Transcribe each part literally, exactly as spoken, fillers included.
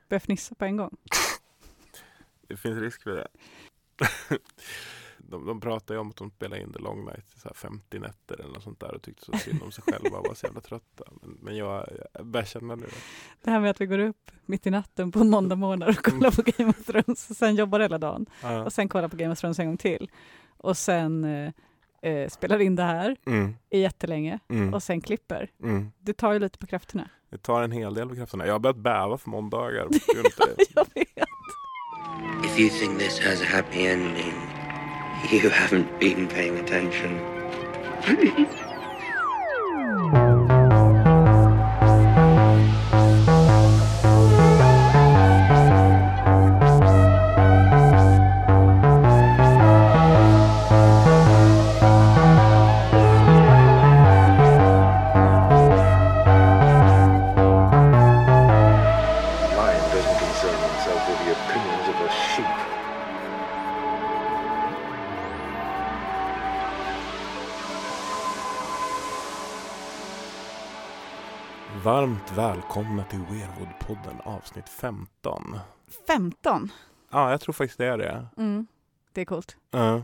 börja fnissa på en gång? Det finns risk för det. De, de pratar ju om att de spelar in The Long Night så här femtio nätter eller något sånt där och tyckte så synd om sig själva och var så jävla trötta. Men, men jag, jag börjar känna nu. Det här med att vi går upp mitt i natten på en måndag morgon och kollar på Game of Thrones och sen jobbar hela dagen. Ja. Och sen kollar på Game of Thrones en gång till. Och sen eh, eh, spelar in det här Mm. i jättelänge. Mm. Och sen klipper. Mm. Det tar ju lite på krafterna. Det tar en hel del på krafterna. Jag har börjat bäva för måndagar. på grund av det. Jag vet. If you think this has a happy ending, you haven't been paying attention. Lion doesn't concern himself with the opinions of a sheep. Varmt välkomna till Weirwood-podden avsnitt femton. femton. Ja, jag tror faktiskt det är det. Mm. Det är coolt. Uh.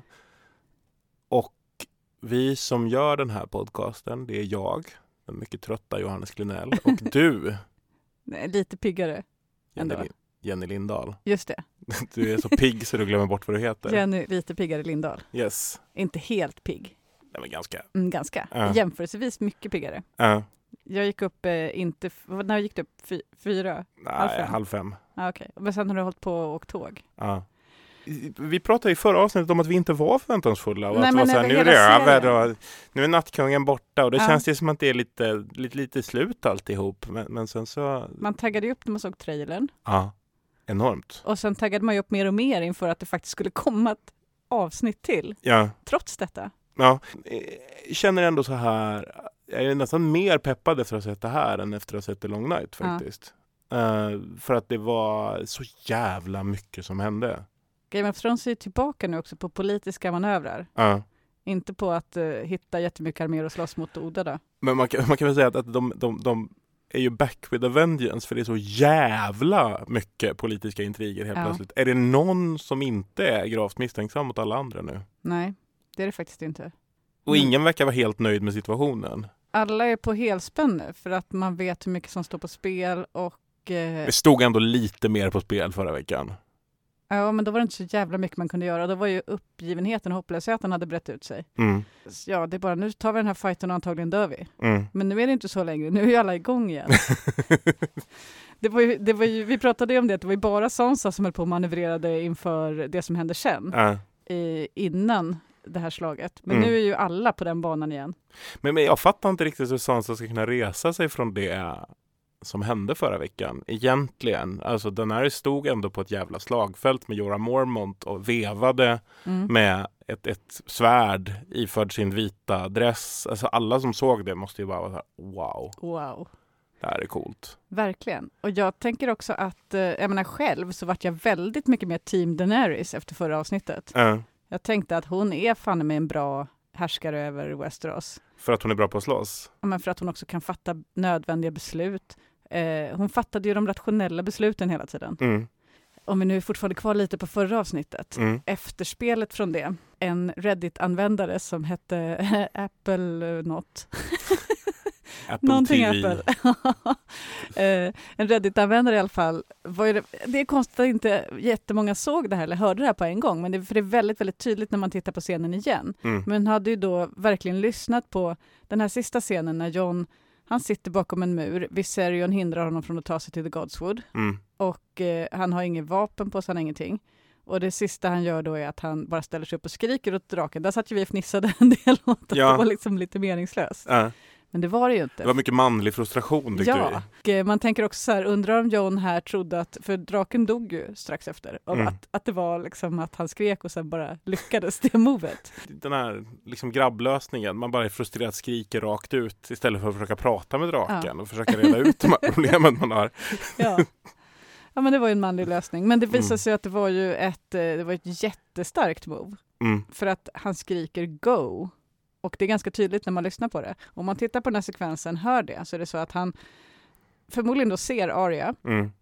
Och vi som gör den här podcasten, det är jag, den mycket trötta Johannes Glynell, och du, Nej, lite piggare. Jenny, Ändå. Lin- Jenny Lindahl. Just det. Du är så pigg så du glömmer bort vad du heter. Jenny lite piggare Lindahl. Yes. Inte helt pigg. Nej, men ganska. Mm, ganska. Ja. Jämförelsevis mycket piggare. Uh. Jag gick upp eh, inte... F- när gick du upp? Fy- fyra? Halv Nej, fem. halv fem. Ah, okej. Men sen har du hållit på och åkt tåg. Ja. Vi pratade i förra avsnittet om att vi inte var förväntansfulla. Och Nej, att det var men så här, över nu är hela det över serien. och nu är nattkungen borta. Och det Ja. känns ju som att det är lite, lite, lite slut alltihop. Men, men sen så... Man taggade ju upp när man såg trailern. Ja, enormt. Och sen taggade man ju upp mer och mer inför att det faktiskt skulle komma ett avsnitt till. Ja, Trots detta. ja. Jag känner ändå så här... Jag är nästan mer peppad efter att ha sett det här än efter att ha sett The Long Night faktiskt. Uh, för att det var så jävla mycket som hände. Game of Thrones är tillbaka nu också på politiska manövrar. Ja. Inte på att uh, hitta jättemycket arméer och slåss mot odlade. Men man kan, man kan väl säga att, att de, de, de är ju back with a vengeance för det är så jävla mycket politiska intriger helt Ja. plötsligt. Är det någon som inte är gravt misstänksam mot alla andra nu? Nej, det är det faktiskt inte. Och Mm. ingen verkar vara helt nöjd med situationen. Alla är på helspänn nu för att man vet hur mycket som står på spel och... Eh, Det stod ändå lite mer på spel förra veckan. ja, men då var det inte så jävla mycket man kunde göra. Då var ju uppgivenheten och hopplösheten hade brett ut sig. Mm. Så ja, det är bara nu tar vi den här fighten och antagligen dör vi. Mm. Men nu är det inte så längre. Nu är ju alla igång igen. det var ju, det var ju, vi pratade ju om det, att det var ju bara Sansa som höll på och manövrerade inför det som hände sen. Ja. I, innan det här slaget. Men Mm. nu är ju alla på den banan igen. Men, men jag fattar inte riktigt hur Sansa ska kunna resa sig från det som hände förra veckan. Egentligen. Alltså den här stod ändå på ett jävla slagfält med Jorah Mormont och vevade Mm. med ett, ett svärd iförd sin vita dress. Alltså alla som såg det måste ju bara vara så här, wow, Wow. det här är coolt. Verkligen. Och jag tänker också att, eh, jag menar själv så vart jag väldigt mycket mer team Daenerys efter förra avsnittet. Uh, Jag tänkte att hon är fan med en bra härskare över Westeros. för att hon är bra på att slåss. Ja, men för att hon också kan fatta nödvändiga beslut. Eh, hon fattade ju de rationella besluten hela tiden. Mm, Om vi nu är fortfarande kvar lite på förra avsnittet. mm, Efterspelet från det. En Reddit-användare som hette Apple något. Apple Någonting T V. Apple. eh, en Reddit-användare i alla fall. Var ju det, det är konstigt att inte jättemånga såg det här eller hörde det här på en gång. Men det, för det är väldigt, väldigt tydligt när man tittar på scenen igen. Mm, Men hade ju då verkligen lyssnat på den här sista scenen när Jon, han sitter bakom en mur. Viserion hindrar honom från att ta sig till The Godswood. mm, Och eh, han har inget vapen på sig, han har ingenting. Och det sista han gör då är att han bara ställer sig upp och skriker åt draken. Där satt ju vi och fnissade en del åt att Ja. det var liksom lite meningslöst. uh. Men det var det ju inte. Det var mycket manlig frustration tyckte Ja, och eh, man tänker också så här, undrar om Jon här trodde att, för draken dog ju strax efter, och Mm. att, att det var liksom att han skrek och sen bara lyckades det movet. vi. Den här liksom grabblösningen, man bara är frustrerad, skriker rakt ut istället för att försöka prata med draken Ja. och försöka reda ut de här problemen man har. Ja. Ja, men det var ju en manlig lösning. Men det visade Mm. sig att det var ju ett, eh, det var ett jättestarkt move. Mm, För att han skriker go. Och det är ganska tydligt när man lyssnar på det. Om man tittar på den här sekvensen, hör det, så är det så att han förmodligen då ser Arya. mm,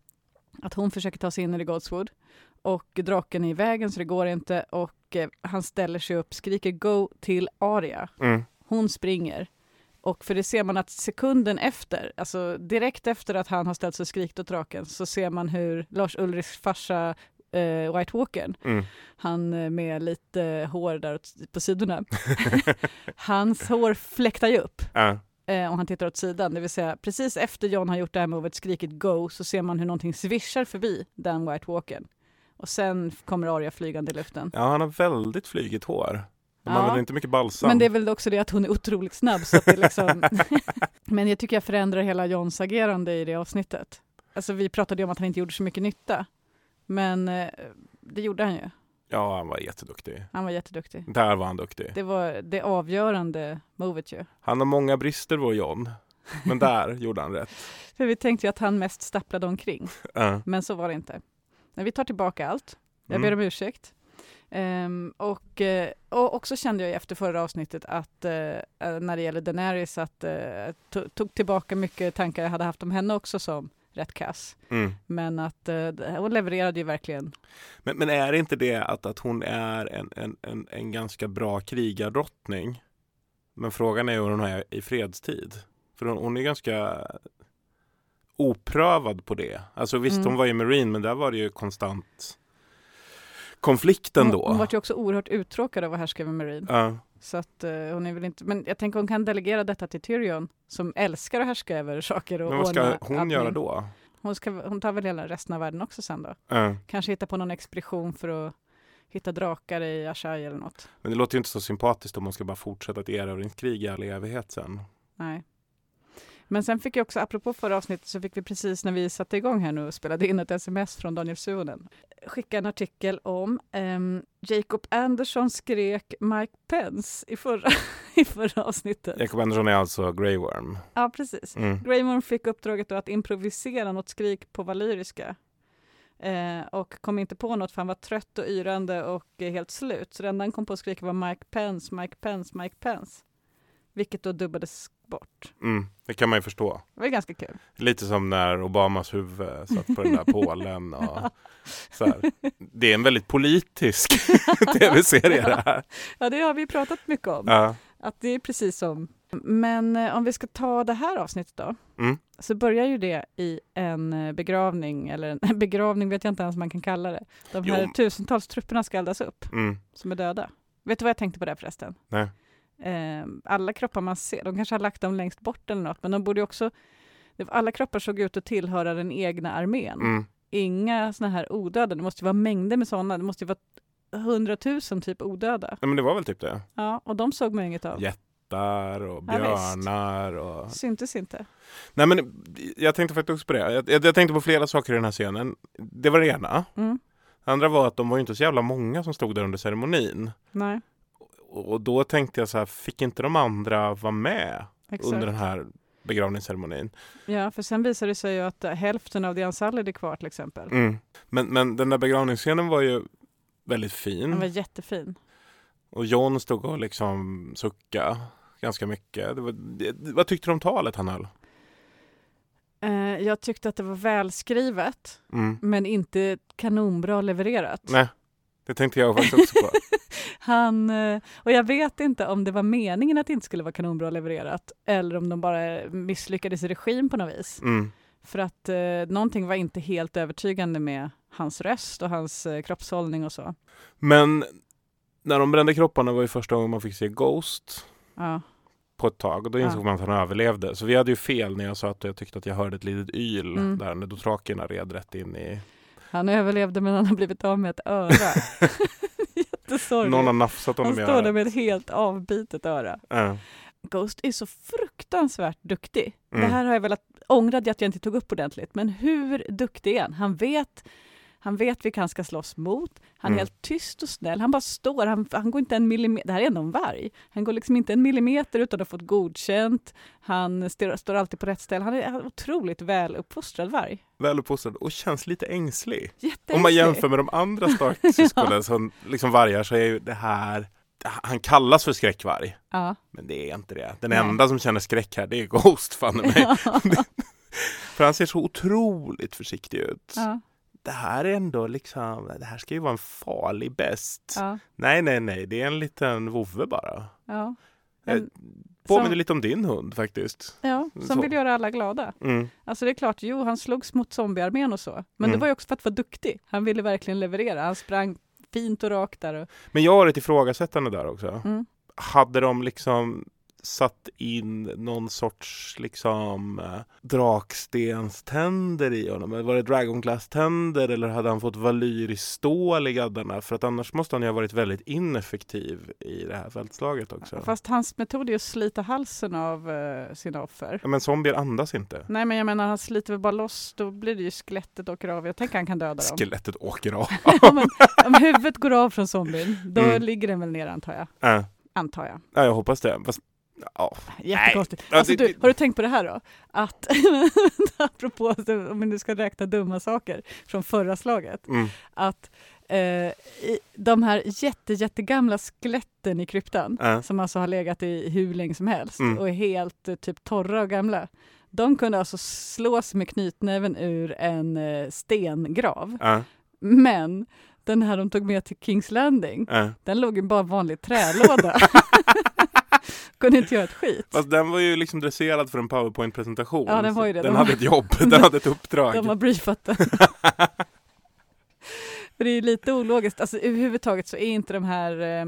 Att hon försöker ta sig in i The Godswood. Och draken är i vägen så det går inte. Och eh, han ställer sig upp, skriker go till Arya. Mm. Hon springer. Och för det ser man att sekunden efter, alltså direkt efter att han har ställt sig och skrikit åt draken, så ser man hur Lars Ulrichs farsa eh, White Walkern, Mm. han eh, med lite hår där på sidorna, hans hår fläktar ju upp. Ja. Eh, och han tittar åt sidan, det vill säga precis efter Jon har gjort det här movet, skrikit go, så ser man hur någonting svischar förbi den White Walkern. Och sen kommer Arya flygande i luften. ja, han har väldigt flygigt hår. De Ja. använder inte mycket balsam. Men det är väl också det att hon är otroligt snabb. Så att det liksom... Men jag tycker jag förändrar hela Jons agerande i det avsnittet. Alltså vi pratade ju om att han inte gjorde så mycket nytta. Men eh, det gjorde han ju. Ja, han var jätteduktig. Han var jätteduktig. Där var han duktig. Det var det avgörande movet ju. Han har många brister, vår Jon. Men där gjorde han rätt. För vi tänkte ju att han mest stapplade omkring. Ja. Men så var det inte. Men vi tar tillbaka allt. Jag Mm. ber om ursäkt. Um, och, uh, och också kände jag efter förra avsnittet att uh, när det gäller Daenerys att uh, to- tog tillbaka mycket tankar jag hade haft om henne också som rätt kass. Mm. Men att uh, hon levererade ju verkligen. Men, men är det inte det att, att hon är en, en, en, en ganska bra krigardrottning? Men frågan är hur hon är i fredstid. För hon, hon är ganska oprövad på det. Alltså visst, Mm. hon var ju Marine, men där var det ju konstant konflikten Hon, då. hon var ju också oerhört uttråkad av att härska över Marine. Ja. Så att uh, hon är väl inte... Men jag tänker hon kan delegera detta till Tyrion som älskar att härska över saker. Och Men vad ska ordna hon admin. göra då? Hon, ska, hon tar väl hela resten av världen också sen då. Ja. Kanske hitta på någon expedition för att hitta drakar i Ashai eller något. Men det låter ju inte så sympatiskt om hon ska bara fortsätta ett erövringskrig i all evighet sen. Nej. Men sen fick jag också, apropå förra avsnittet, så fick vi precis när vi satte igång här nu och spelade in ett sms från Daniel Suhonen. Skicka en artikel om um, Jacob Anderson skrek Mike Pence i förra, i förra avsnittet. Jacob Anderson är alltså Grey Worm. Ja, precis. Mm. Grey Worm fick uppdraget då att improvisera något skrik på valyriska. Eh, och kom inte på något för han var trött och yrande och eh, helt slut. Så det enda han kom på att skrika var Mike Pence, Mike Pence, Mike Pence. Vilket då dubbades bort. Mm, det kan man ju förstå. Det var ganska kul. Lite som när Obamas huvud satt på den där pålen. Och så här. Det är en väldigt politisk tv-serie det här. Ja, det har vi pratat mycket om. Ja. Att det är precis som... Men eh, om vi ska ta det här avsnittet då. Mm. Så börjar ju det i en eh, begravning. Eller en begravning vet jag inte ens vad man kan kalla det. De här Jo. tusentals trupperna ska eldas upp. Mm. Som är döda. Vet du vad jag tänkte på det förresten? Nej. Eh, alla kroppar man ser, de kanske har lagt dem längst bort eller något. Men de borde ju också... Alla kroppar såg ut att tillhöra den egna armén. Mm. Inga såna här odöda. Det måste ju vara mängder med sådana. Det måste ju vara hundratusen typ odöda. Ja, men det var väl typ det. Ja, och de såg man inget av. Jättar och Ja, björnar. Och... Syntes inte. Nej, men jag tänkte faktiskt också på det. Jag, jag, jag tänkte på flera saker i den här scenen. Det var det ena. Mm. Det andra var att de var ju inte så jävla många som stod där under ceremonin. Nej, Och, och då tänkte jag så här, fick inte de andra vara med exakt. under den här begravningsceremonin? Ja, för sen visade det sig ju att äh, hälften av The Unsullied är kvar till exempel. Mm. Men, men den där begravningsscenen var ju väldigt fin. Den var jättefin. Och Jon stod och liksom sucka ganska mycket. Det var, det, vad tyckte du om talet han höll? Eh, jag tyckte att det var välskrivet, Mm. men inte kanonbra levererat. Nej, det tänkte jag faktiskt också på. Han, eh, och jag vet inte om det var meningen att det inte skulle vara kanonbra levererat eller om de bara misslyckades i regin på något vis. Mm. För att eh, någonting var inte helt övertygande med hans röst och hans eh, kroppshållning och så. Men när de brände kropparna var ju första gången man fick se Ghost Ja, på ett tag. Och då insåg Ja. man att han överlevde. Så vi hade ju fel när jag sa att jag tyckte att jag hörde ett litet yl Mm. där när dothrakerna red rätt in i... han överlevde men han har blivit av med ett öra. Jättesorgligt. Någon har nafsat honom Han i står där örat. med ett helt avbitet öra. Ja. Ghost är så fruktansvärt duktig. Mm. Det här har jag velat ångrad att jag inte tog upp ordentligt. Men hur duktig är han? Han vet, han vet vilka han ska slåss mot. Han är Mm. helt tyst och snäll. Han bara står. Han, han går inte en millimeter. Det här är ändå en varg. Han går liksom inte en millimeter utan att ha fått godkänt. Han står, står alltid på rätt ställe. Han är en otroligt väl uppfostrad varg. Väluppfostrad och känns lite ängslig. Jätteängslig. Om man jämför med de andra Stark-syskonen som liksom vargar så är ju det här... Han kallas för skräckvarg. Ja. Men det är inte det. Den Nej. enda som känner skräck här, det är Ghost, fan i mig. Ja. För han ser så otroligt försiktig ut. Ja. Det här är ändå liksom, det här ska ju vara en farlig bäst. Ja. Nej, nej, nej, det är en liten vovve bara. Ja. En, Påminner som, lite om din hund faktiskt. ja, som Så. vill göra alla glada. Mm. Alltså det är klart, jo han slogs mot zombiearmén och så. Men Mm. det var ju också för att vara duktig. Han ville verkligen leverera. Han sprang fint och rakt där. Och, Men jag har ett ifrågasättande där också. mm. Hade de liksom satt in någon sorts liksom äh, drakstenständer i honom? Eller var det dragonglass-tänder eller hade han fått valyr i stål i gaddarna? För att annars måste han ju ha varit väldigt ineffektiv i det här fältslaget också. Fast hans metod är att slita halsen av uh, sina offer. Ja, men zombier andas inte. Nej, men jag menar, han sliter väl bara loss, då blir det ju skelettet åker av. Jag tänker han kan döda dem. Skelettet åker av. Ja, men, om huvudet går av från zombien, då Mm. ligger den väl ner, antar jag. Äh. Antar jag. Ja, jag hoppas det. Fast, ja. Jättekonstigt. Nej. Alltså, Ja, det- du, har du tänkt på det här då? Att, apropå, om vi nu ska räkna dumma saker från förra slaget, Mm. att eh, i, de här jätte, jättegamla skeletten i kryptan, Äh. som alltså har legat i hur länge som helst Mm. och är helt eh, typ torra och gamla, de kunde alltså slås med knytnäven ur en eh, stengrav. Äh. Men den här de tog med till Kings Landing, Äh. den låg i bara en vanlig trälåda. Kunde inte göra ett skit. Fast den var ju liksom dresserad för en PowerPoint-presentation. Ja, den var ju det. Den De- hade ett jobb, den hade ett uppdrag. De har briefat den. För det är lite ologiskt. Alltså, överhuvudtaget så är inte de här eh,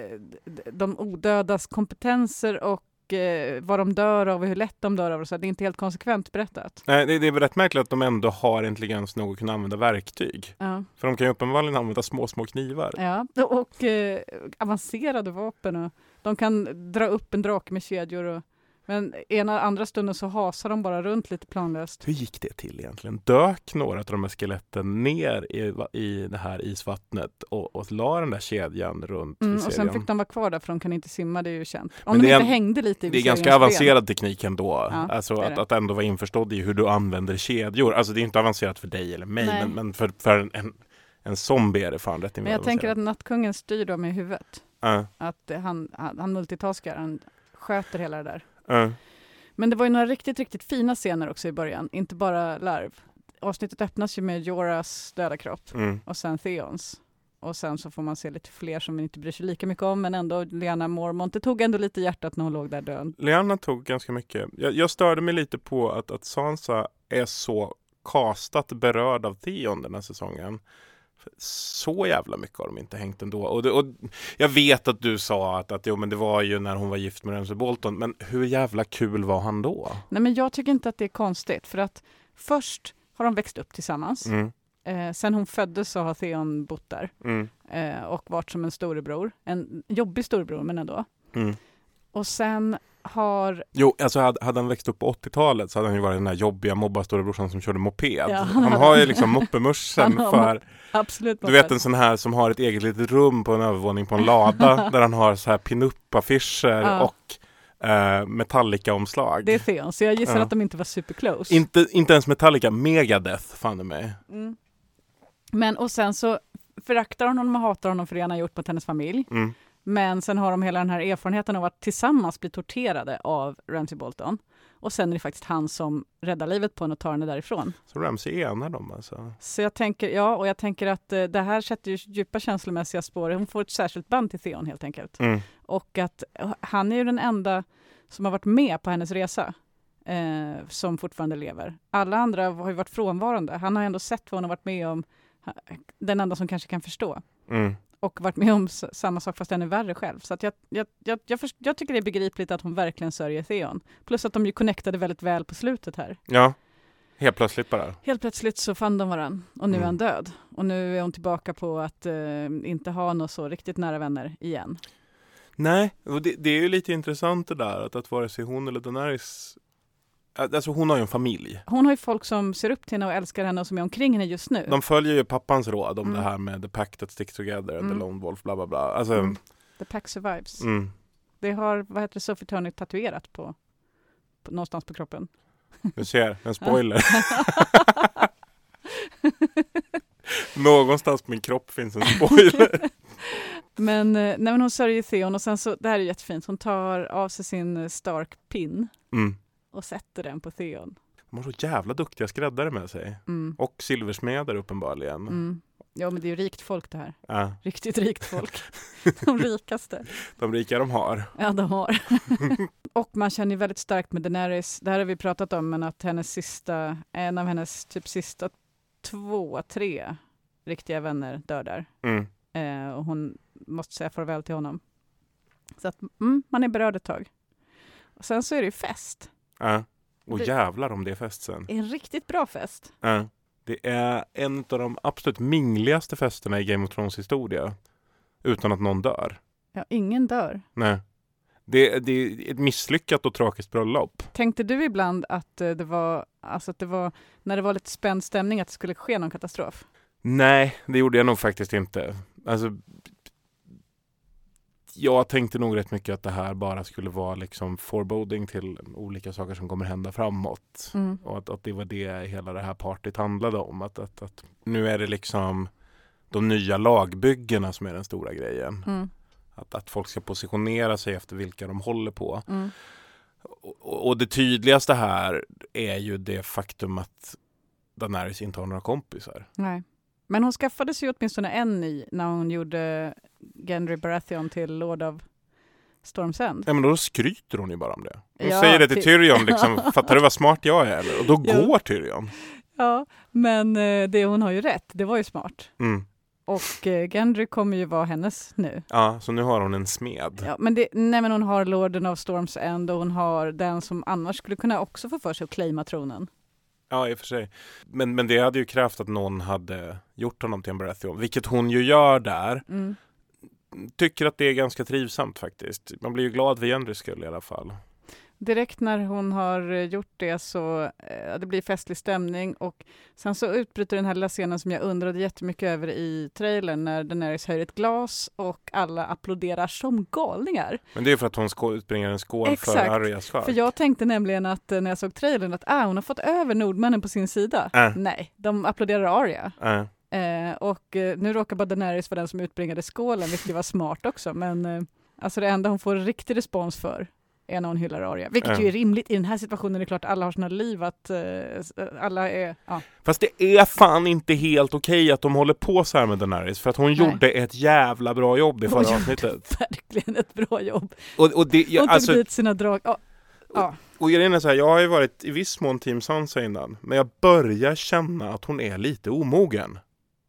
de odödas kompetenser och eh, vad de dör av och hur lätt de dör av. Och så. Det är inte helt konsekvent berättat. Nej, det, det är väl rätt märkligt att de ändå har intelligens nog att kunna använda verktyg. Ja, För de kan ju uppenbarligen använda små, små knivar. ja. Och eh, avancerade vapen. Och de kan dra upp en drake med kedjor. Och, men ena andra stunden så hasar de bara runt lite planlöst. Hur gick det till egentligen? Dök några av de här skeletten ner i, i det här isvattnet och, och la den där kedjan runt Mm, i och sen serien? fick de vara kvar där för de kan inte simma, det är ju känt. Om Men de det är inte en- hängde lite i Det är ganska seriens ben. avancerad teknik ändå. Ja, alltså det är att, det. att ändå vara införstådd i hur du använder kedjor. Alltså det är inte avancerat för dig eller mig, Nej. men, men för, för en, en, en zombie är det fan rätt Men jag tänker att nattkungen styr dem i huvudet. Uh, Att eh, han, han, han multitaskar, han sköter hela det där. uh. Men det var ju några riktigt, riktigt fina scener också i början. Inte bara larv. Avsnittet öppnas ju med Joras döda kropp Mm. och sen Theons. Och sen så får man se lite fler som man inte bryr sig lika mycket om. Men ändå Lyanna Mormont. Det tog ändå lite hjärtat när hon låg där död. Lyanna tog ganska mycket. Jag, jag störde mig lite på att, att Sansa är så kastat berörd av Theon den här säsongen. Så jävla mycket har de inte hängt ändå. Och, det, och jag vet att du sa att, att jo, men det var ju när hon var gift med Ramsay Bolton. Men hur jävla kul var han då? Nej, men jag tycker inte att det är konstigt. För att först har de växt upp tillsammans. Mm. Eh, sen hon föddes så har Theon bott där. Mm. Eh, och varit som en storebror. En jobbig storebror, men ändå. Mm. Och sen har... Jo, alltså hade, hade han växt upp på åttiotalet så hade han ju varit den där jobbiga mobbarstorebrorsan som körde moped. Ja, han, han har hade- ju liksom moppemörsen Han har för... Absolut. Du vet en sån här som har ett eget litet rum på en övervåning på en lada där han har så här pin-up-affischer Ja. och eh, Metallica-omslag. Det är Theon, så jag gissar Ja. att de inte var super close. Inte, inte ens Metallica, Megadeth fann det mig. Mm. Men och sen så föraktar hon honom och hatar honom för det han har gjort mot hennes familj. Mm. Men sen har de hela den här erfarenheten av att tillsammans bli torterade av Ramsay Bolton. Och sen är det faktiskt han som räddar livet på henne och tar henne därifrån. Så Ramsay enar dem alltså. Så jag tänker, ja, och jag tänker att eh, det här sätter ju djupa känslomässiga spår. Hon får ett särskilt band till Theon helt enkelt. Mm. Och att eh, han är ju den enda som har varit med på hennes resa. Eh, som fortfarande lever. Alla andra har ju varit frånvarande. Han har ändå sett vad hon har varit med om. Ha- Den enda som kanske kan förstå. Mm. Och varit med om s- samma sak fast ännu värre själv. Så att jag, jag, jag, jag, först, jag tycker det är begripligt att hon verkligen sörjer Theon. Plus att de ju connectade väldigt väl på slutet här. Ja, helt plötsligt bara. Helt plötsligt så fann de varann och nu Mm. är han död. Och nu är hon tillbaka på att eh, inte ha några så riktigt nära vänner igen. Nej, och det, det är ju lite intressant det där att, att vare sig hon eller Daenerys, alltså hon har ju en familj. Hon har ju folk som ser upp till henne och älskar henne och som är omkring henne just nu. De följer ju pappans råd om Mm. det här med the pact that sticks together, Mm. the lone wolf, bla bla bla. Alltså, Mm. mm. The pack survives. Mm. Det har, vad heter det, Sophie Turner tatuerat på, på någonstans på kroppen. Du ser, en spoiler. Någonstans på min kropp finns en spoiler. Men, eh, nej, men hon sörjer Theon och sen så, det här är jättefint, hon tar av sig sin eh, Stark pin Mm. och sätter den på Theon. De har så jävla duktiga skräddare med sig. Mm. Och silversmedar uppenbarligen. Mm. Ja, men det är ju rikt folk det här. Ja. Riktigt rikt folk. De rikaste. De rika de har. Ja, de har. Och man känner ju väldigt starkt med Daenerys. Det här har vi pratat om, men att hennes sista, en av hennes typ sista två, tre riktiga vänner dör där. Mm. Eh, och hon måste säga farväl till honom. Så att mm, man är berörd ett tag. Och sen så är det ju fest. Ja. Och Det- jävlar om det är fest sen. En riktigt bra fest. Ja. Det är en av de absolut mingligaste festerna i Game of Thrones historia. Utan att någon dör. Ja, ingen dör. Nej. Det, det är ett misslyckat och tragiskt bröllop. Tänkte du ibland att eh, det var, alltså att det var, när det var lite spänd stämning, att det skulle ske någon katastrof? Nej, det gjorde jag nog faktiskt inte. Alltså, jag tänkte nog rätt mycket att det här bara skulle vara liksom foreboding till olika saker som kommer hända framåt. Mm. Och att, att det var det hela det här partyt handlade om. Att, att, att nu är det liksom de nya lagbyggena som är den stora grejen. Mm. Att, att folk ska positionera sig efter vilka de håller på. Mm. Och, och det tydligaste här är ju det faktum att Daenerys inte har några kompisar. Nej. Men hon skaffade sig åtminstone en ny när hon gjorde Gendry Baratheon till Lord of Storm's End. Ja, men då skryter hon ju bara om det. Hon Ja, säger det till ty- Tyrion liksom, fattar du vad smart jag är? Eller? Och då Ja. går Tyrion. Ja, men eh, det hon har ju rätt. Det var ju smart. Mm. Och eh, Gendry kommer ju vara hennes nu. Ja, så nu har hon en smed. Ja, men, det, nej, men hon har Lorden of Storm's End och hon har den som annars skulle kunna också få för sig att claima tronen. Ja, i och för sig. Men, men det hade ju krävt att någon hade gjort honom till en Baratheon. Vilket hon ju gör där. Mm. Tycker att det är ganska trivsamt faktiskt. Man blir ju glad för Gendrys skull i alla fall. Direkt när hon har eh, gjort det så eh, det blir festlig stämning och sen så utbryter den här lilla scenen som jag undrade jättemycket över i trailern när Daenerys höjer ett glas och alla applåderar som galningar. Men det är för att hon skå- utbringar en skål Exakt. för Aryas skark. För jag tänkte nämligen att eh, när jag såg trailern att ah, hon har fått över nordmännen på sin sida. Äh. Nej, de applåderar Arya. Äh. Eh, och eh, nu råkar bara Daenerys vara den som utbringade skålen, vilket var smart också. Men eh, alltså det enda hon får riktig respons för är när hon hyllar Arya. Vilket Ja. ju är rimligt. I den här situationen är det klart alla har sina liv att eh, alla är... Ja. Fast det är fan inte helt okej att de håller på så här med Daenerys. För att hon Nej. gjorde ett jävla bra jobb i Hon förra gjorde avsnittet. Verkligen ett bra jobb. Och, och, det, jag, Hon tog alltså, dit sina drag. Ja. Ja. och grejen är så här, jag har ju varit i viss mån Team Sansa innan. Men jag börjar känna att hon är lite omogen.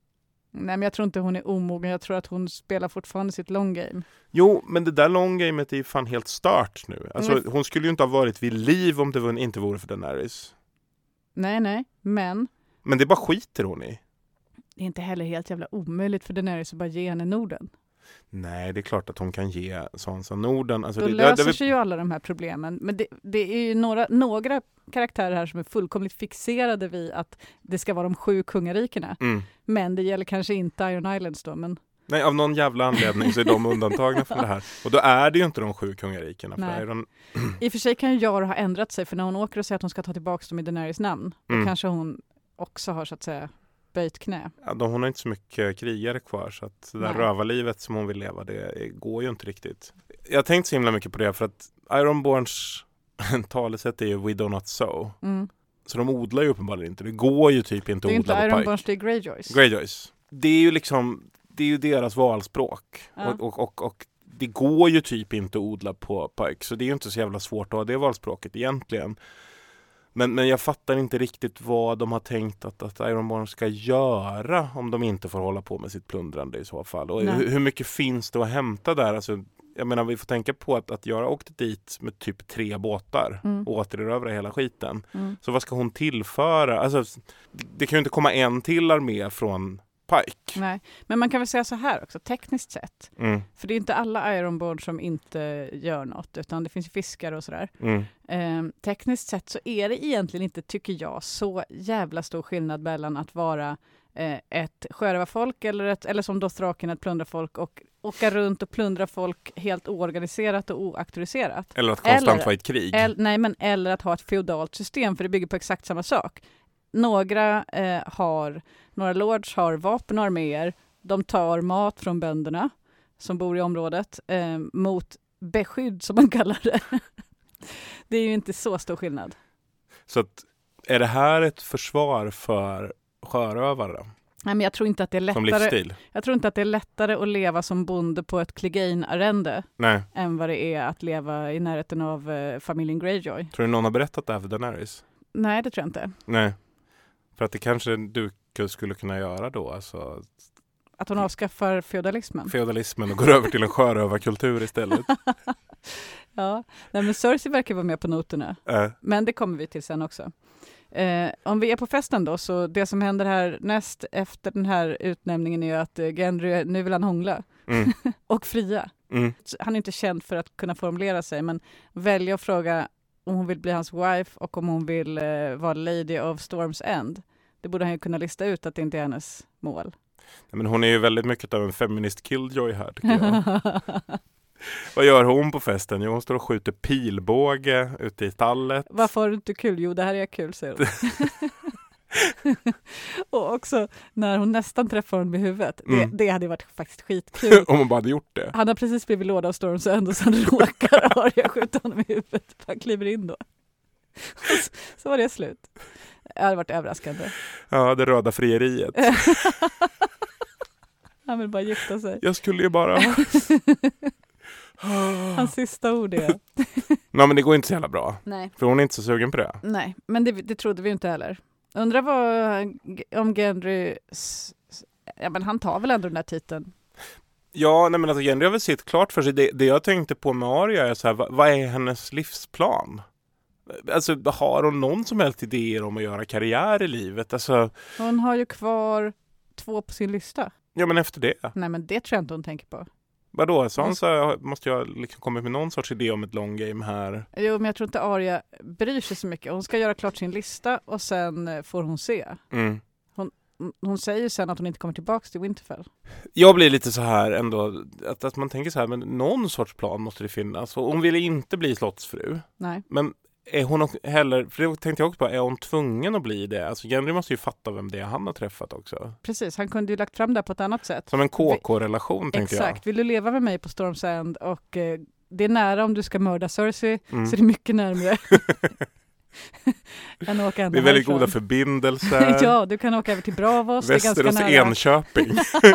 Nej, men jag tror inte hon är omogen. Jag tror att hon spelar fortfarande sitt long game. Jo, men det där long gamet är ju fan helt stört nu. Alltså, Men- hon skulle ju inte ha varit vid liv om det var- inte vore för Daenerys. Nej, nej. Men Men det bara skiter hon i. det är inte heller helt jävla omöjligt för Daenerys att bara ge henne Norden. Nej, det är klart att hon kan ge Sansa Norden. Alltså, Då det, löser det, det, sig ju alla de här problemen. Men det, det är ju några, några karaktärer här som är fullkomligt fixerade vid att det ska vara de sju kungarikena. mm. Men det gäller kanske inte Iron Islands då. Men Nej, av någon jävla anledning så är de undantagna från det här. Och då är det ju inte de sju kungarikena. För Nej. Iron... i och för sig kan ju Jar ha ändrat sig. För när hon åker och säger att hon ska ta tillbaka dem i Daenerys namn. Mm. Då kanske hon också har så att säga böjt knä. Ja, de, hon har inte så mycket krigare kvar. Så att det där Nej. rövarlivet som hon vill leva, det går ju inte riktigt. Jag har tänkt så himla mycket på det för att Ironborns talesätt är ju we do not sow. Mm. Så de odlar ju uppenbarligen inte. Det går ju typ inte Det är att ju odla inte på Pike. Ironborns, det är Greyjoys. Greyjoys. Det är ju liksom, det är ju deras valspråk. Ja. Och, och, och, och det går ju typ inte att odla på Pike. Så det är ju inte så jävla svårt att ha det valspråket egentligen. Men, men jag fattar inte riktigt vad de har tänkt att, att Ironborn ska göra om de inte får hålla på med sitt plundrande i så fall. Och Nej. hur, hur mycket finns det att hämta där? Alltså, jag menar, vi får tänka på att, att jag åkte dit med typ tre båtar Mm. och återerövra hela skiten. Mm. Så vad ska hon tillföra? Alltså, det kan ju inte komma en till armé från Pike. Nej, men man kan väl säga så här också, tekniskt sett. Mm, För det är inte alla Ironborn som inte gör något, utan det finns ju fiskare och sådär. mm, Eh, tekniskt sett så är det egentligen inte, tycker jag, så jävla stor skillnad mellan att vara eh, ett sjörövarfolk eller, ett, eller som Dothraki, ett plundrarfolk och åka runt och plundra folk helt oorganiserat och oauktoriserat. eller att konstant Eller- vara i ett krig. El, nej, men eller att ha ett feodalt system, för det bygger på exakt samma sak. Några eh, har, några lords har vapen och arméer, de tar mat från bönderna som bor i området eh, mot beskydd, som man kallar det. Det är ju inte så stor skillnad. Så att Är det här ett försvar för sjörövare? Nej, men jag tror inte att det är Som lättare. livsstil? Jag tror inte att det är lättare att leva som bonde på ett Clegane-arrende Nej. än vad det är att leva i närheten av eh, familjen Greyjoy. Tror du någon har berättat det här för Daenerys? Nej, det tror jag inte. Nej. För att det kanske du skulle kunna göra då. Alltså, Att hon avskaffar feodalismen. feodalismen och går över till en sjörövarkultur istället. Ja, nej, men Cersei verkar vara med på noterna. Äh. Men det kommer vi till sen också. Eh, om vi är på festen då, så det som händer här näst efter den här utnämningen är ju att eh, Gendry, nu vill han hångla. Mm. Och fria. Mm. Han är inte känd för att kunna formulera sig, men välja att fråga om hon vill bli hans wife och om hon vill eh, vara Lady of Storm's End. Det borde han ju kunna lista ut att det inte är hennes mål. Men hon är ju väldigt mycket av en feminist killjoy här, tycker jag. Vad gör hon på festen? Jo, hon står och skjuter pilbåge ute i stallet. Varför har du inte kul? Jo, det här är kul, säger hon. Och också när hon nästan träffar honom i huvudet. Mm. Det, det hade varit faktiskt skitkul. Om hon bara hade gjort det. Han har precis blivit låda av Storm's End och sen råkar Arya skjuta honom i huvudet. Han kliver in då. Så, så var det slut. Det hade varit överraskande. Ja, det röda frieriet. Han vill bara gifta sig. Jag skulle ju bara... Hans sista ord är... Nej, men det går inte så jävla bra. Nej. För hon är inte så sugen på det. Nej, men det, det trodde vi inte heller. Undrar vad om Gendry... Ja, men han tar väl ändå den här titeln. Ja, nej, men alltså Gendry har väl sitt klart för sig. Det, det jag tänkte på med Arya är så här, vad, vad är hennes livsplan? Alltså, har hon någon som helst idéer om att göra karriär i livet? Alltså... Hon har ju kvar två på sin lista. Ja, men efter det. Nej, men det tror jag inte hon tänker på. Vadå? Sansa måste jag liksom komma med någon sorts idé om ett long game här. Jo, men jag tror inte Arya bryr sig så mycket. Hon ska göra klart sin lista och sen får hon se. Mm. Hon, hon säger sen att hon inte kommer tillbaka till Winterfell. Jag blir lite så här ändå, att, att man tänker så här, men någon sorts plan måste det finnas. Och hon vill inte bli slottsfru. Nej. Men är hon heller, för det tänkte jag också på, är hon tvungen att bli det? Alltså Gendry måste ju fatta vem det är han har träffat också. Precis, han kunde ju lagt fram det på ett annat sätt. Som en K K-relation, tänkte jag. Exakt, vill du leva med mig på Storm's End och eh, det är nära om du ska mörda Cersei, Mm. så det är mycket närmare. än att åka ända Det är väldigt härifrån. goda förbindelser. Ja, du kan åka över till Bravos, det är Västerås ganska nära. Enköping.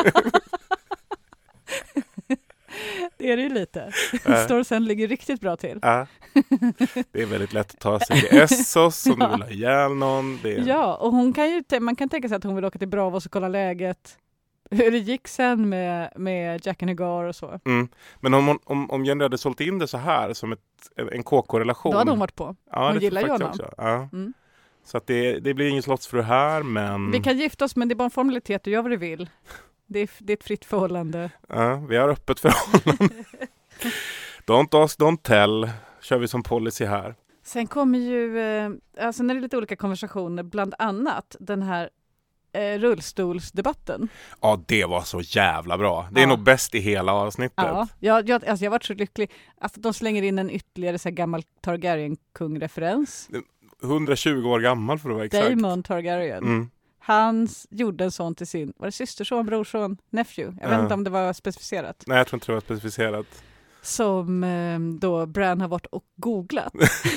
Det är det ju lite. Äh. Storm's End ligger riktigt bra till. Ja. Det är väldigt lätt att ta sig till Essos om Ja. du vill ha ihjäl någon. Det är... Ja, och hon kan ju, man kan tänka sig att hon vill åka till Bravos och kolla läget. Hur det gick sen med, med Jaqen H'ghar och så. Mm. Men om, om, om Gendry hade sålt in det så här som ett, en K K-relation. Då hade hon varit på. Ja, hon det gillar ju faktiskt honom. också. Ja. Mm. Så att det, det blir ingen slottsfru här, men... Vi kan gifta oss, men det är bara en formalitet. Du gör vad du vill. Det är, det är ett fritt förhållande. Ja, vi har öppet förhållande. Don't ask, don't tell. Kör vi som policy här. Sen kommer ju, eh, alltså när det är lite olika konversationer, bland annat den här eh, rullstolsdebatten. Ja, det var så jävla bra. Det är Ja. nog bäst i hela avsnittet. Ja, jag, jag, alltså jag var så lycklig. Alltså de slänger in en ytterligare så här gammal Targaryen-kung-referens. hundratjugo år gammal för att vara exakt. Daemon Targaryen. Mm. Han gjorde en sån till sin, var det systerson, brorson, nephew? Jag vet Ja. inte om det var specificerat. Nej, jag tror inte det var specificerat. Som eh, då Bran har varit och googlat.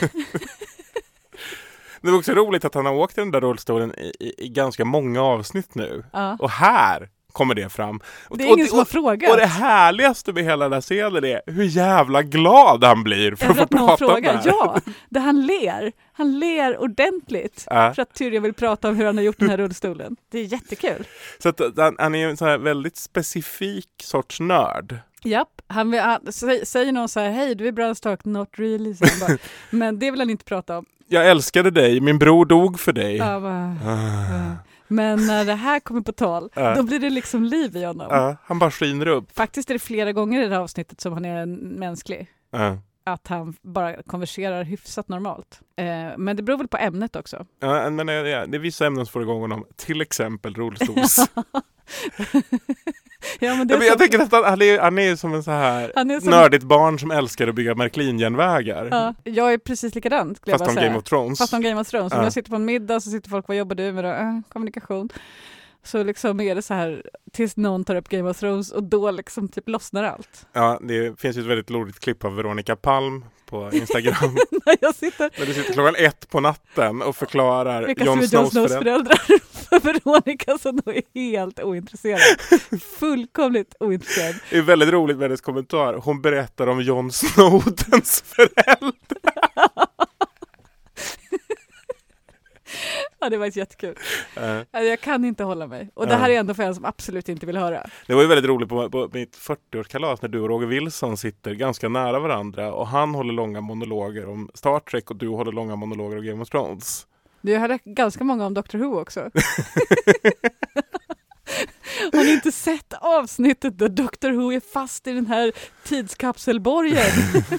Det var också roligt att han har åkt i den där rullstolen i, i, i ganska många avsnitt nu. Ja. Och här kommer det fram. Och, Det är ingen och, som har och, frågat. och det härligaste med hela den här scenen är hur jävla glad han blir för att Över få att någon prata om det frågar. här. Ja, där han ler. Han ler ordentligt. Ja. För att Tyrion vill prata om hur han har gjort den här rullstolen. Det är jättekul. Så att han, han är ju en sån här väldigt specifik sorts nörd. Japp, han, vill, han sä, säger någon så här, hej du är Bran Stark, not really. Så han bara, men det vill han inte prata om. Jag älskade dig, min bror dog för dig. Ja, bara, Ah. ja. Men när det här kommer på tal, Ja. då blir det liksom liv i honom. Ja, han bara skiner upp. Faktiskt är det flera gånger i det här avsnittet som han är mänsklig. Ja. Att han bara konverserar hyfsat normalt. Eh, men det beror väl på ämnet också. Ja, men ja, det är vissa ämnen som får igång honom. Till exempel rullstols. Ja, men det Ja, är men jag så- tänker att han, han, är, han är som en så här Han är som- nördigt barn som älskar att bygga Märklinjärnvägar. Ja, jag är precis likadan, skulle jag Fast bara om säga. Game of Thrones. Fast om Game of Thrones. Om Ja. jag sitter på en middag så sitter folk, vad jobbar du med då? Äh, kommunikation. Så liksom är det så här tills någon tar upp Game of Thrones och då liksom typ lossnar allt. Ja, det finns ju ett väldigt roligt klipp av Veronica Palm på Instagram. När jag sitter... När du sitter klockan ett på natten och förklarar Vilka Jon Snows, Snows Snows föräldrar. föräldrar för Veronica som då är helt ointresserad. Fullkomligt ointresserad. Det är väldigt roligt med hennes kommentar. Hon berättar om Jon Snowdens föräldrar. Ja, det var jättekul. Uh. Jag kan inte hålla mig. Och det här är ändå för en som absolut inte vill höra. Det var ju väldigt roligt på, på mitt fyrtioårskalas när du och Roger Wilson sitter ganska nära varandra och han håller långa monologer om Star Trek och du håller långa monologer om Game of Thrones. Du hade ganska många om Doctor Who också. Har ni inte sett avsnittet där Doctor Who är fast i den här tidskapselborgen?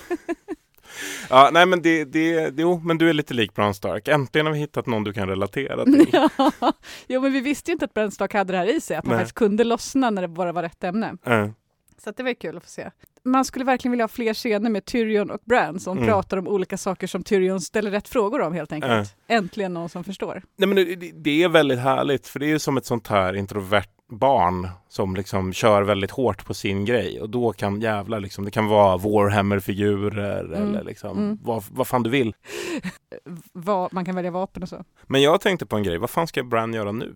Ja, nej men det, det, det, jo, men du är lite lik Bran Stark. Äntligen har vi hittat någon du kan relatera till. Ja, jo, men vi visste ju inte att Bran Stark hade det här i sig. Att han nej. faktiskt kunde lossna när det bara var rätt ämne. Mm. Så att det var kul att få se. Man skulle verkligen vilja ha fler scener med Tyrion och Bran som mm. pratar om olika saker som Tyrion ställer rätt frågor om helt enkelt. Mm. Äntligen någon som förstår. Nej, men det, det är väldigt härligt för det är ju som ett sånt här introvert barn som liksom kör väldigt hårt på sin grej och då kan jävla liksom, det kan vara Warhammer-figurer mm. eller liksom mm. vad, vad fan du vill. Va, man kan välja vapen och så. Men jag tänkte på en grej, vad fan ska Bran göra nu?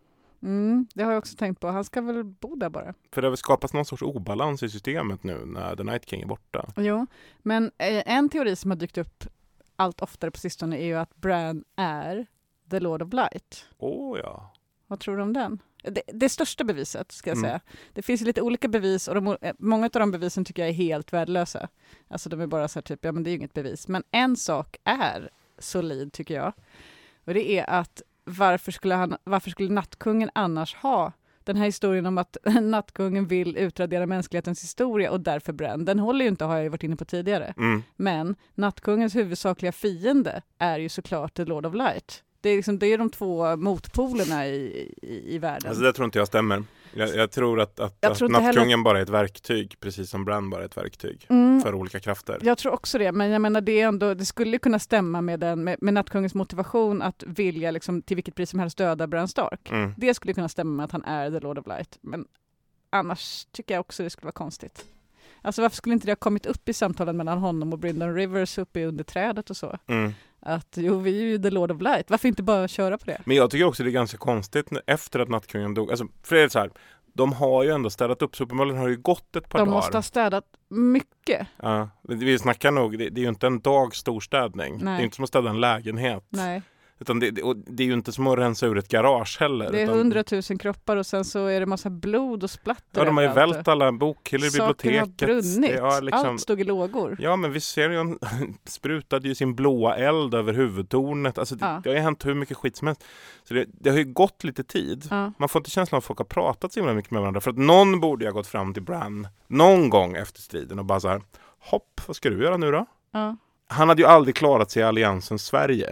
Mm, det har jag också tänkt på. Han ska väl bo där bara. För det har skapats någon sorts obalans i systemet nu när The Night King är borta. Jo, men eh, en teori som har dykt upp allt oftare på sistone är ju att Bran är The Lord of Light. Åh oh, ja. Vad tror du om den? Det, det största beviset ska jag mm. säga. Det finns ju lite olika bevis och de, många av de bevisen tycker jag är helt värdelösa. Alltså de är bara så här typ, ja men det är ju inget bevis. Men en sak är solid tycker jag. Och det är att varför skulle, han, varför skulle nattkungen annars ha den här historien om att nattkungen vill utradera mänsklighetens historia och därför Bran. Den håller ju inte, har jag ju varit inne på tidigare. Mm. Men nattkungens huvudsakliga fiende är ju såklart The Lord of Light. Det är, liksom, det är de två motpolerna i, i, i världen. Alltså det tror inte jag stämmer. Jag, jag tror att, att, jag tror att nattkungen heller... bara är ett verktyg, precis som Bran bara är ett verktyg mm. för olika krafter. Jag tror också det, men jag menar det, är ändå, det skulle kunna stämma med, den, med, med nattkungens motivation att vilja liksom, till vilket pris som helst döda Bran Stark. Mm. Det skulle kunna stämma med att han är The Lord of Light. Men annars tycker jag också det skulle vara konstigt. Alltså varför skulle inte det ha kommit upp i samtalen mellan honom och Brynden Rivers uppe under trädet och så? Mm. Att jo, vi är ju The Lord of Light. Varför inte bara köra på det? Men jag tycker också det är ganska konstigt efter att nattkungen dog. Alltså, för det är så här, de har ju ändå städat upp. Supermöllen har ju gått ett par de dagar. De måste ha städat mycket. Ja, vi snackar nog, det, det är ju inte en dag storstädning. Nej. Det är inte som att städa en lägenhet. Nej. Utan det, och det är ju inte som att rensa ur ett garage heller. Det är utan... hundratusen kroppar och sen så är det massa blod och splatter. Ja, de har ju vält alla bokhyllor i biblioteket. Saker har brunnit. Ja, liksom... Allt stod i lågor. Ja, men vi ser ju, en sprutade ju sin blåa eld över huvudtornet. Alltså det, ja. det har ju hänt hur mycket skit som helst. Så det, det har ju gått lite tid. Ja. Man får inte känslan av att folk har pratat så himla mycket med varandra. För att någon borde ha gått fram till Bran någon gång efter striden och bara så här, hopp, vad ska du göra nu då? Ja. Han hade ju aldrig klarat sig i alliansen Sverige.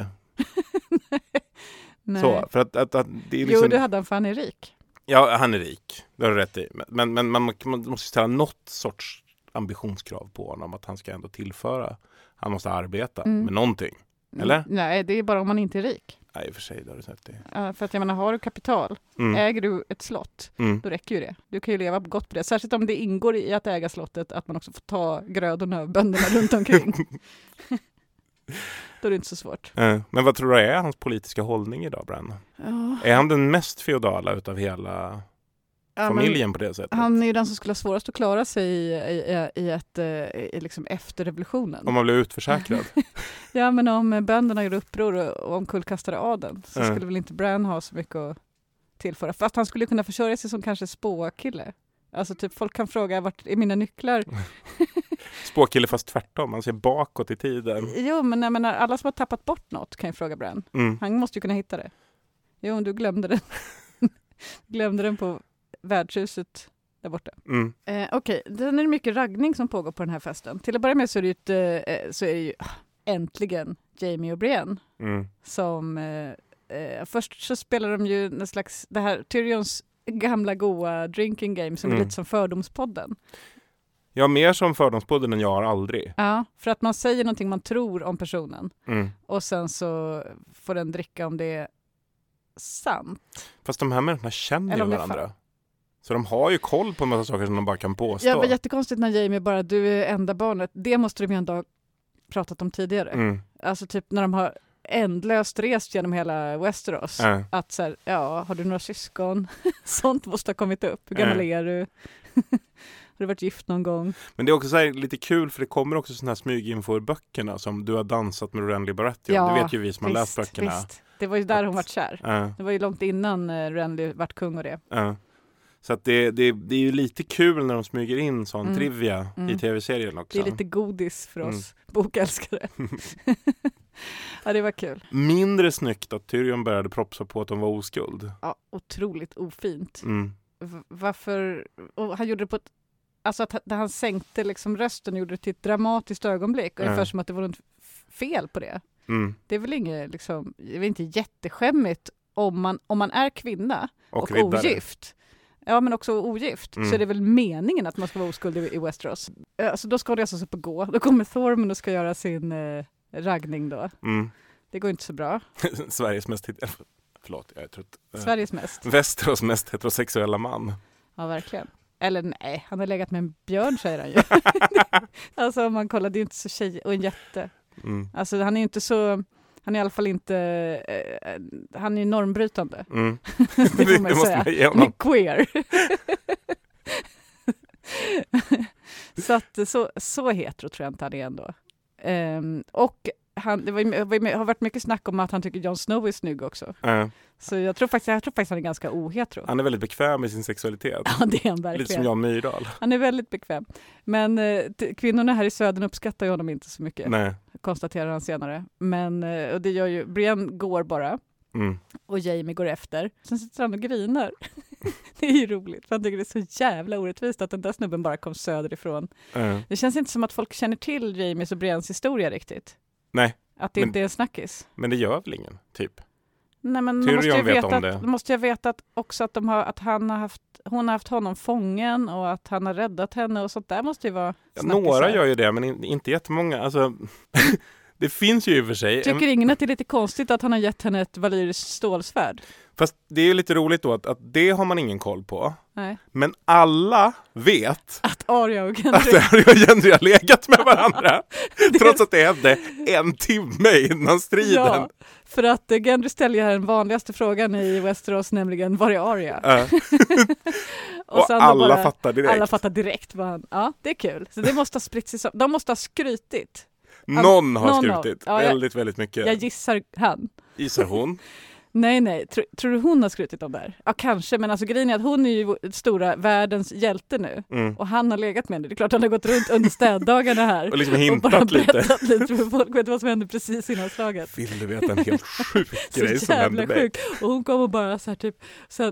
Nej. Så, för att, att, att det är liksom... Jo, du hade han för han är rik. Ja, han är rik. Det har du rätt i. Men, men man, man måste ställa något sorts ambitionskrav på honom att han ska ändå tillföra. Han måste arbeta mm. med någonting. Eller? Mm. Nej, det är bara om man inte är rik. Nej, för sig, det har du sett det. Ja, för att jag menar, har du kapital, mm. äger du ett slott, mm. då räcker ju det. Du kan ju leva gott på det. Särskilt om det ingår i att äga slottet att man också får ta grödorna av bönderna runt omkring. Då är det inte så svårt. Mm. Men vad tror du är hans politiska hållning idag, Bran? Ja. Är han den mest feodala utav hela ja, familjen på det sättet? Han är ju den som skulle ha svårast att klara sig i, i, i ett, i liksom efter revolutionen. Om man blir utförsäkrad? Ja, men om bönderna gjorde uppror och omkullkastade adeln så mm. skulle väl inte Bran ha så mycket att tillföra. För att han skulle kunna försörja sig som kanske spåkille. Alltså typ folk kan fråga, vart är mina nycklar? Spåkille fast tvärtom, man ser bakåt i tiden. Jo, men jag menar, alla som har tappat bort något kan ju fråga Bran. Mm. Han måste ju kunna hitta det. Jo, du glömde den. glömde den på värdshuset där borta. Mm. Eh, Okej, okay. Den är det mycket raggning som pågår på den här festen. Till att börja med så är det ju, ett, eh, så är det ju ah, äntligen Jaime och Brienne mm. som eh, eh, först så spelar de ju en slags, det här Tyrions gamla goa drinking game som mm. är lite som Fördomspodden. Ja, mer som Fördomspodden än jag har aldrig. Ja, för att man säger någonting man tror om personen. Mm. Och sen så får den dricka om det är sant. Fast de här människorna känner ju varandra. Så de har ju koll på en massa saker som de bara kan påstå. Ja, det var jättekonstigt när Jaime bara, du är enda barnet. Det måste de ju ändå pratat om tidigare. Mm. Alltså typ när de har ändlöst rest genom hela Westeros. Äh. Att så här, ja, har du några syskon? Sånt måste ha kommit upp. Hur gammal äh. är du? Har du varit gift någon gång? Men det är också så här lite kul för det kommer också såna här smyginfo i böckerna som du har dansat med Renly Baratheon. Ja, det vet ju vi som visst, har läst böckerna. Visst. Det var ju där hon var kär. Äh. Det var ju långt innan uh, Renly vart kung och det. Äh. Så att det, det, det är ju lite kul när de smyger in sån Mm. trivia Mm. i tv-serien också. Det är lite godis för Mm. oss bokälskare. Ja, det var kul. Mindre snyggt att Tyrion började propsa på att de var oskuld. Ja, otroligt ofint. Mm. V- varför? Och han gjorde det på ett... Alltså att han- han sänkte liksom rösten och gjorde det till ett dramatiskt ögonblick. Ungefär Ja. som att det var något f- fel på det. Mm. Det är väl inget, liksom, det är väl inte jätteskämmigt om man, om man är kvinna Och, och, riddare. ogift. Ja, men också ogift. Mm. Så är det väl meningen att man ska vara oskuld i, i Westeros. Alltså då ska hon resa sig upp och gå. Då kommer Tormund och ska göra sin eh, raggning då. Mm. Det går inte så bra. Sveriges mest... Förlåt, jag är trött. Eh, Sveriges mest. Västerås mest heterosexuella man. Ja, verkligen. Eller nej, han har legat med en björn, säger han ju. Alltså om man kollar, det är inte så tjej och en jätte. Mm. Alltså han är ju inte så... Han är i alla fall inte... Eh, han är ju normbrytande. Mm. Det får man ju måste säga. man ge Han är honom. queer. Så att så, så hetero tror jag inte han är ändå. Um, och han, det var, ju- var, ju- har varit mycket snack om att han tycker Jon Snow är snygg också. Eh, Så jag tror faktiskt, jag tror faktiskt han är ganska ohetero. han är väldigt bekväm med sin sexualitet. Ja, det är han Lite som verkligen. Jan Myrdal. Han är väldigt bekväm. Men eh, t- kvinnorna här i södern uppskattar ju honom inte så mycket, Nej. konstaterar han senare. Men eh, och det gör ju, Brienne går bara Mm. och Jaime går efter. Sen sitter han och grinar. Det är ju roligt, för han tycker det är så jävla orättvist att den där snubben bara kom söderifrån. Eh, Det känns inte som att folk känner till Jaimes och Briennes historia riktigt. Nej, Att det Men- inte är en snackis. men det gör väl ingen, typ. Nej, men man Tyrion måste ju vet veta om att, det. då måste jag veta att också att, de har, att han har haft, hon har haft honom fången och att han har räddat henne och sånt där måste ju vara Ja, snackisar. några gör ju det, men in, inte jättemånga. Alltså, det finns ju i och för sig. Tycker ingen att det är lite konstigt att han har gett henne ett valyriskt stålsvärd? Fast det är ju lite roligt då att, att det har man ingen koll på. Nej. Men alla vet Att Arya och att Gendry... Harry och Gendry har legat med varandra. Trots att det hände en timme innan striden. Ja, för att eh, Gendry ställer ju här den vanligaste frågan i Westeros, nämligen var är Arya? Eh, och sen då alla bara- fattar direkt. Alla fattar direkt vad han... Ja, det är kul. Så det måste ha spritt sig så. De måste ha skrytit. Någon har någon har- skrutit ja, jag- väldigt, väldigt mycket. Jag gissar han. Gissar hon. Nej, nej. Tror, tror du hon har skrutit om det här? Ja, kanske. Men alltså grejen är att hon är ju vår- stora världens hjälte nu. Mm. Och han har legat med henne. Det är klart han har gått runt under städdagarna här. Och liksom och bara hintat lite. berättat lite för folk. Vet du vad som hände precis innan slaget? Vill du veta en helt sjuk Så grej som hände jävla mig? sjuk. Och hon kommer bara så här typ... Sen...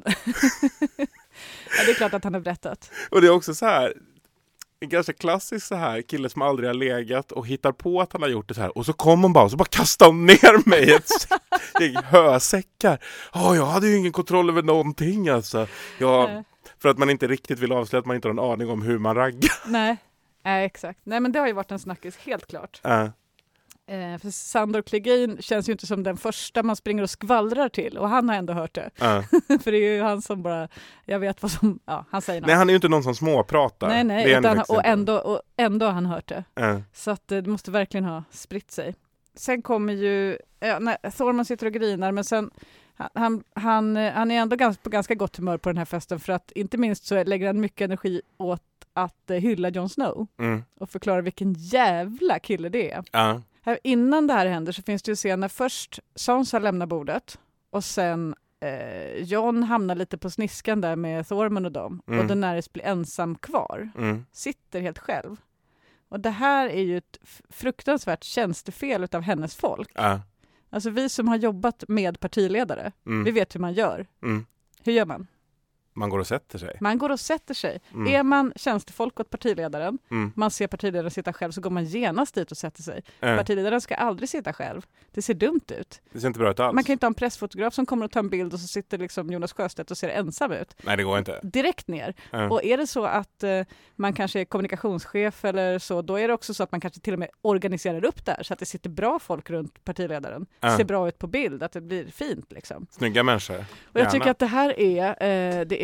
ja, det är klart att han har berättat. Och det är också så här, en ganska klassisk så här kille som aldrig har legat och hittar på att han har gjort det så här. Och så kommer hon bara och så bara kastar hon ner mig i ett gäng hösäckar. Ja, jag hade ju ingen kontroll över någonting alltså. Jag, Nej. för att man inte riktigt vill avslöja att man inte har en aning om hur man raggar. Nej. Nej, exakt. Nej, men det har ju varit en snackis, helt klart. Äh, Eh, för Sandor Clegane känns ju inte som den första man springer och skvallrar till. Och han har ändå hört det. äh. För det är ju han som bara, jag vet vad som, ja, han säger något. Nej, han är ju inte någon som småpratar. nej, nej Det är han utan, faktiskt och, inte. ändå, och ändå har han hört det. Äh. Så att eh, det måste verkligen ha spritt sig. Sen kommer ju, ja, nej, Thorman sitter och grinar, men sen han, han, han, eh, han är ändå ganska, på ganska gott humör på den här festen, för att inte minst så lägger han mycket energi åt att eh, hylla Jon Snow Mm. och förklara vilken jävla kille det är. Ja. Här, innan det här händer så finns det ju scener först Sansa lämnar bordet och sen eh, Jon hamnar lite på sniskan där med Thormund och dem Mm. och Daenerys blir ensam kvar. Mm. Sitter helt själv. Och det här är ju ett f- fruktansvärt tjänstefel utav hennes folk. Ja. Alltså vi som har jobbat med partiledare, Mm. vi vet hur man gör. Mm. Hur gör man? Man går och sätter sig. Man går och sätter sig. Mm. Är man tjänstefolk åt partiledaren, Mm. man ser partiledaren sitta själv, så går man genast dit och sätter sig. Äh. Partiledaren ska aldrig sitta själv. Det ser dumt ut. Det ser inte bra ut alls. Man kan inte ha en pressfotograf som kommer och tar en bild och så sitter liksom Jonas Sjöstedt och ser ensam ut. Nej, det går inte. Direkt ner. Äh. Och är det så att eh, man kanske är kommunikationschef eller så, då är det också så att man kanske till och med organiserar upp där så att det sitter bra folk runt partiledaren. Äh. Ser bra ut på bild, att det blir fint liksom. Snygga människor. Och jag Gärna. tycker att det här är, eh, det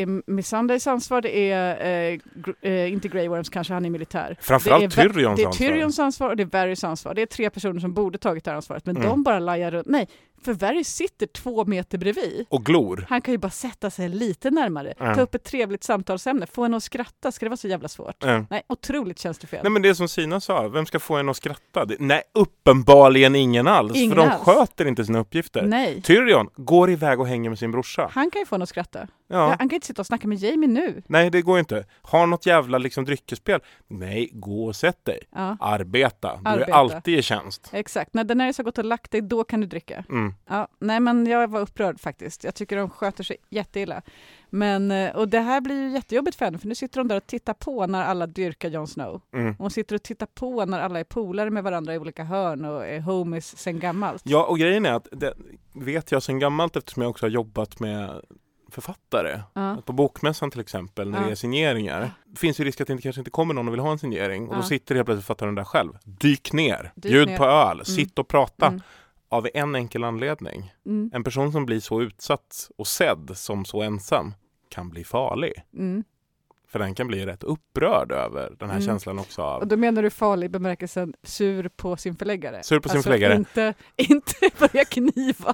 det är Missandei's ansvar, det är eh, gr- eh, inte Grey Worms, kanske han är militär. Framförallt det är, Tyrions Det är ansvar. Tyrions ansvar och det är Varys ansvar. Det är tre personer som borde tagit det här ansvaret, men Mm. de bara lajar runt. Nej, för Varys sitter två meter bredvid. Och glor. Han kan ju bara sätta sig lite närmare, Mm. ta upp ett trevligt samtalsämne, få en att skratta. Ska det vara så jävla svårt? Mm. Nej, otroligt tjänstefel. Nej, men det är som Sina sa, vem ska få en att skratta? Det, nej, uppenbarligen ingen alls. Ingen för de alls. sköter inte sina uppgifter. Nej, Tyrion går iväg och hänger med sin brorsa. han kan ju få en att skratta. Ja. Ja, han kan inte sitta och snacka med Jamie nu. Nej, det går inte. Har något jävla liksom dryckespel? Nej, gå och sätt dig. Ja, Arbeta. Du Arbeta. är alltid i tjänst. exakt. När Daenerys har gått och lagt dig, då kan du dricka. Mm. Ja, nej, men jag var upprörd faktiskt. Jag tycker de sköter sig jätteilla. Men, eh, och det här blir ju jättejobbigt för henne, för nu sitter de där och tittar på när alla dyrkar Jon Snow. Mm. Hon sitter och tittar på när alla är polare med varandra i olika hörn och är homies sen gammalt. Ja, och grejen är att det vet jag sedan gammalt eftersom jag också har jobbat med författare. Ja. På bokmässan till exempel, när Ja. det är signeringar. Det finns ju risk att det inte, kanske inte kommer någon och vill ha en signering. Och Ja. då sitter helt plötsligt författaren där själv. Dyk ner, Dyk bjud ner. på öl, sitt och prata. Mm. Av en enkel anledning. Mm. En person som blir så utsatt och sedd som så ensam kan bli farlig. Mm. För den kan bli rätt upprörd över den här Mm. känslan också av... Och då menar du farlig i bemärkelsen sur på sin förläggare? Sur på sin alltså förläggare. Inte, inte börja kniva.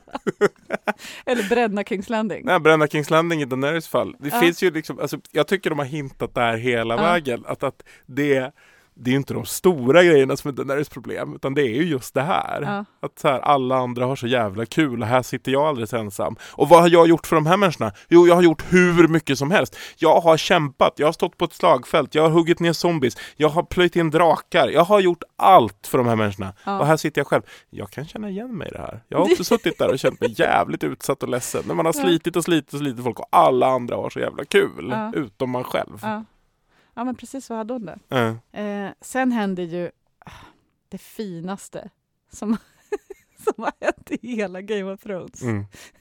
Eller bränna Kings Landing. Nej, bränna Kings Landing i Daenerys fall. Det Ja. finns ju liksom, alltså, jag tycker de har hintat där hela Ja. vägen. Att, att det, det är ju inte de stora grejerna som är Daenerys problem, utan det är ju just det här. Ja. Att så här, alla andra har så jävla kul och här sitter jag alldeles ensam. Och vad har jag gjort för de här människorna? Jo, jag har gjort hur mycket som helst. Jag har kämpat, jag har stått på ett slagfält, jag har huggit ner zombies, jag har plöjt in drakar, jag har gjort allt för de här människorna. Ja. Och här sitter jag själv. Jag kan känna igen mig i det här. Jag har också suttit där och känt mig jävligt utsatt och ledsen. När man har Ja. slitit och slitit och slitit folk och alla andra har så jävla kul. Ja. Utom man själv. Ja. Ja, men precis så hade hon det. Ja. Eh, sen hände ju ah, det finaste som, som har hänt i hela Game of Thrones. Mm.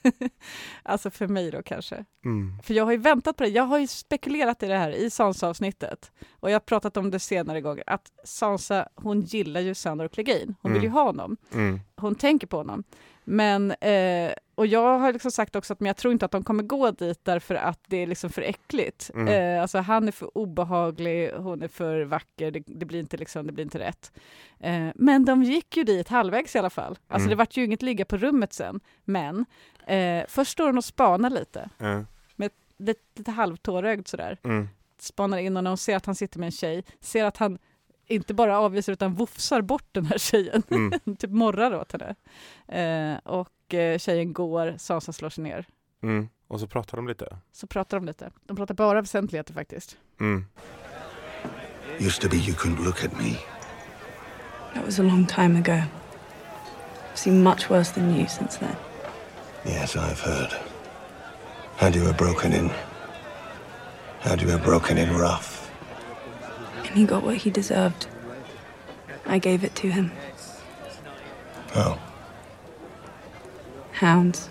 Alltså för mig då kanske. Mm. För jag har ju väntat på det. Jag har ju spekulerat i det här i Sansa-avsnittet. Och jag har pratat om det senare gånger. Att Sansa, hon gillar ju Sandor Clegane. Hon Mm. vill ju ha honom. Mm. Hon tänker på honom. Men, eh, och jag har liksom sagt också att men jag tror inte att de kommer gå dit därför att det är liksom för äckligt. Mm. Eh, alltså han är för obehaglig, hon är för vacker, det, det, blir, inte liksom, det blir inte rätt. Eh, men de gick ju dit halvvägs i alla fall. Alltså Mm. det vart ju inget ligga på rummet sen. Men eh, först står hon och spanar lite. Ja. Lite, lite halvtårögd sådär. Mm. Spanar in honom och ser att han sitter med en tjej. Ser att han inte bara avvisar utan vofsar bort den här tjejen. Mm. typ morrar åt henne. Eh, och eh, tjejen går, Sansa slår sig ner. Mm. Och så pratar de lite. Så pratar de lite. De pratar bara väsentligheter faktiskt. Mm. Used to be you couldn't look at me. That was a long time ago. I've seen much worse than you since then. Yes, I've heard. Had you were broken in. Had you were broken in rough. And he got what he deserved. I gave it to him. Oh, Hounds.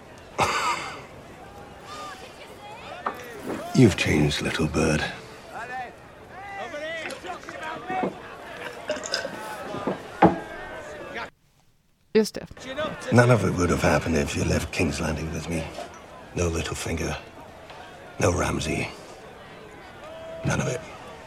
you've changed, little bird. Just det. None of it would have happened if you left King's Landing with me. No Littlefinger. No Ramsay. None of it.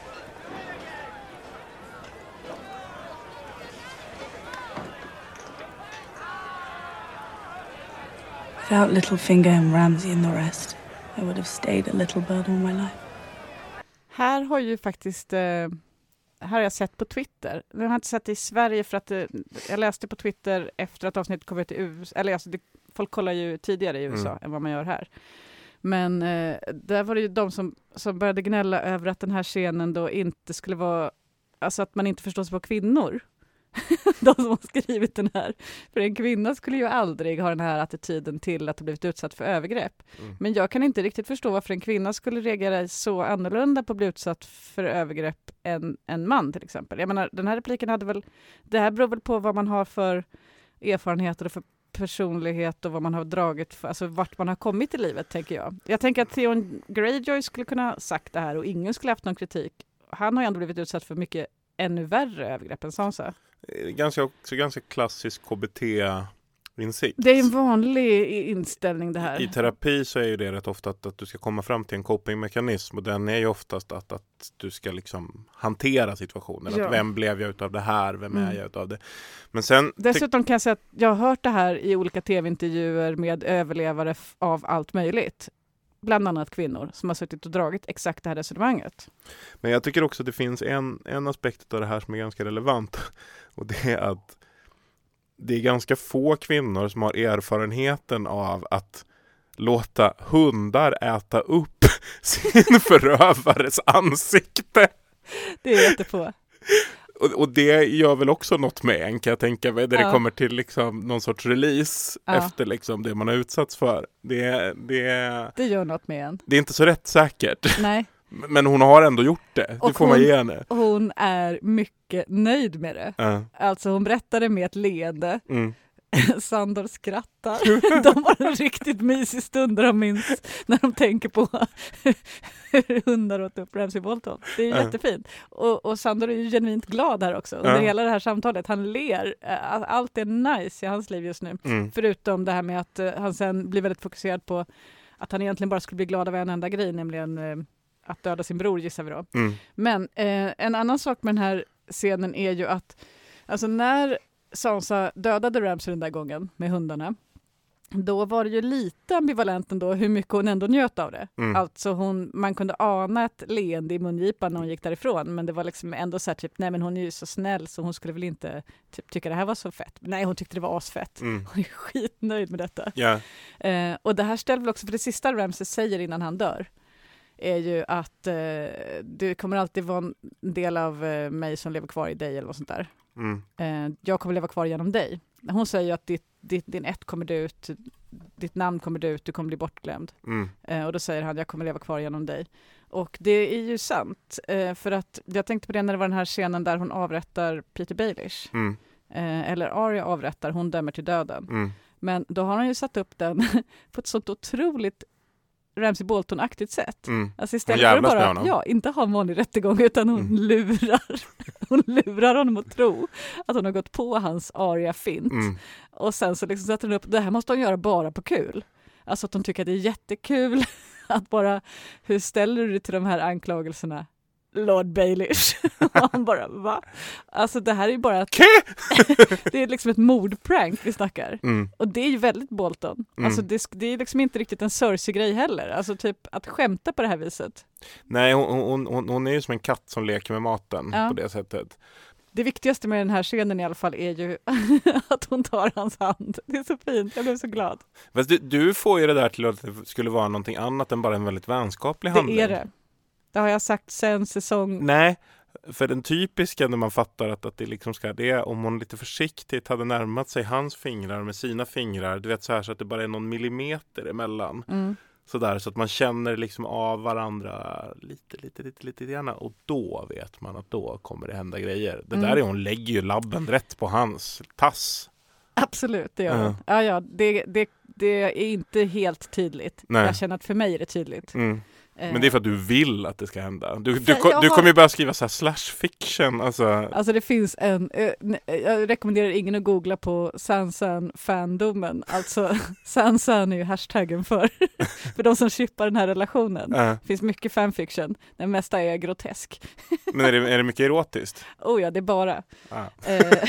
Without Littlefinger and Ramsay and the rest, I would have stayed a little bird all my life. Här har ju faktiskt, eh, här har jag sett på Twitter. Jag har inte sett det i Sverige för att eh, jag läste på Twitter efter att avsnittet kom ut i U S A. Eller alltså, det, folk kollar ju tidigare i U S A Mm. än vad man gör här. Men eh, där var det ju de som, som började gnälla över att den här scenen då inte skulle vara, alltså att man inte förstår sig på kvinnor. De som har skrivit den här. För en kvinna skulle ju aldrig ha den här attityden till att ha blivit utsatt för övergrepp. Mm. Men jag kan inte riktigt förstå varför en kvinna skulle reagera så annorlunda på att bli utsatt för övergrepp än en man till exempel. Jag menar, den här repliken hade väl, det här beror väl på vad man har för erfarenheter och för personlighet och vad man har dragit för, alltså vart man har kommit i livet, tänker jag. Jag tänker att Theon Greyjoy skulle kunna ha sagt det här och ingen skulle haft någon kritik. Han har ju ändå blivit utsatt för mycket ännu värre övergrepp än Sansa. Ganska, också ganska klassisk K B T insikt. Det är en vanlig inställning det här. I terapi så är ju det rätt ofta att, att du ska komma fram till en copingmekanism, och den är ju oftast att, att du ska liksom hantera situationen. Ja. Att vem blev jag utav det här? Vem Mm. är jag utav det? Men sen... Dessutom kan jag säga att jag har hört det här i olika tv-intervjuer med överlevare f- av allt möjligt. Bland annat kvinnor som har suttit och dragit exakt det här resonemanget. Men jag tycker också att det finns en, en aspekt av det här som är ganska relevant. Och det är att det är ganska få kvinnor som har erfarenheten av att låta hundar äta upp sin förövares ansikte. Det är jättepå. Och, och det gör väl också något med en, kan jag tänka mig, där Ja. det kommer till liksom någon sorts release Ja. efter liksom det man har utsatts för. Det, det, Det gör något med en. det är inte så rättssäkert. Nej, Men hon har ändå gjort det. Det Och får man hon- ge henne. hon är mycket nöjd med det. Ja. Alltså hon berättade med ett leende. Mm. Sandor skrattar. De har en riktigt mysig stund där de minns när de tänker på hur hundar åt upp Ramsay Bolton. Det är Ja. jättefint. Och, och Sandor är ju genuint glad här också. Under Ja. hela det här samtalet. Han ler. Ä- Allt är nice i hans liv just nu. Mm. Förutom det här med att eh, han sen blir väldigt fokuserad på att han egentligen bara skulle bli glad av en enda grej, nämligen eh, att döda sin bror, gissar vi då. Mm. Men eh, en annan sak med den här scenen är ju att alltså när Sansa dödade Ramsay den där gången med hundarna, då var det ju lite ambivalent ändå hur mycket hon ändå njöt av det. Mm. Alltså hon, man kunde ana ett leende i mungipan när hon gick därifrån, men det var liksom ändå så här typ, nej men hon är ju så snäll så hon skulle väl inte typ, tycka det här var så fett. Nej, hon tyckte det var asfett. Mm. Hon är skitnöjd med detta. Ja. Eh, och det här ställer väl också, för det sista Ramsay säger innan han dör är ju att eh, det kommer alltid vara en del av eh, mig som lever kvar i dig eller något sånt där. Mm. Eh, jag kommer leva kvar genom dig. Hon säger ju att ditt, ditt, din ett kommer dö ut, ditt namn kommer dö ut, du kommer bli bortglömd. Mm. Eh, och då säger han, jag kommer leva kvar genom dig. Och det är ju sant. Eh, för att jag tänkte på det när det var den här scenen där hon avrättar Peter Baelish. Mm. Eh, eller Arya avrättar, hon dömer till döden. Mm. Men då har han ju satt upp den på ett sånt otroligt Ramsay Bolton-aktigt sätt. Mm. Alltså Hon istället för att jävlas med bara, honom. ja, inte ha en vanlig rättegång utan hon Mm. lurar hon lurar honom att tro att hon har gått på hans Arya-fint. Mm. Och sen så liksom sätter hon upp, det här måste hon göra bara på kul. Alltså att hon tycker att det är jättekul att bara, hur ställer du dig till de här anklagelserna? Lord Baelish. Och han bara, va? Alltså det här är ju bara att det är liksom ett mordprank vi snackar. Mm. Och det är ju väldigt Bolton. Mm. Alltså det, det är liksom inte riktigt en Cersei-grej heller. Alltså typ att skämta på det här viset. Nej, hon, hon, hon, hon är ju som en katt som leker med maten Ja. på det sättet. Det viktigaste med den här scenen i alla fall är ju att hon tar hans hand. Det är så fint, jag blev så glad. Fast du, du får ju det där till att det skulle vara någonting annat än bara en väldigt vänskaplig handling. Det är det. Det har jag sagt sen säsong... Nej, för den typiska när man fattar att, att det liksom ska det är om hon lite försiktigt hade närmat sig hans fingrar med sina fingrar, du vet så här så att det bara är någon millimeter emellan. Mm. Sådär, så att man känner liksom av varandra lite, lite, lite, lite gärna. Och då vet man att då kommer det hända grejer. Det Mm. där är hon lägger ju labben rätt på hans tass. Absolut, det gör Ja. hon. Ja, ja, det, det, det är inte helt tydligt. Nej. Jag känner att för mig är det tydligt. Mm. Eh, Men det är för att du vill att det ska hända. Du, du, För ko- jag du har- kommer ju börja skriva så här slash fiction. Alltså, Alltså det finns en, eh, ne- jag rekommenderar ingen att googla på Sansan-fandomen. Alltså Sansan är ju hashtaggen för, för de som shippar den här relationen. äh. Det finns mycket fanfiction, den mesta är grotesk. Men är det, är det mycket erotiskt? Oh ja, det är bara. Ja. Eh,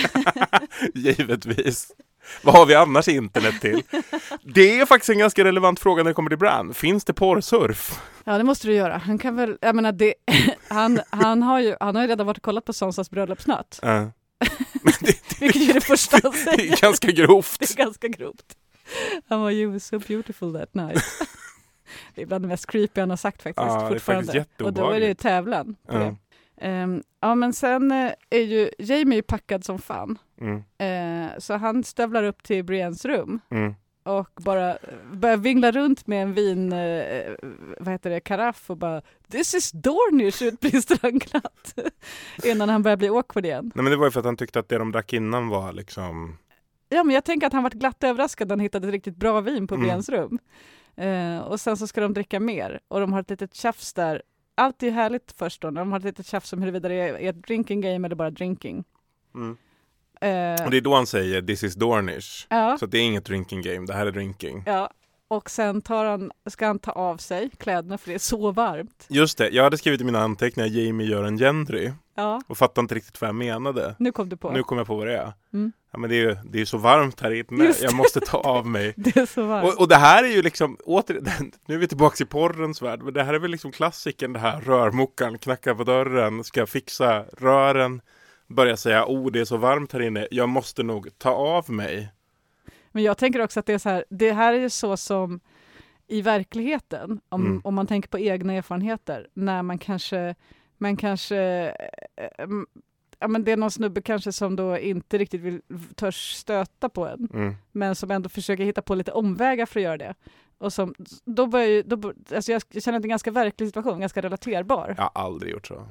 Givetvis. Vad har vi annars internet till? Det är faktiskt en ganska relevant fråga när det kommer till Bran. Finns det porrsurf? ja, det måste du göra. Han kan väl, jag menar det, han, han, har ju, han har ju redan varit och kollat på Sansas bröllopsnatt. Äh. Men det, Vilket är det första han det säger. är ganska grovt. Det är ganska grovt. Han var you were so beautiful that night. Det är bland det mest creepy han har sagt faktiskt. Ja, det är fortfarande. faktiskt Och då är det ju jätteobehagligt. tävlan. På Ja. det. Ehm, ja, men sen eh, är ju Jamie packad som fan. Mm. Eh, så han stövlar upp till Briennes rum Mm. och bara eh, börjar vingla runt med en vin, eh, vad heter det, karaff och bara this is Dornish, utbrister han glatt. Innan han börjar bli awkward igen. Nej, men det var ju för att han tyckte att det de drack innan var liksom... Ja, men jag tänker att han varit glatt överraskad när han hittade ett riktigt bra vin på Mm. Briennes rum. Eh, och sen så ska de dricka mer. Och de har ett litet tjafs där. Allt är ju härligt först då. De har ett litet tjafs om huruvida det är ett drinking game eller bara drinking. Mm. Eh, Och det är då han säger this is Dornish. ja. Så att det är inget drinking game, det här är drinking. Ja, och sen tar han, ska han ta av sig kläderna för det är så varmt. Just det, jag hade skrivit i mina anteckningar Jamie gör en Gendry Ja, och fattade inte riktigt vad jag menade. nu kom du på. Nu kom jag på vad det är. Mm. Ja, men det är ju det är så varmt här inne, Just jag det. måste ta av mig. Det är så varmt. Och, och det här är ju liksom, återigen, nu är vi tillbaka i porrens värld, men det här är väl liksom klassiken, det här rörmokaren knackar på dörren, ska fixa rören, börja säga, oh det är så varmt här inne, jag måste nog ta av mig. Men jag tänker också att det är så här, det här är ju så som i verkligheten, om, Mm. om man tänker på egna erfarenheter, när man kanske, man kanske, äh, ja men det är någon snubbe kanske som då inte riktigt vill törs stöta på en, Mm. men som ändå försöker hitta på lite omvägar för att göra det. Och som, då börjar ju, då, alltså jag, jag känner att det är en ganska verklig situation, ganska relaterbar. Jag har aldrig gjort så.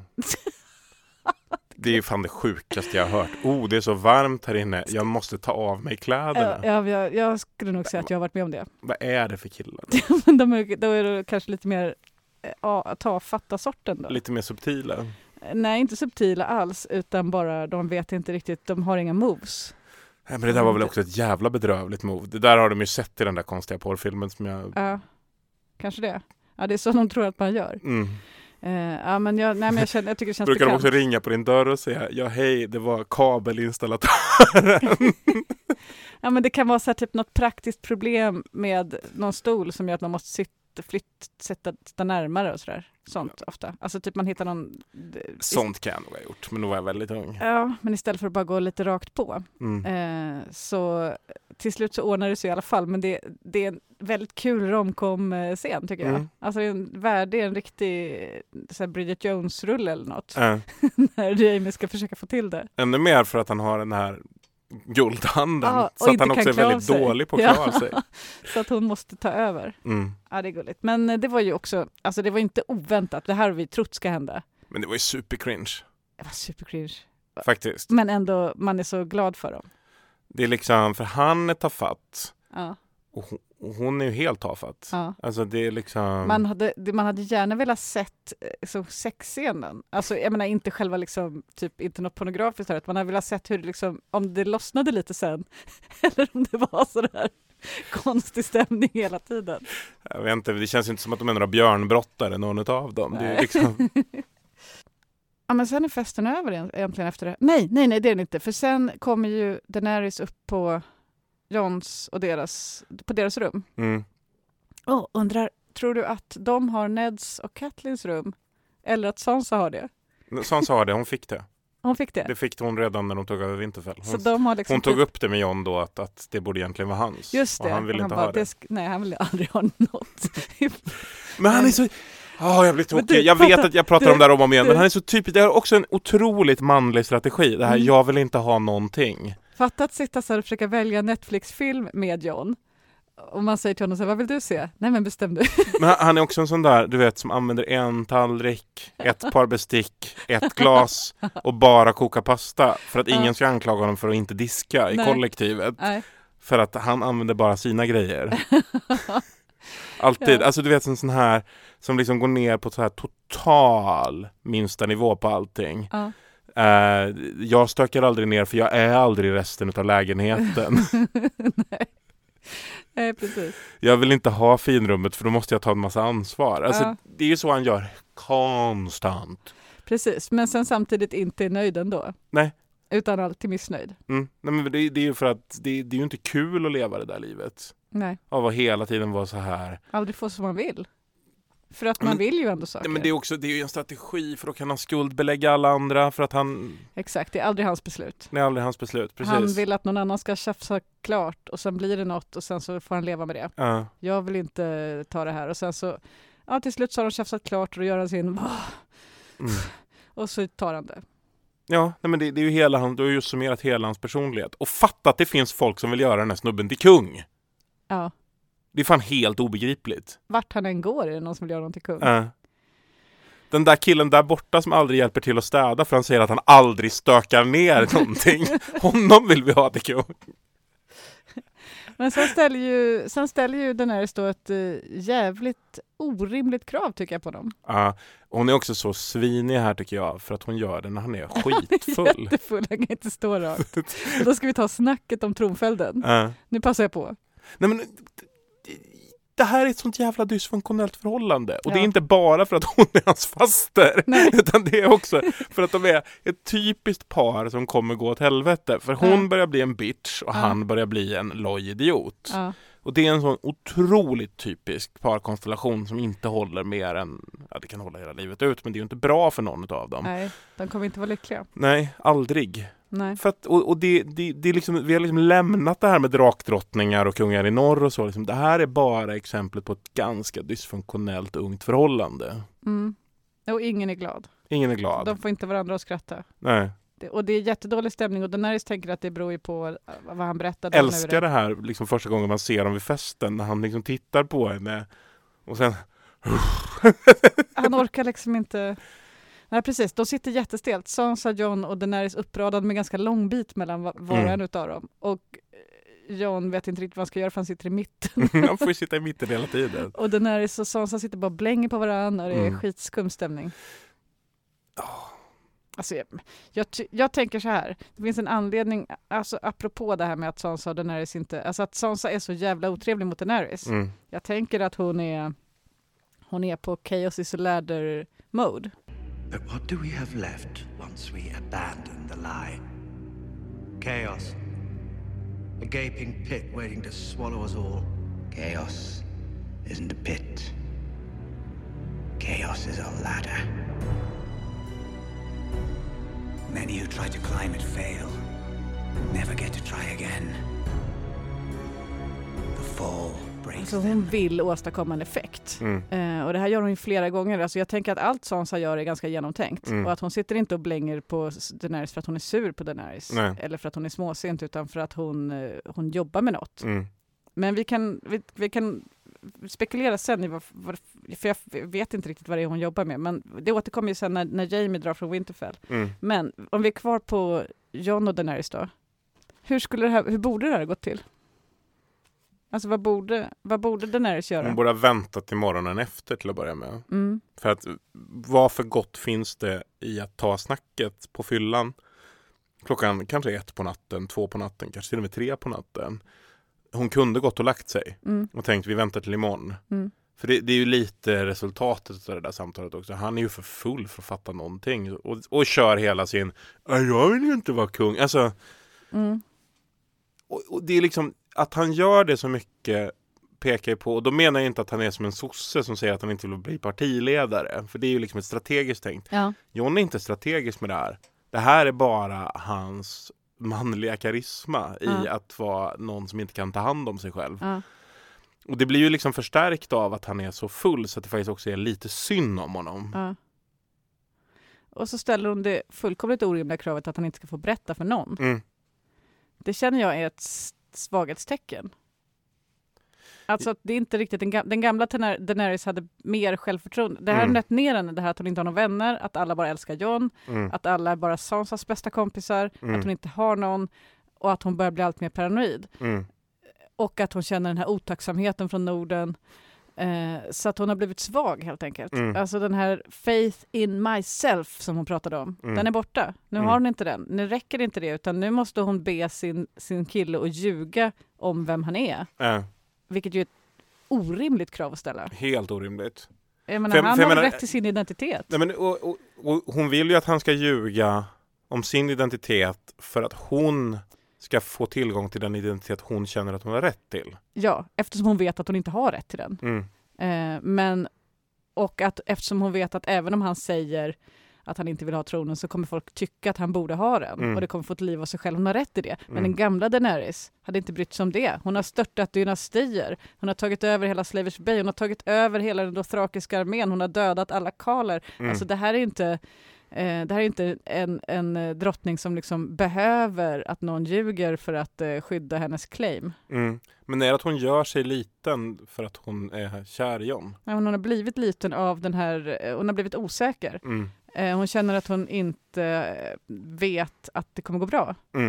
Det är ju fan det sjukaste jag har hört. Oh, det är så varmt här inne. Jag måste ta av mig kläderna. Ja, ja, jag, jag skulle nog säga att jag har varit med om det. Vad är det för killar? Men de är, då är det kanske lite mer ja, tafatta sorten då. Lite mer subtila. Nej, inte subtila alls, utan bara de vet inte riktigt, de har inga moves. Nej, men det där var väl också ett jävla bedrövligt move. Det där har de ju sett i den där konstiga porrfilmen som jag... Ja, kanske det. Ja, det är så de tror att man gör. Mm. Uh, ja, men jag, nej, men jag, känner, jag tycker det känns Brukar de bekant. också ringa på din dörr och säga, ja hej, det var kabelinstallatören. Ja, men det kan vara så här, typ något praktiskt problem med någon stol som gör att man måste sitta, flytt, sätta, sitta närmare och sådär. Sånt ja. Ofta. Alltså typ man hittar någon... Sånt kan jag nog ha gjort, men då var jag väldigt ung. Ja, men istället för att bara gå lite rakt på. Mm. Eh, så till slut så ordnar det sig i alla fall. Men det, det är en väldigt kul romcom-scen tycker jag. Mm. Alltså det är en värdig, en riktig så här Bridget Jones-rulle eller något. Äh. När Jamie ska försöka få till det. Ännu mer för att han har den här guldhanden. Ja, så att inte han också kan är klara väldigt sig. dålig på att klara Ja. sig. Så att hon måste ta över. Mm. Ja, det är gulligt. Men eh, det var ju också, alltså det var inte oväntat. Det här har vi trott ska hända. Men det var ju super cringe. Det var supercringe. Faktiskt. Men ändå, man är så glad för dem. Det är liksom, för han är tafatt. Ja. Och hon, och hon är ju helt tafatt. Ja. Alltså det är liksom... Man hade, man hade gärna velat sett eh, så sexscenen. Alltså jag menar inte själva liksom, typ inte något pornografiskt här. Man hade velat sett hur det liksom, om det lossnade lite sen. Eller om det var så där konstig stämning hela tiden. Jag vet inte, det känns inte som att de är några björnbrottare, någon av dem. Det är liksom... Ja, men sen är festen över egentligen efter det. Nej, nej, nej, det är den inte. För sen kommer ju Daenerys upp på Jons och deras, på deras rum. Mm. Oh, undrar, tror du att de har Neds och Catelins rum? Eller att Sansa har det? Sansa har det, hon fick det. Hon fick det? Det fick hon redan när de tog över Winterfell. Hon, Så de har liksom hon tog upp det med Jon då att, att det borde egentligen vara hans. Just det. Och han ville och inte bara, ha det. sk- nej, han ville aldrig ha något. Men han är så... Oh, jag blir tokig. du, Jag fatta, vet att jag pratar du, om det här om och om igen, du. men han är så typiskt. Det är också en otroligt manlig strategi. Det här, Mm. jag vill inte ha någonting. Fatta att sitta så här och försöka välja Netflix-film med Jon. Och man säger till honom så här, vad vill du se? Nej, men bestäm du. Men han, han är också en sån där, du vet, som använder en tallrik, ett par bestick, ett glas och bara koka pasta. För att ingen ska anklaga honom för att inte diska i Nej. kollektivet. Nej. För att han använder bara sina grejer. Alltid. Ja. Alltså du vet en sån här som liksom går ner på så här total minsta nivå på allting. Ja. Uh, jag stökar aldrig ner för jag är aldrig resten av lägenheten. Nej. Nej, precis. Jag vill inte ha finrummet för då måste jag ta en massa ansvar. Alltså Ja. det är ju så han gör konstant. Precis, men sen samtidigt inte är nöjd ändå. Nej. Utan alltid missnöjd. Mm. Nej men det, det är ju för att det, det är ju inte kul att leva det där livet. Nej, Av att hela tiden vara så här. aldrig få som man vill. För att man Men- vill ju ändå saker. Nej, men det är också det är ju en strategi för då kan han skuldbelägga alla andra för att han Exakt, det är aldrig hans beslut. det är aldrig hans beslut. Precis. Han vill att någon annan ska tjafsa klart och sen blir det något och sen så får han leva med det. Ja. Jag vill inte ta det här och sen så, ja till slut så har de tjafsat klart och då gör han sin Mm. och så tar han det. Ja, nej, men det, det är ju hela han, du har ju summerat hela hans personlighet. Och fatta att det finns folk som vill göra den här snubben till kung. Ja, Det är fan helt obegripligt. vart han än går är det någon som vill göra någon till kung. Ja. Den där killen där borta som aldrig hjälper till att städa för han säger att han aldrig stökar ner någonting. Honom vill vi ha till kung. Men sen ställer ju, sen ställer ju den här stå ett uh, jävligt orimligt krav tycker jag på dem. Ja, hon är också så svinig här tycker jag för att hon gör det när han är skitfull. Jättefull, han kan inte stå rakt. Då ska vi ta snacket om tronföljden. Uh. Nu passar jag på. Nej men det här är ett sånt jävla dysfunktionellt förhållande. Och ja. det är inte bara för att hon är hans faster. Nej. Utan det är också för att de är ett typiskt par som kommer gå åt helvete. För hon ja. börjar bli en bitch och ja. han börjar bli en loj idiot. Ja. Och det är en sån otroligt typisk parkonstellation som inte håller mer än, ja det kan hålla hela livet ut, men det är ju inte bra för någon av dem. Nej, de kommer inte vara lyckliga. Nej, aldrig. Nej. För att, och och det, det, det är liksom, vi har liksom lämnat det här med drakdrottningar och kungar i norr och så. Liksom. Det här är bara exemplet på ett ganska dysfunktionellt ungt förhållande. Mm. Och ingen är glad. Ingen är glad. De får inte varandra att skratta. Nej. Det, och det är jättedålig stämning och Daenerys tänker att det beror ju på vad han berättade. Älskar det här liksom första gången man ser dem vid festen när han liksom tittar på henne och sen han orkar liksom inte. Nej precis, de sitter jättestelt. Sansa, Jon och Daenerys uppradade med ganska lång bit mellan var och mm. en utav dem. Och Jon vet inte riktigt vad han ska göra för han sitter i mitten. Han får ju sitta i mitten hela tiden. Och Daenerys och Sansa sitter bara och blänger på varandra och det är mm. skitskum stämning. Oh. Alltså, jag, jag, jag tänker så här. Det finns en anledning, alltså apropå det här med att Sansa och Daenerys inte, alltså att Sansa är så jävla otrevlig mot Daenerys. Mm. Jag tänker att hon är hon är på chaos is a ladder mode. But what do we have left once we abandon the lie? Chaos. A gaping pit waiting to swallow us all. Chaos isn't a pit. Chaos is a ladder. Many who try to climb it fail. Never get to try again. The fall breaks alltså hon vill åstadkomma en effekt. Mm. Uh, och det här gör hon ju flera gånger. Alltså jag tänker att allt Sansa gör är ganska genomtänkt. Mm. Och att hon sitter inte och blänger på Daenerys för att hon är sur på Daenerys. Nej. Eller för att hon är småsint utan för att hon, uh, hon jobbar med något. Mm. Men vi kan, vi, vi kan spekulera sen i vad, vad, för jag vet inte riktigt vad det är hon jobbar med, men det återkommer ju sen när, när Jaime drar från Winterfell. Mm. Men om vi är kvar på Jon och Daenerys då, hur skulle det här, hur borde det här gått till? Alltså vad borde, vad borde Daenerys göra? Hon borde ha väntat till morgonen efter till att börja med. Mm. För att vad för gott finns det i att ta snacket på fyllan klockan kanske ett på natten, två på natten, kanske till och med tre på natten. Hon kunde gått och lagt sig mm. och tänkt vi väntar till imorgon. Mm. För det, det är ju lite resultatet av det där samtalet också. Han är ju för full för att fatta någonting. Och, och kör hela sin jag vill ju inte vara kung. Alltså, mm. och, och det är liksom att han gör det så mycket pekar ju på. Och då menar jag inte att han är som en sosse som säger att han inte vill bli partiledare. För det är ju liksom ett strategiskt tänkt. Ja. Jon är inte strategisk med det här. Det här är bara hans manliga karisma i ja. att vara någon som inte kan ta hand om sig själv. Ja. Och det blir ju liksom förstärkt av att han är så full så att det faktiskt också är lite synd om honom. Ja. Och så ställer hon det fullkomligt orimliga kravet att han inte ska få berätta för någon. Mm. Det känner jag är ett svaghetstecken. Alltså att det är inte riktigt den, gam- den gamla Daenerys hade mer självförtroende. Det här mm. är nött ner henne, det här att hon inte har några vänner, att alla bara älskar Jon, mm. att alla är bara Sansas bästa kompisar, mm. att hon inte har någon och att hon börjar bli allt mer paranoid. Mm. Och att hon känner den här otacksamheten från Norden. Eh, så att hon har blivit svag helt enkelt. Mm. Alltså den här faith in myself som hon pratade om, mm. den är borta. Nu mm. har hon inte den. Nu räcker det inte det, utan nu måste hon be sin, sin kille att ljuga om vem han är. Äh. Vilket ju är ett orimligt krav att ställa. Helt orimligt. Jag menar, för, han för har menar, rätt till sin identitet. Nej, men, och, och, och, hon vill ju att han ska ljuga om sin identitet för att hon ska få tillgång till den identitet hon känner att hon har rätt till. Ja, eftersom hon vet att hon inte har rätt till den. Mm. Eh, men, och att eftersom hon vet att även om han säger att han inte vill ha tronen så kommer folk tycka att han borde ha den. Mm. Och det kommer få ett liv av sig själv. Hon har rätt i det. Men mm. den gamla Daenerys hade inte brytt sig om det. Hon har störtat dynastier. Hon har tagit över hela Slavers Bay. Hon har tagit över hela den dothrakiska armén. Hon har dödat alla kaler. Mm. Alltså det här är inte, eh, det här är inte en, en drottning som liksom behöver att någon ljuger för att eh, skydda hennes claim. Mm. Men är det att hon gör sig liten för att hon är kär i Jon? Ja, hon har blivit liten av den här... Hon har blivit osäker. Mm. Hon känner att hon inte vet att det kommer gå bra. Mm.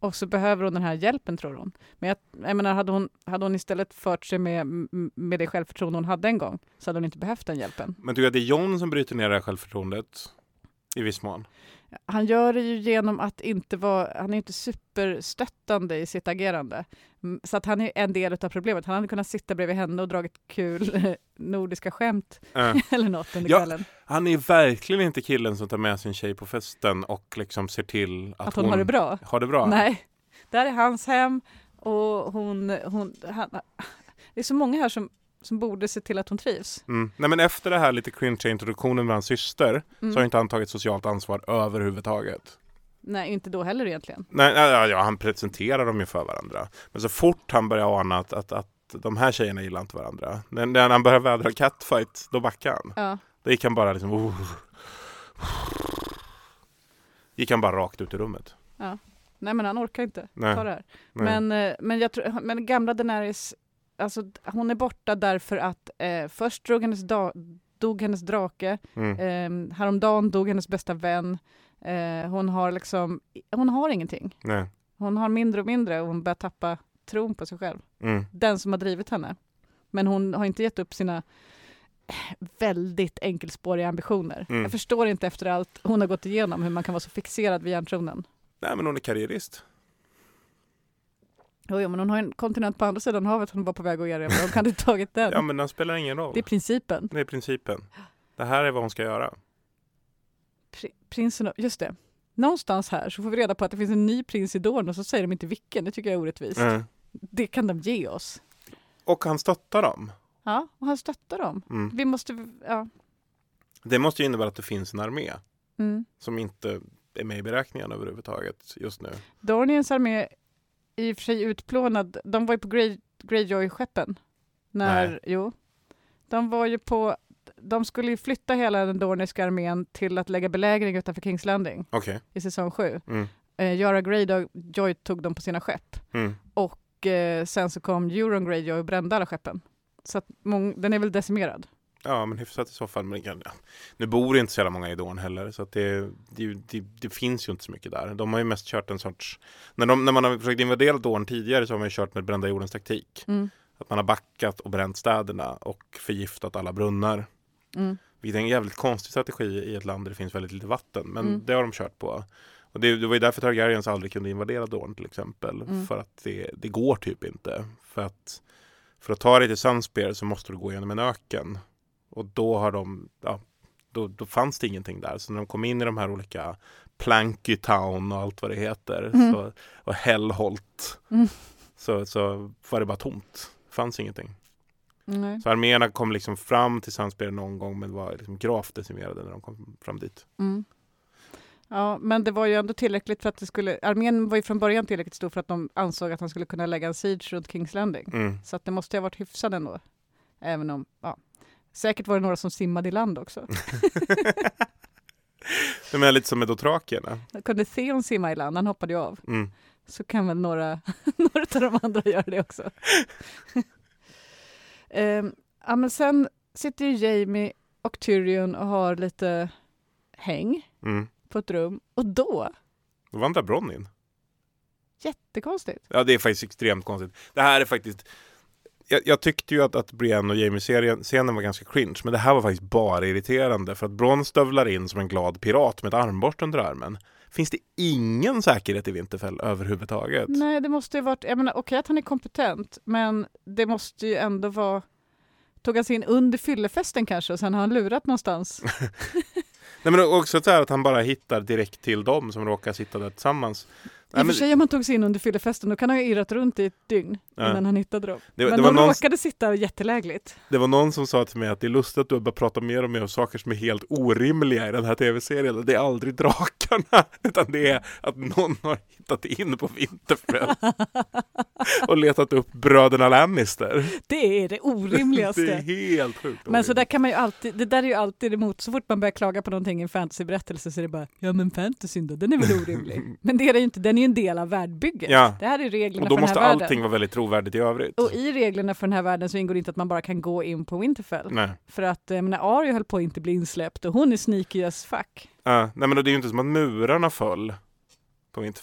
Och så behöver hon den här hjälpen, tror hon. Men jag, jag menar, hade hon, hade hon istället fört sig med, med det självförtroende hon hade en gång, så hade hon inte behövt den hjälpen. Men tycker du att det är Jon som bryter ner det här självförtroendet i viss mån? Han gör det ju genom att inte vara, han är inte superstöttande i sitt agerande. Så att han är en del av problemet. Han hade kunnat sitta bredvid henne och dragit kul nordiska skämt äh. eller något under ja, kvällen. Han är verkligen inte killen som tar med sin tjej på festen och liksom ser till att, att hon, hon har det bra. Har det bra. Nej, där är hans hem och hon, hon han, det är så många här som som borde se till att hon trivs. Mm. Nej, men efter det här lite cringe introduktionen med hans syster mm. så har inte han tagit socialt ansvar överhuvudtaget. Nej, inte då heller egentligen. Nej, ja, ja, han presenterar dem ju för varandra. Men så fort han börjar ana att, att, att de här tjejerna gillar inte varandra. När, när han börjar vädra catfight, då backar han. Ja. Då gick han bara liksom... Uh, gick han bara rakt ut i rummet. Ja. Nej, men han orkar inte Nej. ta det här. Men, men, jag tror, men gamla Daenerys... Alltså, hon är borta därför att eh, först drog hennes da- dog hennes drake. Mm. Eh, häromdagen dog hennes bästa vän. Eh, hon har liksom, hon har ingenting. Nej. Hon har mindre och mindre och hon börjar tappa tron på sig själv. Mm. Den som har drivit henne. Men hon har inte gett upp sina väldigt enkelspåriga ambitioner. Mm. Jag förstår inte efter allt hon har gått igenom hur man kan vara så fixerad vid järntronen. Nej, men hon är karriärist. Jo, men hon har en kontinent på andra sidan havet hon var på väg att erövra. Hon kan inte tagit den. Ja, men den spelar ingen roll. Det är principen. Det är principen. Det här är vad hon ska göra. Pri- prinsen, just det. Någonstans här så får vi reda på att det finns en ny prins i Dorne och så säger de inte vilken. Det tycker jag är orättvist. Mm. Det kan de ge oss. Och han stöttar dem. Ja, och han stöttar dem. Mm. Vi måste, ja. Det måste ju innebära att det finns en armé mm. som inte är med i beräkningen överhuvudtaget just nu. Dorniens armé i och för sig utplånad. De var ju på Grey, Greyjoy-skeppen. När, Nej. Jo. De var ju på... De skulle ju flytta hela den dorniska armén till att lägga belägring utanför King's Landing. Okay. I säsong sju. Mm. Eh, Yara Greyjoy tog dem på sina skepp. Mm. Och eh, sen så kom Euron Greyjoy och brände alla skeppen. Så att mång- den är väl decimerad. Ja, men hyfsat i så fall. Men ja. Nu bor inte så jävla många i Dorne heller. Så att det, det, det, det finns ju inte så mycket där. De har ju mest kört en sorts... När, de, när man har försökt invadera Dorne tidigare så har man ju kört med brända jordens taktik. Mm. Att man har backat och bränt städerna och förgiftat alla brunnar. Mm. Vilket är en jävligt konstig strategi i ett land där det finns väldigt lite vatten. Men mm. det har de kört på. Och det, det var ju därför Targaryens aldrig kunde invadera Dorne till exempel. Mm. För att det, det går typ inte. För att, för att ta dig till Sunspear så måste du gå igenom en öken. Och då har de, ja, då, då fanns det ingenting där. Så när de kom in i de här olika Planky Town och allt vad det heter. Mm. Så, och Hellholt. Mm. Så, så var det bara tomt. Det fanns ingenting. Mm. Så arméerna kom liksom fram till Sunspear någon gång men var liksom gravt decimerade när de kom fram dit. Mm. Ja, men det var ju ändå tillräckligt för att det skulle... Armén var ju från början tillräckligt stor för att de ansåg att han skulle kunna lägga en siege runt King's Landing. Mm. Så att det måste ha varit hyfsad ändå. Även om, ja... Säkert var det några som simmade i land också. De är lite som med Dothrakierna. Jag kunde Theon simma i land, han hoppade ju av. Mm. Så kan väl några, några av de andra göra det också. um, ja, men sen sitter ju Jaime och Tyrion och har lite häng mm. på ett rum. Och då... Då vandrar Bronn in. Jättekonstigt. Ja, det är faktiskt extremt konstigt. Det här är faktiskt... Jag, jag tyckte ju att, att Brienne och Jaime-scenen var ganska cringe. Men det här var faktiskt bara irriterande. För att Bronn stövlar in som en glad pirat med ett armborst under armen. Finns det ingen säkerhet i Winterfell överhuvudtaget? Nej, det måste ju varit... Jag menar, okej okay, att han är kompetent. Men det måste ju ändå vara... Tog han sig in under fyllefesten kanske och sen har han lurat någonstans. Nej, men också så här att han bara hittar direkt till dem som råkar sitta där tillsammans. I och för sig om man tog sig in under fyllefesten då kan han ju irrat runt i ett dygn ja. innan han hittade dem. Det, men det de någon, råkade sitta jättelägligt. Det var någon som sa till mig att det är lustigt att du har börjat prata mer och mer om saker som är helt orimliga i den här tv-serien. Det är aldrig drakarna utan det är att någon har hittat in på Winterfell och letat upp bröderna Lannister. Det är det orimligaste. Det är helt sjukt. Men så där kan man ju alltid, det där är ju alltid emot. Så fort man börjar klaga på någonting i en fantasyberättelse så är det bara, ja men fantasyn då, den är väl orimlig. Men det är det ju inte, den är ju en del av världbygget. Ja. Det här är reglerna och då för den här måste världen. allting vara väldigt trovärdigt i övrigt. Och i reglerna för den här världen så ingår det inte att man bara kan gå in på Winterfell. Nej. För att jag menar, Arya höll på att inte bli insläppt och hon är sneaky as fuck. Uh, nej men det är ju inte som att murarna föll på Winterfell.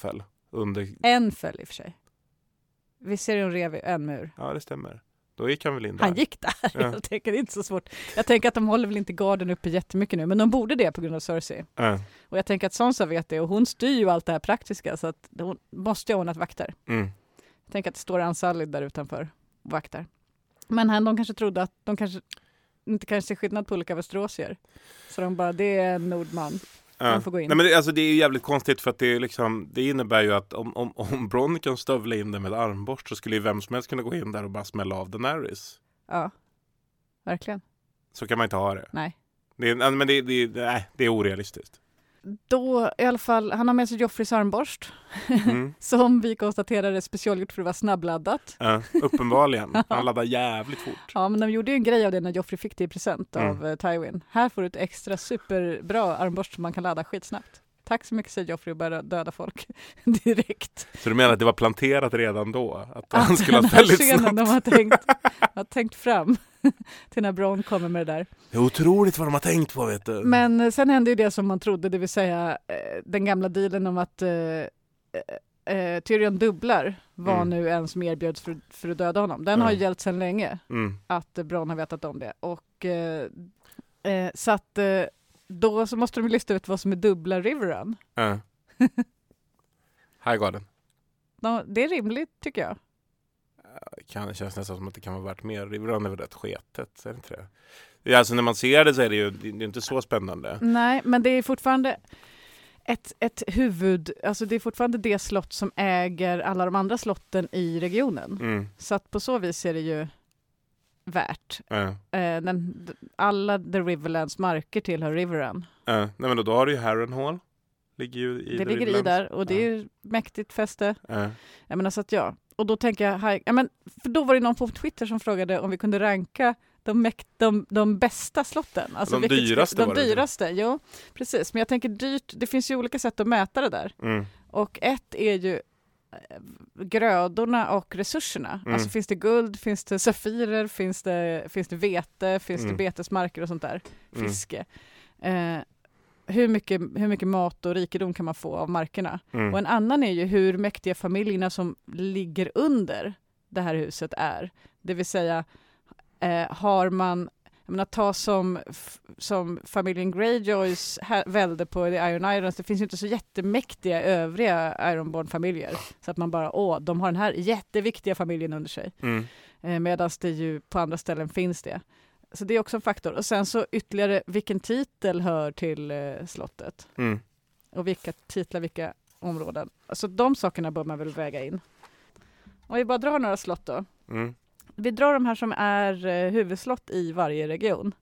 Under... En föll i och för sig. Viserion rev en mur. Ja, det stämmer. Då gick han väl in där. Han gick där. Ja. Jag tänker det är inte så svårt. Jag tänker att de håller väl inte garden uppe jättemycket nu, men de borde det på grund av Cersei. Ja. Och jag tänker att Sansa vet det, och hon styr ju allt det här praktiska, så att hon måste ju ha ordnat vakter. Mm. Jag tänker att det står Ansallid där utanför och vaktar. Men han, de kanske trodde att de kanske inte kan se skillnad på olika västeråsier. Så de bara, det är en nordman. Ja. Han får gå in. Nej, men det, alltså, det är ju jävligt konstigt, för att det, är liksom, det innebär ju att om, om, om Bronn kan stövla in det med armborst, så skulle ju vem som helst kunna gå in där och bara smälla av Daenerys. Ja, verkligen. Så kan man inte ha det. Nej. Det är, men det, det, nej, det är orealistiskt. Då i alla fall, han har med sig Joffreys armborst. Mm. Som vi konstaterade är specialgjort för att vara snabbladdat. Ja, uppenbarligen. Han laddar jävligt fort. Ja, men de gjorde ju en grej av det när Joffrey fick det i present Mm. av uh, Tywin. Här får du ett extra superbra armborst som man kan ladda skitsnabbt. Tack så mycket, säger Joffrey, och börjar döda folk direkt. Så du menar att det var planterat redan då? Att Ja, han skulle ha den här väldigt scenen snabbt? de har tänkt, har tänkt fram till när Bronn kommer med det där. Det är otroligt vad de har tänkt på, vet du. Men eh, sen hände ju det som man trodde, det vill säga eh, den gamla dealen om att eh, eh, Tyrion dubblar var Mm. nu en som erbjöds för, för att döda honom. Den Ja. har ju gällt sedan länge, Mm. att eh, Bronn har vetat om det. Och eh, eh, så att eh, då så måste de lista ut vad som är dubbla Riverrun. Ja. Highgarden. No, det är rimligt, tycker jag. Det kan, känns nästan som att det kan vara värt mer. Riverrun är väl rätt sketet, är det inte det? Ja, alltså när man ser det så är det ju det är inte så spännande. Nej, men det är fortfarande ett, ett huvud, alltså det är fortfarande det slott som äger alla de andra slotten i regionen. Mm. Så att på så vis är det ju värt. Ja. Eh, den, alla The Riverlands marker tillhör Riverrun. Ja. Nej, men då, då har du ju Harrenhal. Ligger ju i Det The ligger i Riverlands. där, och det är ju mäktigt fäste. Ja. Jag menar, så att ja. Och då tänker jag, här, ja, men, för då var det någon på Twitter som frågade om vi kunde ranka de, mäkt, de, de bästa slotten. Alltså De vilket- dyraste De var det. dyraste, jo. Precis, men jag tänker dyrt, det finns ju olika sätt att mäta det där. Mm. Och ett är ju eh, grödorna och resurserna. Mm. Alltså finns det guld, finns det safirer, finns det, finns det vete, finns Mm. det betesmarker och sånt där. Mm. Fiske. Eh, hur, mycket, hur mycket mat och rikedom kan man få av markerna? Mm. Och en annan är ju hur mäktiga familjerna som ligger under det här huset är. Det vill säga, eh, har man, jag menar, ta som, f- som familjen Greyjoys här, välde på The Iron Islands, det finns ju inte så jättemäktiga övriga Ironborn-familjer. Så att man bara, åh, de har den här jätteviktiga familjen under sig. Mm. Eh, Medan det ju på andra ställen finns det. Så det är också en faktor. Och sen så ytterligare, vilken titel hör till eh, slottet? Mm. Och vilka titlar, vilka områden. Alltså de sakerna bör man väl väga in. Om vi bara drar några slott då. Mm. Vi drar de här som är eh, huvudslott i varje region.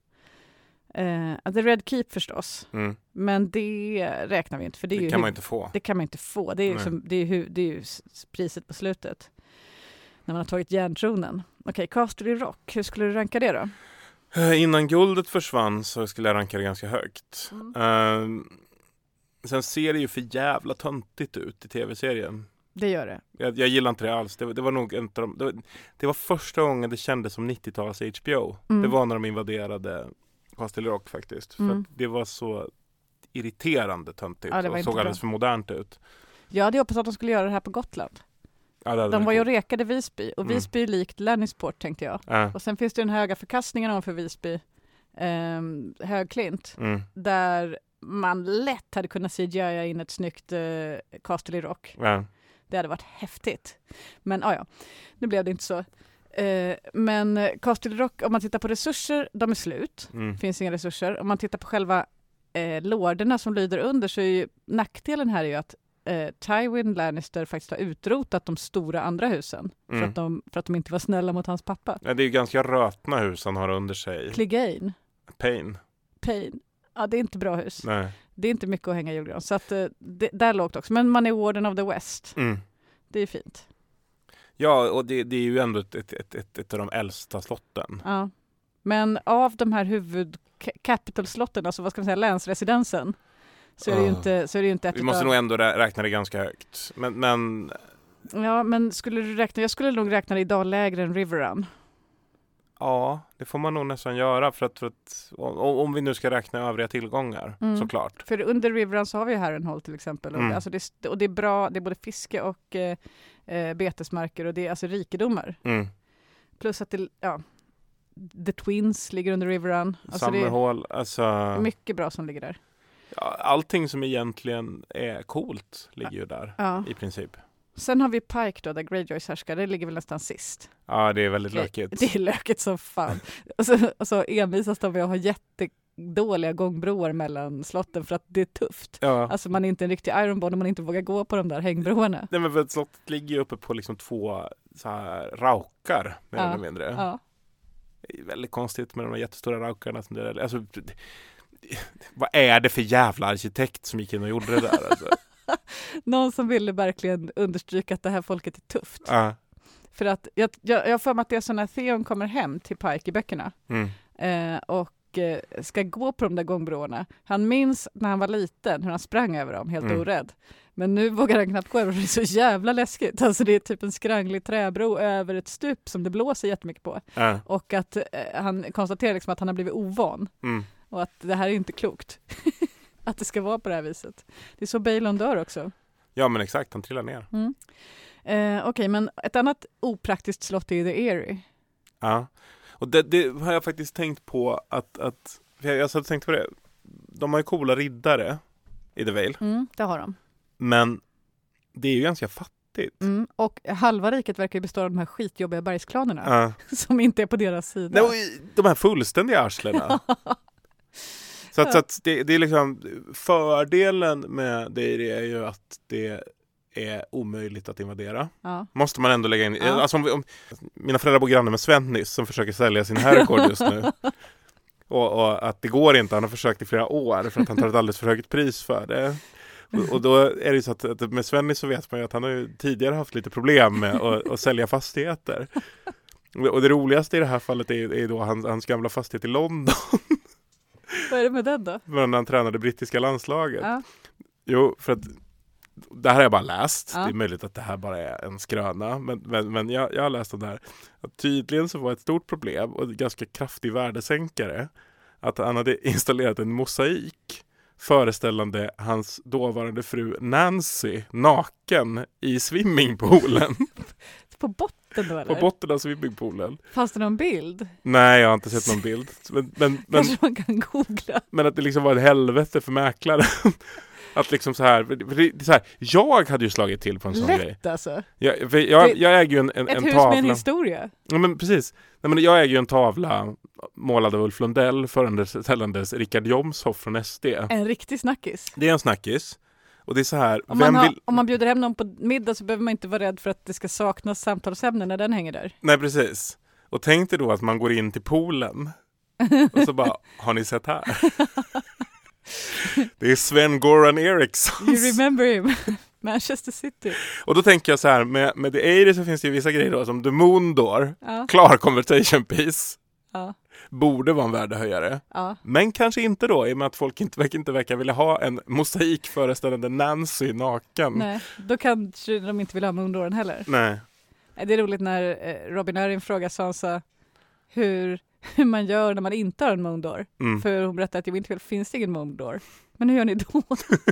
Eh, The Red Keep förstås. Mm. Men det räknar vi inte. För det, är Det ju kan man huv- inte få. det kan man inte få. Det är, Nej. liksom, det, är hu- det är ju s- priset på slutet. När man har tagit järntronen. Okej, Castle Rock. Hur skulle du ranka det då? Eh, Innan guldet försvann så skulle jag ranka det ganska högt. Mm. Ehm, sen ser det ju för jävla töntigt ut i tv-serien. Det gör det. Jag, jag gillar inte det alls. Det, var- det var nog en av de, det, var, det var första gången det kändes som nittio-tals H B O. Mm. Det var när de invaderade Castle Rock faktiskt. För Mm. att det var så irriterande töntigt. Ja, det var och inte såg bra. alldeles för modernt ut. Jag hade hoppats att de skulle göra det här på Gotland. Ja, det hade De varit var ju och coolt. rekade Visby. Och Mm. Visby är likt Lannisport, tänkte jag. Ja. Och sen finns det den höga förkastningen ovanför Visby. Um, Högklint. Mm. Där man lätt hade kunnat C G I in ett snyggt uh, Castle Rock. Ja. Det hade varit häftigt. Men ah, ja, nu blev det inte så. Uh, men uh, Castle Rock, om man tittar på resurser, de är slut. Mm. Det finns inga resurser. Om man tittar på själva uh, lorderna som lyder under, så är ju nackdelen här är ju att uh, Tywin Lannister faktiskt har utrotat de stora andra husen. Mm. För, att de, för att de inte var snälla mot hans pappa. Ja, det är ju ganska rötna hus han har under sig. Clegane, Pain. Pain. Ja, det är inte bra hus. Nej. Det är inte mycket att hänga i julgran. Så att, uh, det, där lågt också. Men man är Warden of the West. Mm. Det är fint. Ja, och det, det är ju ändå ett, ett, ett, ett, ett av de äldsta slotten. Ja. Men av de här huvud capital-slotten, alltså vad ska man säga, länsresidensen, så är det ju Ah. inte, så är det ju inte ett Vi måste utav... nog ändå rä- räkna det ganska högt. Men, men Ja, men skulle du räkna, jag skulle nog räkna det idag lägre än Riverrun. Ja, det får man nog nästan göra för att, för att om, om vi nu ska räkna övriga tillgångar, mm. såklart. För under Riverrun så har vi ju Harrenhal till exempel. Mm. Och, alltså det, och det är bra, det är både fiske och eh, betesmarker och det är alltså rikedomar. Mm. Plus att det, ja, The Twins ligger under Riverrun. Alltså Summerhall, det är alltså... mycket bra som ligger där. Ja, allting som egentligen är coolt ligger ju där, ja. i princip. Sen har vi Pike då, där Greyjoys härskar. Det ligger väl nästan sist. Ja, det är väldigt okay. lökigt. Det är lökigt som fan. och, så, och så envisas de med att ha jättedåliga gångbroar mellan slotten för att det är tufft. Ja. Alltså man är inte en riktig Ironborn om man inte vågar gå på de där hängbroarna. Nej, men för att slottet ligger ju uppe på liksom två så här raukar, mer ja. eller mindre. Ja. Det är väldigt konstigt med de här jättestora raukarna. Som det är. Alltså, vad är det för jävla arkitekt som gick in och gjorde det där? Alltså? Någon som ville verkligen understryka att det här folket är tufft. Ja. För att jag, jag, jag får mig att det är så när Theon kommer hem till Pike i böckerna mm. eh, och eh, ska gå på de där gångbroarna. Han minns när han var liten hur han sprang över dem helt mm. orädd. Men nu vågar han knappt gå över, det är så jävla läskigt. Alltså det är typ en skranglig träbro över ett stup som det blåser jättemycket på. Ja. Och att eh, han konstaterar liksom att han har blivit ovan. Mm. Och att det här är inte klokt. Att det ska vara på det här viset. Det är så Balon dör också. Ja, men exakt. Han trillar ner. Mm. Eh, Okej, okay, men ett annat opraktiskt slott är ju The Eyrie. Ja, och det, det har jag faktiskt tänkt på att, att jag, jag har tänkt på det. De har ju coola riddare i The Vale. Mm, det har de. Men det är ju ganska fattigt. Mm, och halva riket verkar bestå av de här skitjobbiga bergsklanerna. Ja. Som inte är på deras sida. Nej, de här fullständiga arslena. Så att, så att det, det är liksom fördelen med det är ju att det är omöjligt att invadera. Ja. Måste man ändå lägga in. Ja. Alltså om, om, mina föräldrar bor grannar med Svennis som försöker sälja sin herrgård just nu. och, och att det går inte. Han har försökt i flera år för att han tar ett alldeles för högt pris för det. Och, och då är det så att, att med Svennis så vet man ju att han har ju tidigare haft lite problem med att, att sälja fastigheter. Och det roligaste i det här fallet är, är då hans, hans gamla fastighet i London. Vad är det med den då? När han tränade brittiska landslaget. Ja. Jo, för att det här har jag bara läst. Ja. Det är möjligt att det här bara är en skröna. Men, men, men jag, jag har läst om det här. Att tydligen så var ett stort problem och ett ganska kraftig värdesänkare att han hade installerat en mosaik föreställande hans dåvarande fru Nancy naken i swimmingpoolen. På botten då, eller? På botten av swimmingpoolen. Fanns det någon bild? Nej, jag har inte sett någon bild. Men, men, men, Kanske man kan googla. men att det liksom var ett helvete för mäklare. Att liksom så här, det, så här, jag hade ju slagit till på en sån Lätt, grej. Lätt alltså. Jag, jag, jag äger ju en, en, ett en hus tavla. med en historia. Ja, men precis. Nej, men jag äger ju en tavla målad av Ulf Lundell förandes Richard Jomshoff från S D. En riktig snackis. Det är en snackis. Och det är så här, om, vem man har, vill... om man bjuder hem någon på middag så behöver man inte vara rädd för att det ska saknas samtalsämnen när den hänger där. Nej, precis. Och tänk dig då att man går in till poolen och så bara, har ni sett här? Det är Sven-Goran Eriksson. You remember him. Manchester City. Och då tänker jag så här, med, med The Eyrie så finns det ju vissa grejer då, som The Moon Door, ja. klar conversation piece. Ja. Borde vara en värdehöjare. Ja. Men kanske inte då, i och med att folk inte, inte verkar vilja ha en mosaik föreställande Nancy naken. Nej, då kanske de inte vill ha Moondooren heller. Nej. Det är roligt när Robin Arryn frågar Sansa hur, hur man gör när man inte har en Moondoor. Mm. För hon berättar att i Winterfell finns det ingen Moondoor. Men hur gör ni då?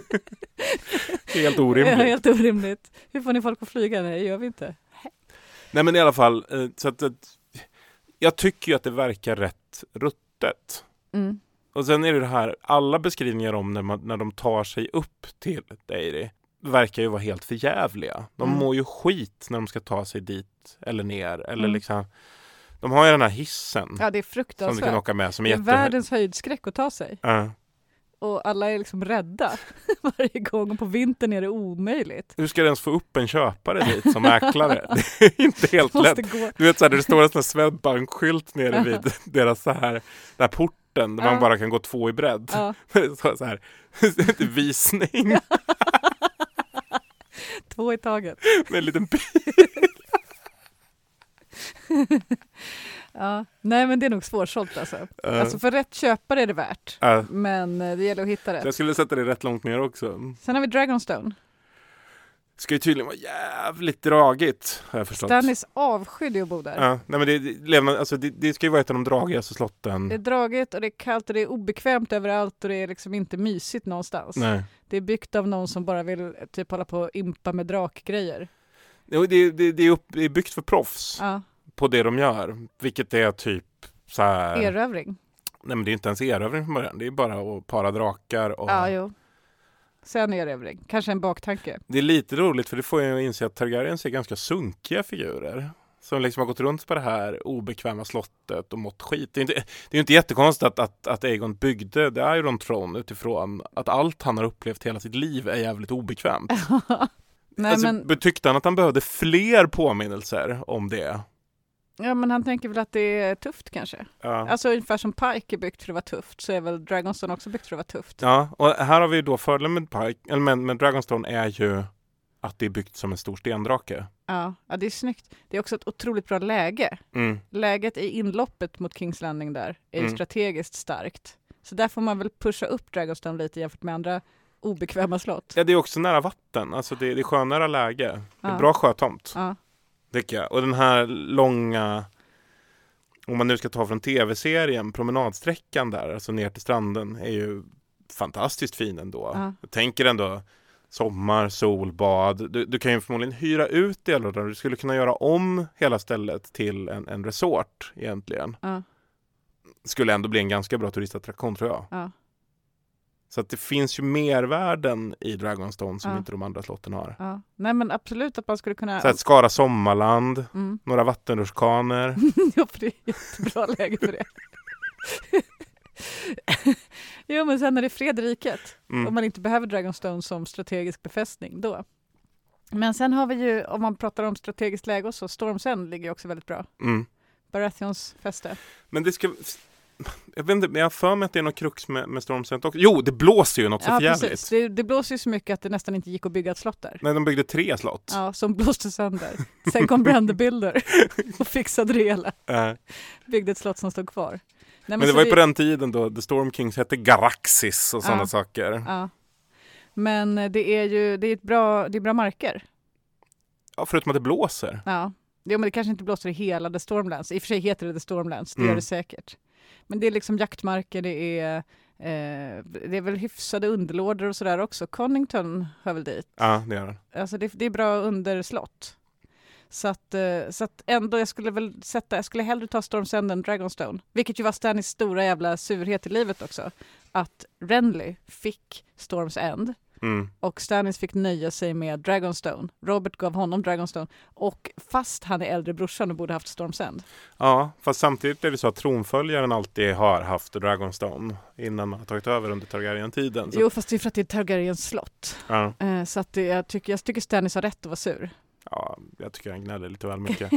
Helt orimligt. Ja, helt orimligt. Hur får ni folk att flyga? Nej, det gör vi inte. Nej, men i alla fall, så att, att jag tycker ju att det verkar rätt ruttet. Mm. Och sen är det det här, alla beskrivningar om när, man, när de tar sig upp till Eyrie verkar ju vara helt förjävliga. De mm. mår ju skit när de ska ta sig dit eller ner. Eller mm. liksom, de har ju den här hissen. Ja, det är fruktansvärt. Som du kan åka med. Som är det är jätte... världens höjdskräck att ta sig. Uh. Och alla är liksom rädda varje gång. Och på vintern är det omöjligt. Hur ska du ens få upp en köpare dit som mäklare? Det är inte helt lätt. Gå. Du vet så här, det står en sån här Swedbank-skylt nere vid deras så här, där porten där uh. man bara kan gå två i bredd. Uh. så, så här, visning. Två i taget. Med en liten bil. Ja, nej men det är nog svårsålt alltså. Uh. Alltså för rätt köpare är det värt. Uh. Men det gäller att hitta rätt. Jag skulle sätta det rätt långt ner också. Sen har vi Dragonstone. ska ju tydligen vara jävligt dragigt, har jag förstått. Stannis avskydde att bo där. Ja, nej men det, det, alltså det, det ska ju vara ett av de dragigaste slotten. Det är dragigt och det är kallt och det är obekvämt överallt och det är liksom inte mysigt någonstans. Nej. Det är byggt av någon som bara vill typ hålla på och impa med drakgrejer. Det, det, det, det, är upp, det är byggt för proffs Ja. på det de gör, vilket är typ så här... Erövring. Nej men det är inte ens erövring från början, det är bara att para drakar och... Ja, jo. Sen erövring. Kanske en baktanke. Det är lite roligt för det får jag inse att Targaryens är ganska sunkiga figurer. Som liksom har gått runt på det här obekväma slottet och mått skit. Det är inte, det är inte jättekonstigt att, att, att Aegon byggde The Iron Throne utifrån att allt han har upplevt hela sitt liv är jävligt obekvämt. Nej, alltså, men... Tyckte han att han behövde fler påminnelser om det? Ja, men han tänker väl att det är tufft kanske. Ja. Alltså ungefär som Pike är byggt för att vara tufft så är väl Dragonstone också byggt för att vara tufft. Ja, och här har vi då fördelen med Pike, eller med, med Dragonstone är ju att det är byggt som en stor stendrake. Ja, ja, det är snyggt. Det är också ett otroligt bra läge. Mm. Läget i inloppet mot Kings Landing där är ju Mm. strategiskt starkt. Så där får man väl pusha upp Dragonstone lite jämfört med andra obekväma slott. Ja, det är också nära vatten. Alltså det, det är skönare läge. Det är Ja. bra sjötomt. Ja. Tycker jag. Och den här långa, om man nu ska ta från tv-serien, promenadsträckan där, alltså ner till stranden, är ju fantastiskt fin ändå. Ja. Jag tänker ändå sommar, sol, bad. Du, du kan ju förmodligen hyra ut det, eller du skulle kunna göra om hela stället till en, en resort egentligen. Ja. Skulle ändå bli en ganska bra turistattraktion, tror jag. Ja. Så att det finns ju mervärden i Dragonstone som Ja. inte de andra slotten har. Ja. Nej, men absolut att man skulle kunna... Så att Skara Sommarland, Mm. några vattenrutschkanor. Ja, för det är jättebra läge för det. Jo, men sen är det Fredriket. Mm. Om man inte behöver Dragonstone som strategisk befästning då. Men sen har vi ju, om man pratar om strategiskt läge så, Storm's End ligger ju också väldigt bra. Mm. Baratheons fäste. Men det ska... Jag vet inte, men jag har för mig att det är något krux med, med Storm's End också. Jo, det blåser ju något så Ja, förjävligt. precis. Det, det blåser ju så mycket att det nästan inte gick att bygga ett slott där. Nej, de byggde tre slott. Ja, som blåste sönder. Sen kom Bran the Builder och fixade det hela. Äh. Byggde ett slott som stod kvar. Nej, men Men det så var ju vi- på den tiden då The Storm Kings hette Garaxis och sådana Ja. saker. Ja. Men det är ju det är ett bra, det är bra marker. Ja, förutom att det blåser. Ja. Jo, men det kanske inte blåser i hela The Stormlands. I och för sig heter det The Stormlands, det Mm. gör det säkert. Men det är liksom jaktmarker, det är, eh, det är väl hyfsade underlådor och sådär också. Connington hör väl dit. Ja, det gör det. Alltså det, det är bra underslott. Så att, eh, så att ändå, jag skulle väl sätta, jag skulle hellre ta Storm's End än Dragonstone. Vilket ju var Stannis stora jävla surhet i livet också. Att Renly fick Storm's End. Mm. Och Stannis fick nöja sig med Dragonstone. Robert gav honom Dragonstone. Och fast han är äldre brorsan och borde haft Storm's End. Ja, fast samtidigt är det så att tronföljaren alltid har haft Dragonstone innan man har tagit över under Targaryen-tiden. Så... Jo, fast det är för att det är Targaryens slott. Ja. Eh, så att det, jag, tycker, jag tycker Stannis har rätt att vara sur. ja, jag tycker han gnäller lite väl mycket.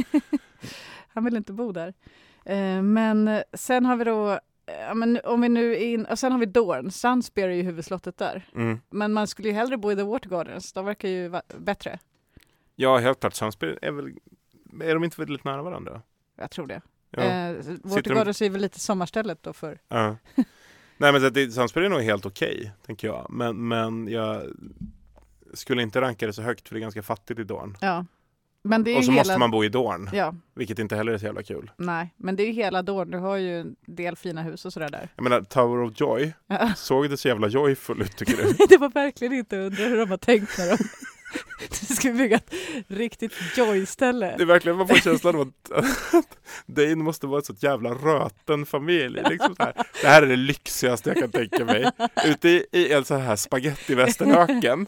Han vill inte bo där. Eh, men sen har vi då, ja, men om vi nu är in, och sen har vi Dorne. Sunspear är ju huvudslottet där. Mm. Men man skulle ju hellre bo i The Water Gardens. De verkar ju va- bättre. Ja, helt klart. Sunspear är väl... Är de inte väldigt nära varandra? Jag tror det. Ja. Eh, Water de- Gardens är väl lite sommarstället då för... Ja. Nej, men så att det, Sunspear är nog helt okej, tänker jag. Men, men jag skulle inte ranka det så högt för det är ganska fattigt i Dorne. Ja. Men det är Och ju så hela... måste man bo i Dorne, Ja, vilket inte heller är så jävla kul. nej. Men det är ju hela Dorne. Du har ju en del fina hus och sådär där. Jag menar, Tower of Joy, Ja. såg det så jävla joyful ut, tycker du? Det var verkligen inte undra hur de har tänkt när de... Nu ska vi bygga ett riktigt joy-ställe. Det är verkligen, man får känslan av att, att Dane måste vara ett sånt jävla röten familj. Liksom så här. Det här är det lyxigaste jag kan tänka mig. Ute i, i en sån här spagettivästernöken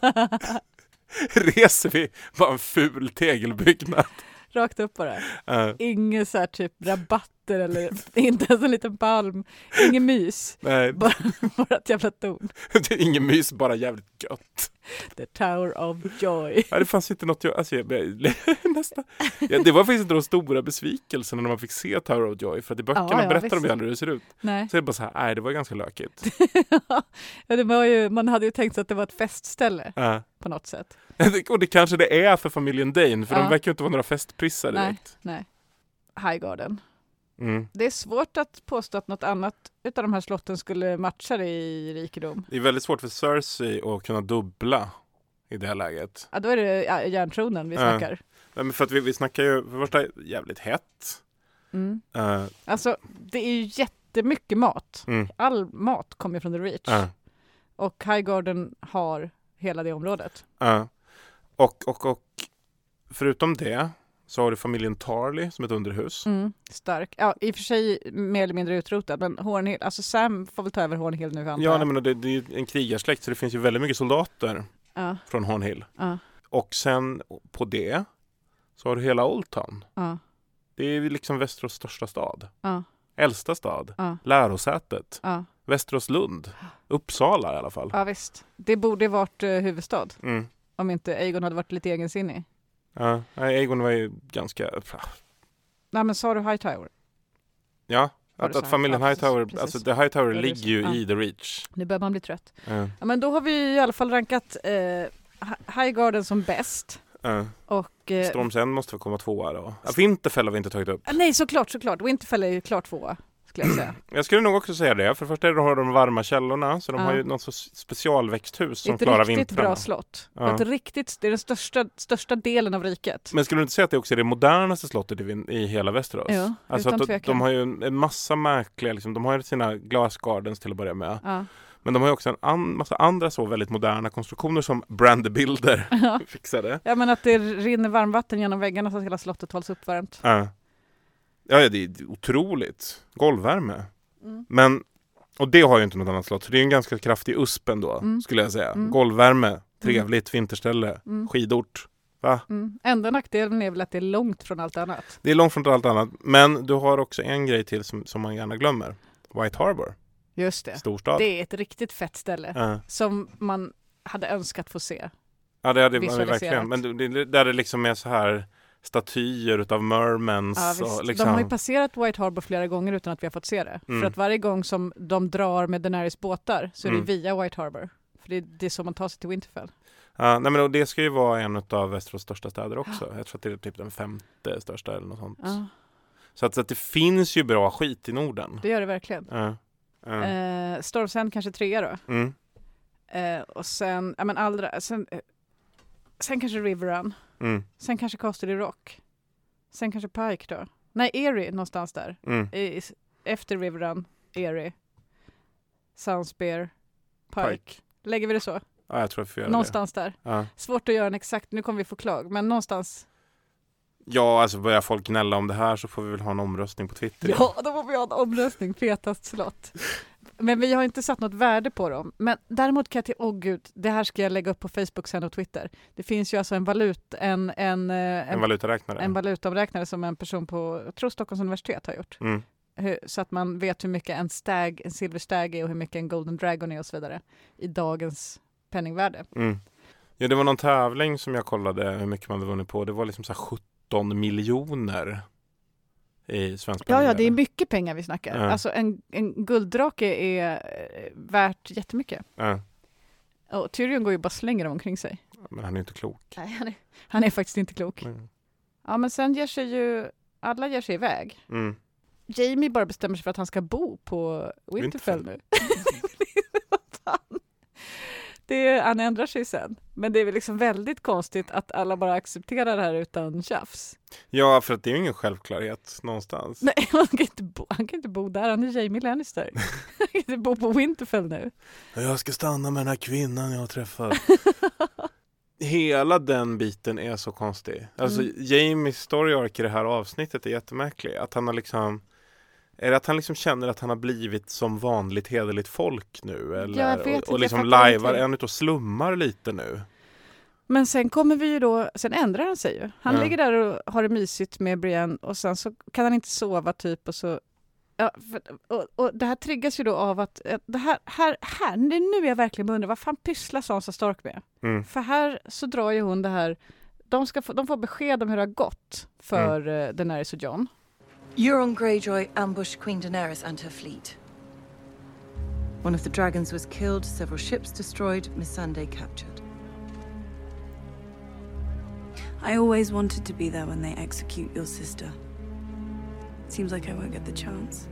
reser vi bara en ful tegelbyggnad. Rakt upp bara. Uh, Ingen så här typ rabatter eller inte ens en liten palm. Ingen mys. nej, Bara, bara ett jävla torn. det är ingen mys, bara jävligt gött. The Tower of Joy. Ja, det fanns inte något jag, alltså jag, nästan. Ja, det var faktiskt inte de stora besvikelserna när man fick se Tower of Joy, för att i böckerna Ja, ja, berättar visst. de ju aldrig hur det ser ut. Nej. Så det är bara så här, nej, det var ganska lökigt. Ja, det var ju, man hade ju tänkt sig att det var ett festställe Uh. på något sätt. Och det kanske det är för familjen Dane, för Ja. de verkar ju inte vara några festprissar direkt. Nej. Highgarden. Mm. Det är svårt att påstå att något annat utav de här slotten skulle matcha det i rikedom. Det är väldigt svårt för Cersei att kunna dubbla i det läget. Ja, då är det ja, järntronen vi snackar. Uh, men för att vi, vi snackar ju för första jävligt hett. Mm. Uh, alltså, det är ju jättemycket mat. Mm. All mat kommer från The Reach. Uh. Och Highgarden har hela det området. Uh. Och, och, och förutom det så har du familjen Tarly som ett underhus. Mm, stark. Ja, i och för sig mer eller mindre utrotad. Men Hornhill, alltså Sam får väl ta över Hornhill nu. Ja, nej, men det, det är en krigarsläkt så det finns ju väldigt mycket soldater ja. från Hornhill. Ja. Och sen på det så har du hela Old Town. Ja. Det är liksom Västerås största stad. Ja. Äldsta stad. Ja. Lärosätet. Ja. Västerås Lund. Uppsala i alla fall. Ja, visst. Det borde varit uh, huvudstad. Mm. Om inte Aegon hade varit lite egensinnig. Ja, Aegon var ju ganska... Nej, men sa du Hightower? Ja, att, att familjen ja, Hightower... precis. Alltså, The Hightower det ligger ju ja. i The Reach. Nu börjar man bli trött. Ja. Ja, men då har vi i alla fall rankat eh, Highgarden som bäst. Ja. Och, eh, Storm's End måste väl komma tvåa då. Ja, Winterfell har vi inte tagit upp. Nej, såklart, såklart. Winterfell är ju klart tvåa, skulle jag säga. Jag skulle nog också säga det. För först är det har de varma källorna. Så de ja. har ju något så specialväxthus som ett klarar riktigt vintrarna. bra slott. Ja. Ett riktigt, det är den största, största delen av riket. Men skulle du inte säga att det också är det modernaste slottet i, i hela Västerås? Ja, alltså utan att tvekan. de har ju en, en massa märkliga, liksom, de har ju sina glass gardens till att börja med. Ja. Men de har ju också en an, massa andra så väldigt moderna konstruktioner som Brandebilder Ja. fixade. Ja, men att det rinner varmvatten genom väggarna så att hela slottet hålls uppvärmt. Ja, ja det är otroligt. Golvvärme. Mm. Men, och det har ju inte något annat slott. Så det är en ganska kraftig usp ändå, Mm. skulle jag säga. Mm. Golvvärme, trevligt, vinterställe, Mm. skidort. Va? Mm. Enda nackdelen är väl att det är långt från allt annat. Det är långt från allt annat. Men du har också en grej till som, som man gärna glömmer. White Harbor. Just det. Storstad. Det är ett riktigt fett ställe Ja. som man hade önskat få se. Ja, det hade man Visualiserat. verkligen. Men det, det, där det liksom är så här statyer utav mermans. Ja, visst. Och liksom... De har ju passerat White Harbor flera gånger utan att vi har fått se det. Mm. För att varje gång som de drar med Daenerys båtar så är det Mm. via White Harbor. För det är, det är så man tar sig till Winterfell. Ja, nej, men och det ska ju vara en av Västerås största städer också. Jag tror att det är typ den femte största eller något sånt. Ja, Så, att, så att det finns ju bra skit i Norden. det gör det verkligen. Ja. Ja. Eh, Storm's End kanske trea då. Mm. Eh, och sen, ja men allra, sen, eh, sen kanske River Run. Mm. Sen kanske Casterly Rock. Sen kanske Pike då. Nej, Erie någonstans där. Mm. I, efter River Run, Erie. Sunspear, Pike. Pike. Lägger vi det så? Ja, jag tror att vi får göra Någonstans där. det. Ja. Svårt att göra en exakt, nu kommer vi få klag, men någonstans. Ja, alltså börjar folk gnälla om det här så får vi väl ha en omröstning på Twitter. Ja, då får vi ha en omröstning, fetast slott. Men vi har inte satt något värde på dem. Men däremot kan jag till, åh oh gud, det här ska jag lägga upp på Facebook sen och Twitter. Det finns ju alltså en valut, en, en, en, En valutaräknare. en valutaomräknare som en person på, jag tror Stockholms universitet har gjort. Mm. Hur, så att man vet hur mycket en stag, en silverstag är och hur mycket en golden dragon är och så vidare. I dagens penningvärde. Mm. Ja, det var någon tävling som jag kollade hur mycket man hade vunnit på. Det var liksom så här sjutton miljoner i svensk Ja, ja, penningvärde. det är mycket pengar vi snackar. Ja. Alltså en, en gulddrake är eh, värt jättemycket. Ja, Och Tyrion går ju bara slänger dem omkring sig. men han är inte klok. Nej, han är, han är faktiskt inte klok. Mm. Ja, men sen ger sig ju, alla ger sig iväg. Mm. Jamie bara bestämmer sig för att han ska bo på Winterfell nu. det, han ändrar sig sen. Men det är väl liksom väldigt konstigt att alla bara accepterar det här utan tjafs. Ja, för att det är ju ingen självklarhet någonstans. Nej, han kan inte bo, han kan inte bo där. Han är Jamie Lannister. Han kan inte bo på Winterfell nu. Jag ska stanna med den här kvinnan jag har träffat. Hela den biten är så konstig. Alltså Mm. Jamies story arc i det här avsnittet är jättemärklig. Att han har liksom... Är det att han liksom känner att han har blivit som vanligt hederligt folk nu? Eller? Jag vet och, inte, och liksom jag fattar lajvar, inte. är han ute och slummar lite nu? Men sen kommer vi ju då, sen ändrar han sig ju. Han Ja. ligger där och har det mysigt med Brienne och sen så kan han inte sova typ och så ja, för, och, och det här triggas ju då av att att det här, här, här det är nu jag verkligen undrar vad fan pysslar Sansa Stark med? Mm. För här så drar ju hon det här, de, ska få, de får besked om hur det har gått för mm. uh, Daenerys och Jon. Euron Greyjoy ambushed Queen Daenerys and her fleet. One of the dragons was killed, several ships destroyed, Missandei captured. I always wanted to be there when they execute your sister. Seems like I won't get the chance.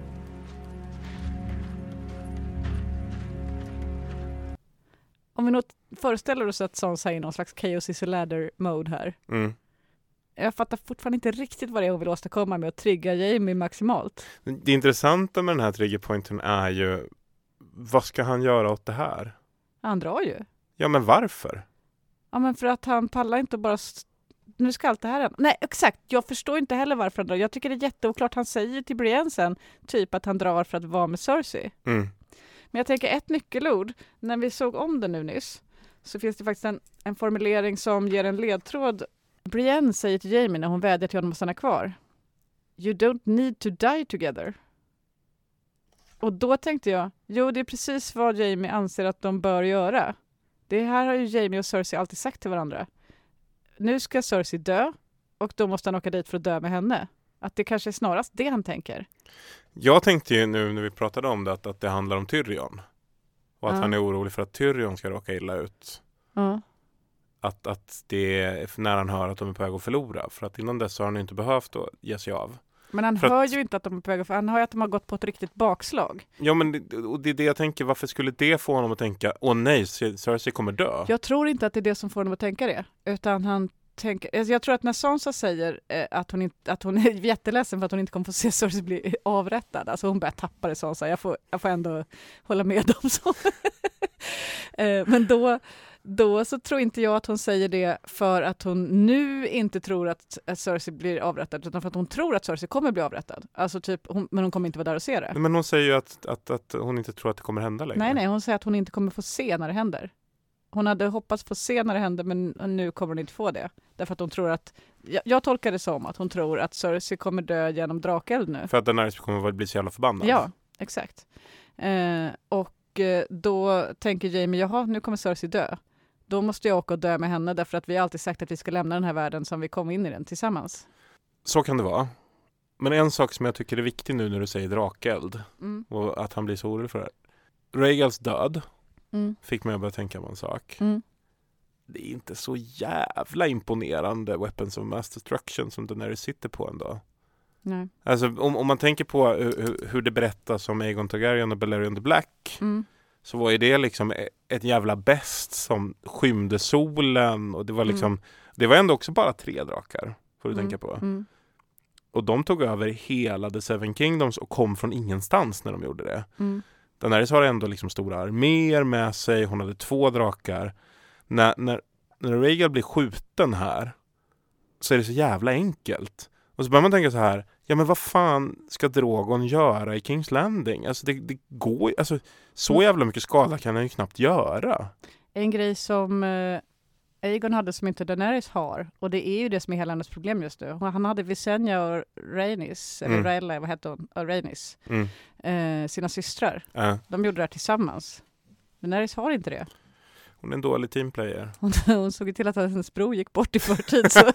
om vi nog föreställer oss att Sansa är i någon slags chaos is a ladder mode här. Mm. Jag fattar fortfarande inte riktigt vad det är hon vill åstadkomma med att trigga Jaime maximalt. Det intressanta med den här triggerpointen är ju, vad ska han göra åt det här? Han drar ju. Ja, men varför? Ja, men för att han pallar inte bara... St- nu ska allt det här hända. Nej, exakt. Jag förstår inte heller varför han drar. Jag tycker det är jätteoklart. Han säger till Brienne sen typ att han drar för att vara med Cersei. Mm. Men jag tänker ett nyckelord. När vi såg om det nu nyss så finns det faktiskt en, en formulering som ger en ledtråd. Brienne säger till Jaime när hon vädjar till honom att stanna kvar. You don't need to die together. Och då tänkte jag, jo det är precis vad Jaime anser att de bör göra. Det här har ju Jaime och Cersei alltid sagt till varandra. Nu ska Cersei dö och då måste han åka dit för att dö med henne. Att det kanske är snarast det han tänker. Jag tänkte ju nu när vi pratade om det att, att det handlar om Tyrion. Och att ja. han är orolig för att Tyrion ska råka illa ut. Ja. Att, att det är när han hör att de är på väg att förlora. För att innan dess har han inte behövt att ge sig av. Men han för hör att, ju inte att de är på väg att förlora. Han hör ju att de har gått på ett riktigt bakslag. Ja, men det, och det är det jag tänker. Varför skulle det få honom att tänka, åh nej, Cersei kommer dö? Jag tror inte att det är det som får honom att tänka det. Utan han tänker... Jag tror att när Sansa säger eh, att, hon inte, att hon är jätteledsen för att hon inte kommer få se Cersei bli avrättad. Alltså hon börjar tappa det, Sansa. Jag får, jag får ändå hålla med dem så. eh, men då... Då så tror inte jag att hon säger det för att hon nu inte tror att, att Cersei blir avrättad, utan för att hon tror att Cersei kommer bli avrättad. Alltså typ, hon, men hon kommer inte vara där och se det. Men hon säger ju att, att, att hon inte tror att det kommer hända längre. Nej, nej, hon säger att hon inte kommer få se när det händer. Hon hade hoppats få se när det händer, men nu kommer hon inte få det. Därför att hon tror att, jag, jag tolkar det som att hon tror att Cersei kommer dö genom drakeld nu. För att den här kommer att bli så jävla förbannad. Ja, exakt. Eh, och eh, då tänker Jaime, jaha, nu kommer Cersei dö. Då måste jag åka och dö med henne därför att vi har alltid sagt att vi ska lämna den här världen som vi kom in i den tillsammans. Så kan det vara. Men en sak som jag tycker är viktig nu när du säger drakeld mm. och att han blir så orolig för det. Rhaegals död mm. fick mig att börja tänka på en sak. Mm. Det är inte så jävla imponerande weapons of mass destruction som Daenerys sitter på ändå. Nej. Alltså om, om man tänker på hur, hur det berättas om Aegon Targaryen och Balerion the Black mm. så var ju det liksom ett jävla bäst som skymde solen och det var liksom, mm. det var ändå också bara tre drakar får du mm. tänka på. Mm. Och de tog över hela The Seven Kingdoms och kom från ingenstans när de gjorde det. Mm. Daenerys har ändå liksom stora arméer med sig, hon hade två drakar. När, när, när Rhaegal blir skjuten här så är det så jävla enkelt. Och så börjar man tänka så här, ja men vad fan ska Drogon göra i King's Landing? Alltså det, det går alltså så jävla mycket skada kan han ju knappt göra. En grej som eh, Aegon hade som inte Daenerys har, och det är ju det som är hela hennes problem just nu. Han hade Visenya och Rhaenys, eller mm. Rhaella, vad hette hon? Och Rhaenys, mm. eh, sina systrar. Äh. De gjorde det här tillsammans. Daenerys har inte det. Hon är en dålig teamplayer. Hon, hon såg till att hennes bror gick bort i förtid så...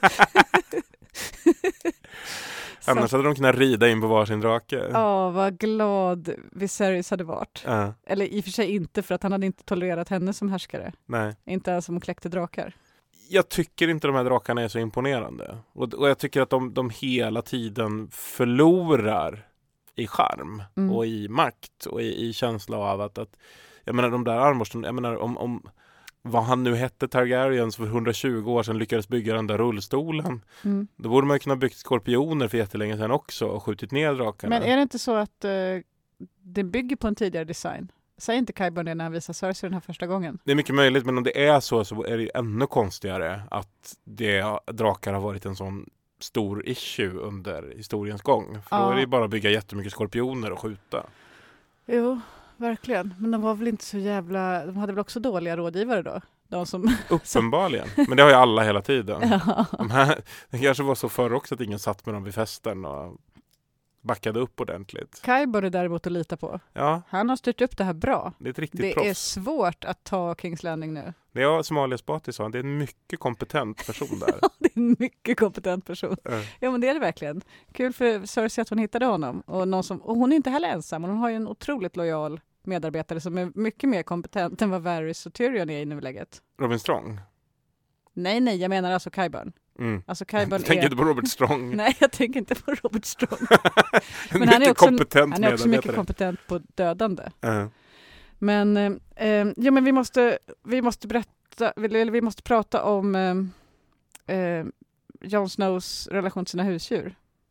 Annars hade de kunnat rida in på varsin drake. Ja, vad glad Viserys hade varit. Uh. Eller i och för sig inte, för att han hade inte tolererat henne som härskare. Nej. Inte ens som hon kläckte drakar. Jag tycker inte de här drakarna är så imponerande. Och, och jag tycker att de, de hela tiden förlorar i charm mm. och i makt och i, i känsla av att, att jag menar de där armborsten, jag menar om, om vad han nu hette Targaryens för hundratjugo år sedan lyckades bygga den där rullstolen. Mm. Då borde man ju kunna byggt skorpioner för jättelänge sedan också och skjutit ner drakarna. Men är det inte så att uh, det bygger på en tidigare design? Säger inte Qyburn det när han visar Cersei den här första gången? Det är mycket möjligt, men om det är så så är det ännu konstigare att det, drakar har varit en sån stor issue under historiens gång. För ja. Då är det ju bara att bygga jättemycket skorpioner och skjuta. Jo, verkligen. Men de var väl inte så jävla... De hade väl också dåliga rådgivare då? De som... Uppenbarligen. Men det har ju alla hela tiden. Ja. De här, det kanske var så förr också att ingen satt med dem vid festen och backade upp ordentligt. Qyburn är däremot att lita på. Ja. Han har styrt upp det här bra. Det är ett riktigt Det proffs. är svårt att ta King's Landing nu. Det är Somalia Spati sa. Det är en mycket kompetent person där. Det är en mycket kompetent person. Mm. Ja, men det är det verkligen. Kul för Cersei att hon hittade honom. Och, någon som, och hon är inte heller ensam. Hon har ju en otroligt lojal medarbetare som är mycket mer kompetent än vad Varys och Tyrion är i nuläget. Robin Strong? Nej, nej. Jag menar alltså Qyburn. Mm. Alltså Qyburn jag tänker är... inte på Robert Strong. Nej, jag tänker inte på Robert Strong. Men han är också, kompetent han är också mycket kompetent på dödande. Uh-huh. Men, eh, eh, ja, men vi måste, vi måste berätta, eller vi måste prata om eh, eh, Jon Snows relation till sina husdjur.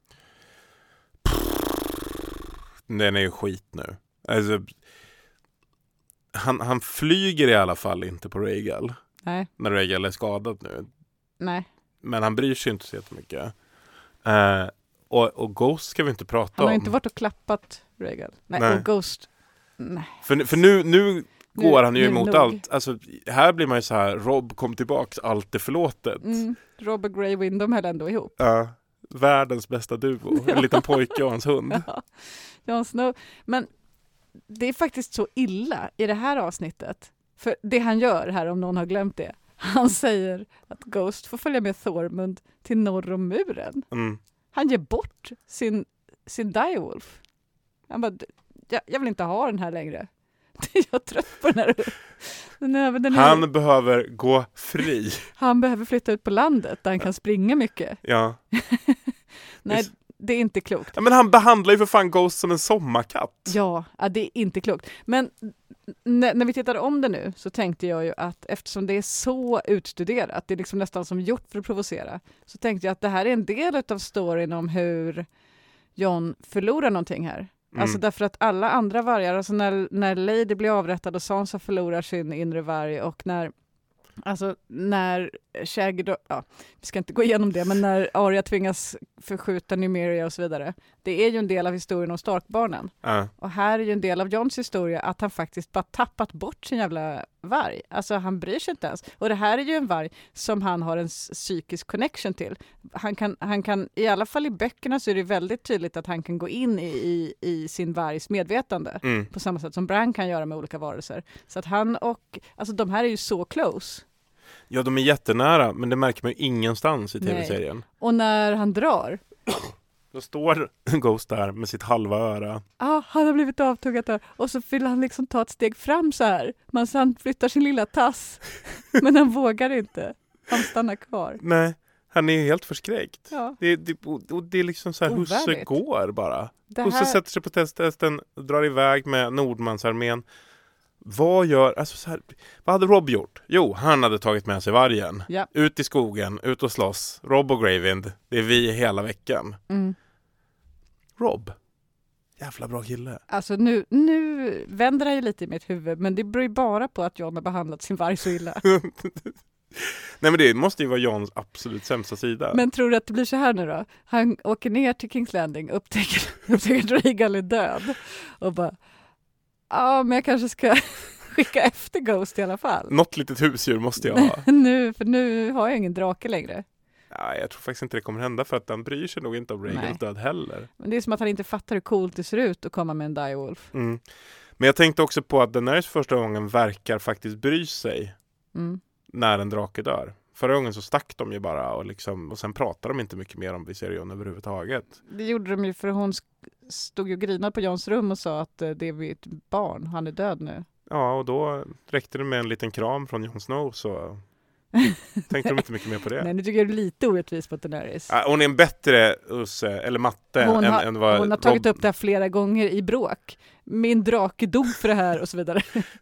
Den är ju skit nu. Alltså, han, han flyger i alla fall inte på Rhaegal. Nej. När Rhaegal är skadad nu. Nej. Men han bryr sig inte så jättemycket. Uh, och, och Ghost ska vi inte prata om. Han har inte varit och klappat Rhaegal. Nej, Nej. och Ghost. Nej. För, för nu, nu går han ju nu emot nog. allt. Alltså, här blir man ju så här, Robb kom tillbaks, allt är förlåtet. Mm. Robb och Grey Wind, de höll ändå ihop. Ja, världens bästa duo. En liten pojke och hans hund. Ja, Jon Snow. Men det är faktiskt så illa i det här avsnittet. För det han gör här, om någon har glömt det, han säger att Ghost får följa med Thormund till norr om muren. Mm. Han ger bort sin, sin direwolf. Han bara, jag, jag vill inte ha den här längre. Jag är trött på den här. Den här, den här. Han behöver gå fri. Han behöver flytta ut på landet där han kan springa mycket. Ja. Nej, det är inte klokt. Ja, men han behandlar ju för fan Ghost som en sommarkatt. Ja, ja, det är inte klokt. Men n- när vi tittade om det nu så tänkte jag ju att eftersom det är så utstuderat, det är liksom nästan som gjort för att provocera, så tänkte jag att det här är en del av storyn om hur Jon förlorar någonting här. Mm. Alltså därför att alla andra vargar, alltså när, när Lady blir avrättad och Sansa förlorar sin inre varg och när Alltså när Shaggy då, ja, vi ska inte gå igenom det, men när Arya tvingas förskjuta Nymeria och så vidare. Det är ju en del av historien om Starkbarnen. Uh. Och här är ju en del av Jons historia att han faktiskt bara tappat bort sin jävla varg. Alltså han bryr sig inte ens. Och det här är ju en varg som han har en psykisk connection till. Han kan, han kan, i alla fall i böckerna så är det väldigt tydligt att han kan gå in i, i, i sin vargs medvetande. Mm. På samma sätt som Bran kan göra med olika varelser. Så att han och, alltså de här är ju så close. Ja, de är jättenära, men det märker man ju ingenstans i tv-serien. Nej. Och när han drar... Då står Ghost där med sitt halva öra. Ja, han har blivit avtuggat där. Och så vill han liksom ta ett steg fram så här. Men så han flyttar sin lilla tass. Men han vågar inte. Han stannar kvar. Nej, han är helt förskräckt. Ja. Det, det, och det är liksom så här, Husse går bara. Det här... Husse sätter sig på testhästen, drar iväg med Nordmansarmén. Vad gör, alltså så här, vad hade Robb gjort? Jo, han hade tagit med sig vargen. Ja. Ut i skogen, ut och slåss. Robb och Grey Wind, det är vi hela veckan. Mm. Robb, jävla bra kille. Alltså nu, nu vänder han ju lite i mitt huvud, men det beror ju bara på att Jon har behandlat sin varg så illa. Nej, men det måste ju vara Jons absolut sämsta sida. Men tror du att det blir så här nu då? Han åker ner till King's Landing, upptäcker, upptäcker att Rhaegal är död och bara, ja, men jag kanske ska skicka efter Ghost i alla fall. Något litet husdjur måste jag ha. nu, för nu har jag ingen drake längre. Ja, jag tror faktiskt inte det kommer hända för att han bryr sig nog inte om Rhaegals död heller. Men det är som att han inte fattar hur coolt det ser ut att komma med en direwolf. Mm. Men jag tänkte också på att Daenerys första gången verkar faktiskt bry sig mm. när en drake dör. Förra gången så stack de ju bara och, liksom, och sen pratar de inte mycket mer om Viserion överhuvudtaget. Det gjorde de ju för hon stod ju och grinade på Jons rum och sa att det är ett barn, han är död nu. Ja, och då räckte det med en liten kram från Jon Snow så tänkte de inte mycket mer på det. Nej, nu tycker jag det är lite orättvist på Daenerys. Ja, hon är en bättre Usse, eller matte hon än, har, än vad hon har tagit Rob... upp det här flera gånger i bråk. Min drake dog för det här och så vidare.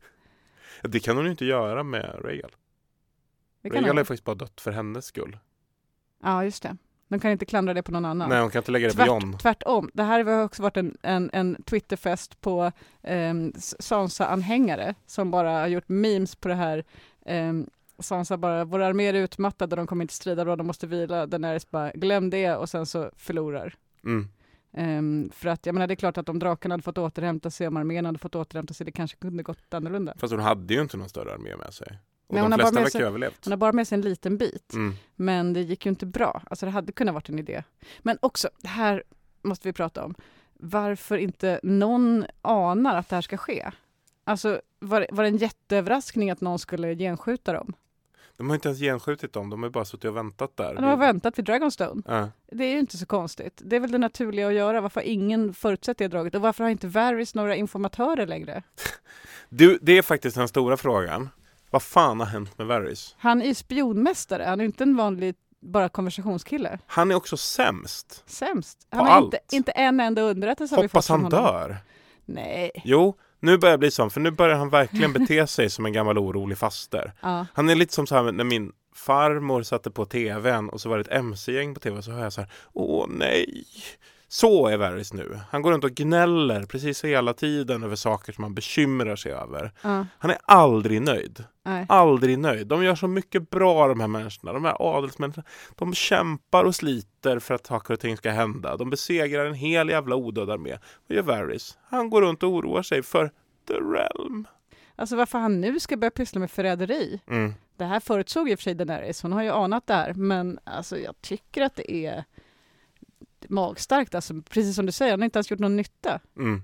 Det kan hon ju inte göra med Rhaegal. Rhaegal är faktiskt bara dött för hennes skull. Ja, just det. De kan inte klandra det på någon annan. Nej, hon kan inte lägga det Tvärt, på Jon. Tvärtom. Det här har också varit en, en, en Twitterfest på um, Sansa-anhängare som bara har gjort memes på det här. Um, Sansa bara, våra arméer är utmattade, de kommer inte strida bra, de måste vila. Daenerys bara, glöm det och sen så förlorar. Mm. Um, för att, jag menar, det är klart att om drakarna hade fått återhämta sig, om armén hade fått återhämta sig, det kanske kunde gått annorlunda. Fast hon hade ju inte någon större armé med sig. Och Nej, de hon, flesta har verkar sig, överlevt. hon har bara med sig en liten bit. Mm. Men det gick ju inte bra. Alltså det hade kunnat varit en idé. Men också, det här måste vi prata om. Varför inte någon anar att det här ska ske? Alltså var, var det en jätteöverraskning att någon skulle genskjuta dem? De har inte ens genskjutit dem, de har bara suttit och väntat där. De har väntat vid Dragonstone. Äh. Det är ju inte så konstigt. Det är väl det naturliga att göra. Varför har ingen förutsett det draget? Och varför har inte Varys några informatörer längre? Du, det är faktiskt den stora frågan. Vad fan har hänt med Varys? Han är spionmästare. Han är inte en vanlig bara konversationskille. Han är också sämst. Sämst? På Han har allt. Inte, inte en enda underrättelse. Hoppas han dör. Nej. Jo, Nu börjar det bli så, för nu börjar han verkligen bete sig som en gammal orolig faster. Ja. Han är lite som så här när min farmor satte på tvn och så var det ett M C-gäng på tv och så hör jag så här, åh nej. Så är Varys nu. Han går runt och gnäller precis hela tiden över saker som han bekymrar sig över. Ja. Han är aldrig nöjd. Nej. Aldrig nöjd. De gör så mycket bra, de här människorna. De här adelsmänniskorna. De kämpar och sliter för att saker och ting ska hända. De besegrar en hel jävla odöd armé. Vad gör Varys? Han går runt och oroar sig för The Realm. Alltså varför han nu ska börja pyssla med förräderi. Mm. Det här förutsåg ju för sig Daenerys. Hon har ju anat där. Men alltså jag tycker att det är magstarkt. Alltså, precis som du säger, han har inte ens gjort någon nytta. Mm.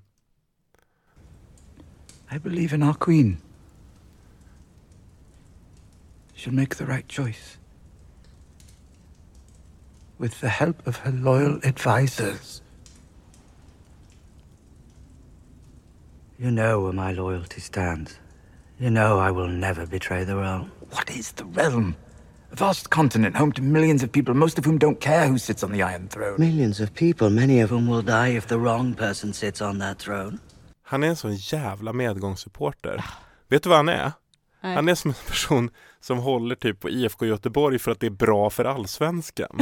I believe in our queen. She'll make the right choice. With the help of her loyal advisors. You know where my loyalty stands. You know I will never betray the realm. What is the realm? A vast continent home to millions of people, most of whom don't care who sits on the Iron Throne. Millions of people, many of whom will die if the wrong person sits on that throne. Han är en sån jävla medgångssupporter. Vet du vad han är? Nej. Han är som en person som håller typ på I F K Göteborg för att det är bra för allsvenskan.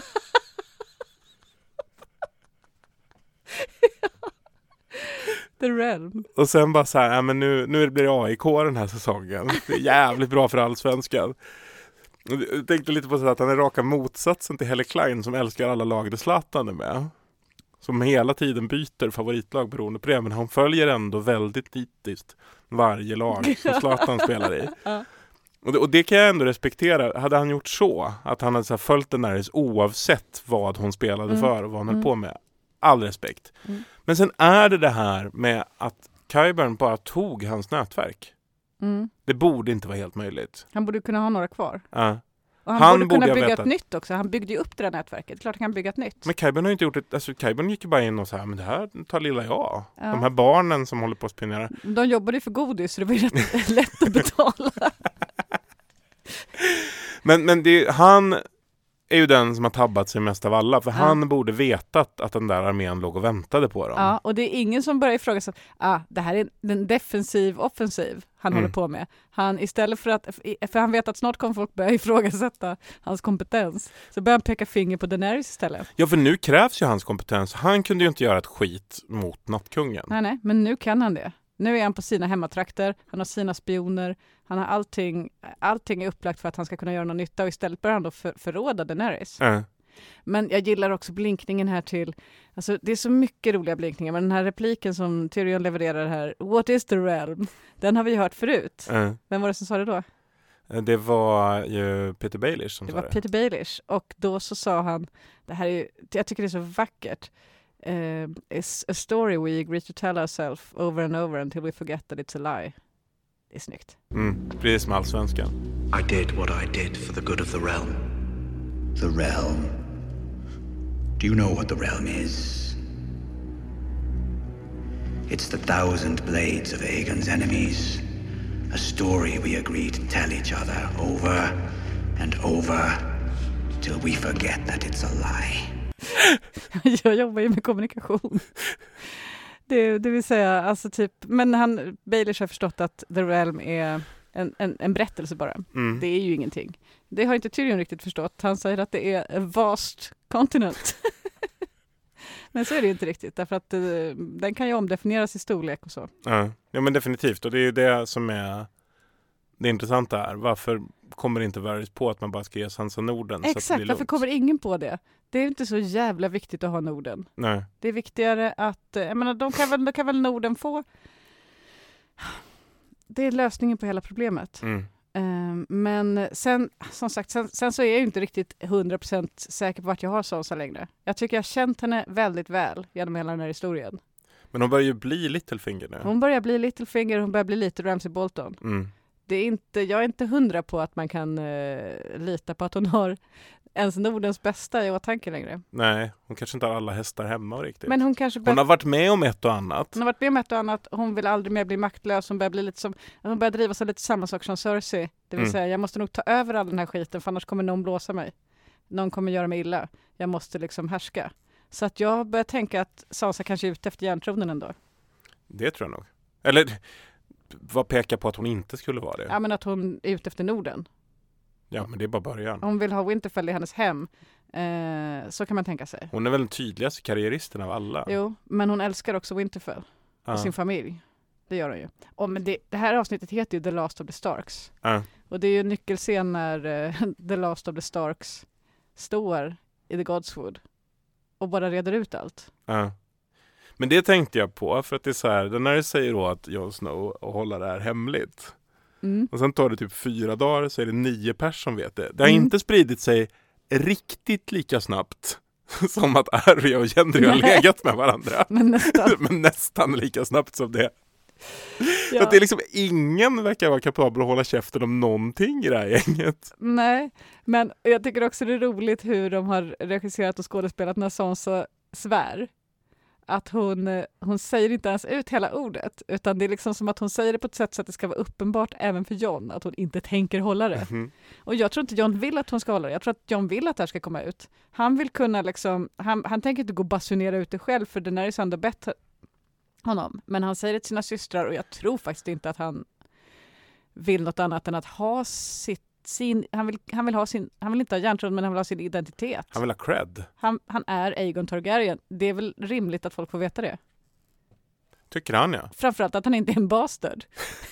The Realm. Och sen bara så här, ja, men nu, nu blir det A I K den här säsongen. Det är jävligt bra för allsvenskan. Jag tänkte lite på så att han är raka motsatsen till Helle Klein som älskar alla lag där Zlatan är med. Som hela tiden byter favoritlag beroende på det. Men han följer ändå väldigt nitiskt varje lag som Zlatan spelar i. Och det, och det kan jag ändå respektera. Hade han gjort så, att han hade så här följt den där oavsett vad hon spelade Mm. för och vad hon Mm. höll på med. All respekt. Mm. Men sen är det det här med att Qyburn bara tog hans nätverk. Mm. Det borde inte vara helt möjligt. Han borde kunna ha några kvar. Ja. Och han, Han borde borde kunna ha bygga vetat. ett nytt också. Han byggde ju upp det där nätverket. Klart han kan bygga ett nytt. Men Qyburn har ju inte gjort det. Alltså Qyburn gick ju bara in och så här, men det här tar lilla jag. Ja. De här barnen som håller på att spionera. De jobbade ju för godis så det var ju rätt lätt att betala. Men, men det, han är ju den som har tabbat sig mest av alla. För Ja. han borde vetat att den där armén låg och väntade på dem. Ja, och det är ingen som börjar ifrågasätta ah, det här är en defensiv offensiv han Mm. håller på med. Han istället för att, för han vet att snart kommer folk börja ifrågasätta hans kompetens, så börjar han peka finger på Daenerys istället. Ja, för nu krävs ju hans kompetens. Han kunde ju inte göra ett skit mot Nattkungen. Nej, nej, men nu kan han det. Nu är han på sina hemmatrakter, han har sina spioner, han har allting, allting är upplagt för att han ska kunna göra någon nytta och istället börjar han då för, förråda Daenerys. Äh. Men jag gillar också blinkningen här till, alltså det är så mycket roliga blinkningar, men den här repliken som Tyrion levererar här, what is the realm? Den har vi hört förut. Äh. Vem var det som sa det då? Det var ju Peter Baelish som Det sa var det. Peter Baelish, och då så sa han, det här är ju, jag tycker det är så vackert, uh, it's a story we agree to tell ourselves over and over until we forget that it's a lie. Det är snyggt. Mm, precis som allsvenskan. I did what I did for the good of the realm. The realm. Do you know what the realm is? It's the thousand blades of Aegon's enemies. A story we agreed to tell each other over and over till we forget that it's a lie. Jag jobbar ju med kommunikation. Det, det vill säga, alltså typ, men han, Baelish har förstått att The Realm är en, en, en berättelse bara. Mm. Det är ju ingenting. Det har inte Tyrion riktigt förstått. Han säger att det är a vast continent. Men så är det ju inte riktigt, därför att eh, den kan ju omdefinieras i storlek och så. Ja. ja, men definitivt. Och det är ju det som är det intressanta här. Varför kommer inte Varys på att man bara ska ge Sansa Norden? Exakt, så att det blir varför lugnt? kommer ingen på det? Det är inte så jävla viktigt att ha Norden. Nej. Det är viktigare att, eh, jag menar, de kan väl, de kan väl Norden få... Det är lösningen på hela problemet. Mm. Um, men sen, som sagt, sen, sen så är jag ju inte riktigt hundra procent säker på att jag har Sansa längre. Jag tycker jag har känt henne väldigt väl genom hela den här historien. Men hon börjar ju bli Littlefinger nu. Hon börjar bli Littlefinger, hon börjar bli lite Ramsay Bolton. Mm. Det är inte, jag är inte hundra på att man kan uh, lita på att hon har ens Nordens bästa i åtanke längre. Nej, hon kanske inte har alla hästar hemma riktigt. Men hon kanske hon har varit med om ett och annat. Hon har varit med om ett och annat. Hon vill aldrig mer bli maktlös. Hon börjar bli lite som, hon börjar driva sig lite samma sak som Cersei. Det vill Mm. säga, jag måste nog ta över all den här skiten, för annars kommer någon blåsa mig. Någon kommer göra mig illa. Jag måste liksom härska. Så att jag börjar tänka att Sansa kanske är ute efter järntronen ändå. Det tror jag nog. Eller vad pekar på att hon inte skulle vara det? Ja, men att hon är ute efter Norden. Ja, men det är bara början. Hon vill ha Winterfell i hennes hem. Eh, så kan man tänka sig. Hon är väl den tydligaste karriäristen av alla. Jo, men hon älskar också Winterfell. Ja. Och sin familj. Det gör hon ju. Och men det, det här avsnittet heter ju The Last of the Starks. Ja. Och det är ju en nyckelscen när uh, The Last of the Starks står i The Godswood. Och bara reder ut allt. Ja. Men det tänkte jag på, för att det är så här, när det säger då att Jon Snow och hålla det här hemligt. Mm. Och sen tar det typ fyra dagar så är det nio pers som vet det. Det har Mm. inte spridit sig riktigt lika snabbt som att Arya och Gendry har legat med varandra. Men nästan. Men nästan lika snabbt som det. Ja. För att det är liksom ingen verkar vara kapabel att hålla käften om någonting i det här gänget. Nej, men jag tycker också det är roligt hur de har regisserat och skådespelat när Sansa svär. Att hon, hon säger inte ens ut hela ordet, utan det är liksom som att hon säger det på ett sätt så att det ska vara uppenbart även för Jon att hon inte tänker hålla det. Mm. Och jag tror inte Jon vill att hon ska hålla det. Jag tror att Jon vill att det här ska komma ut. Han vill kunna liksom, han, han tänker inte gå och basunera ut det själv, för den är ju ändå bättre honom. Men han säger det till sina systrar, och jag tror faktiskt inte att han vill något annat än att ha sitt Sin, han, vill, han, vill ha sin, han vill inte ha järntron, men han vill ha sin identitet. Han vill ha cred. Han, han är Aegon Targaryen. Det är väl rimligt att folk får veta det. Tycker han, ja. Framförallt att han inte är en bastard.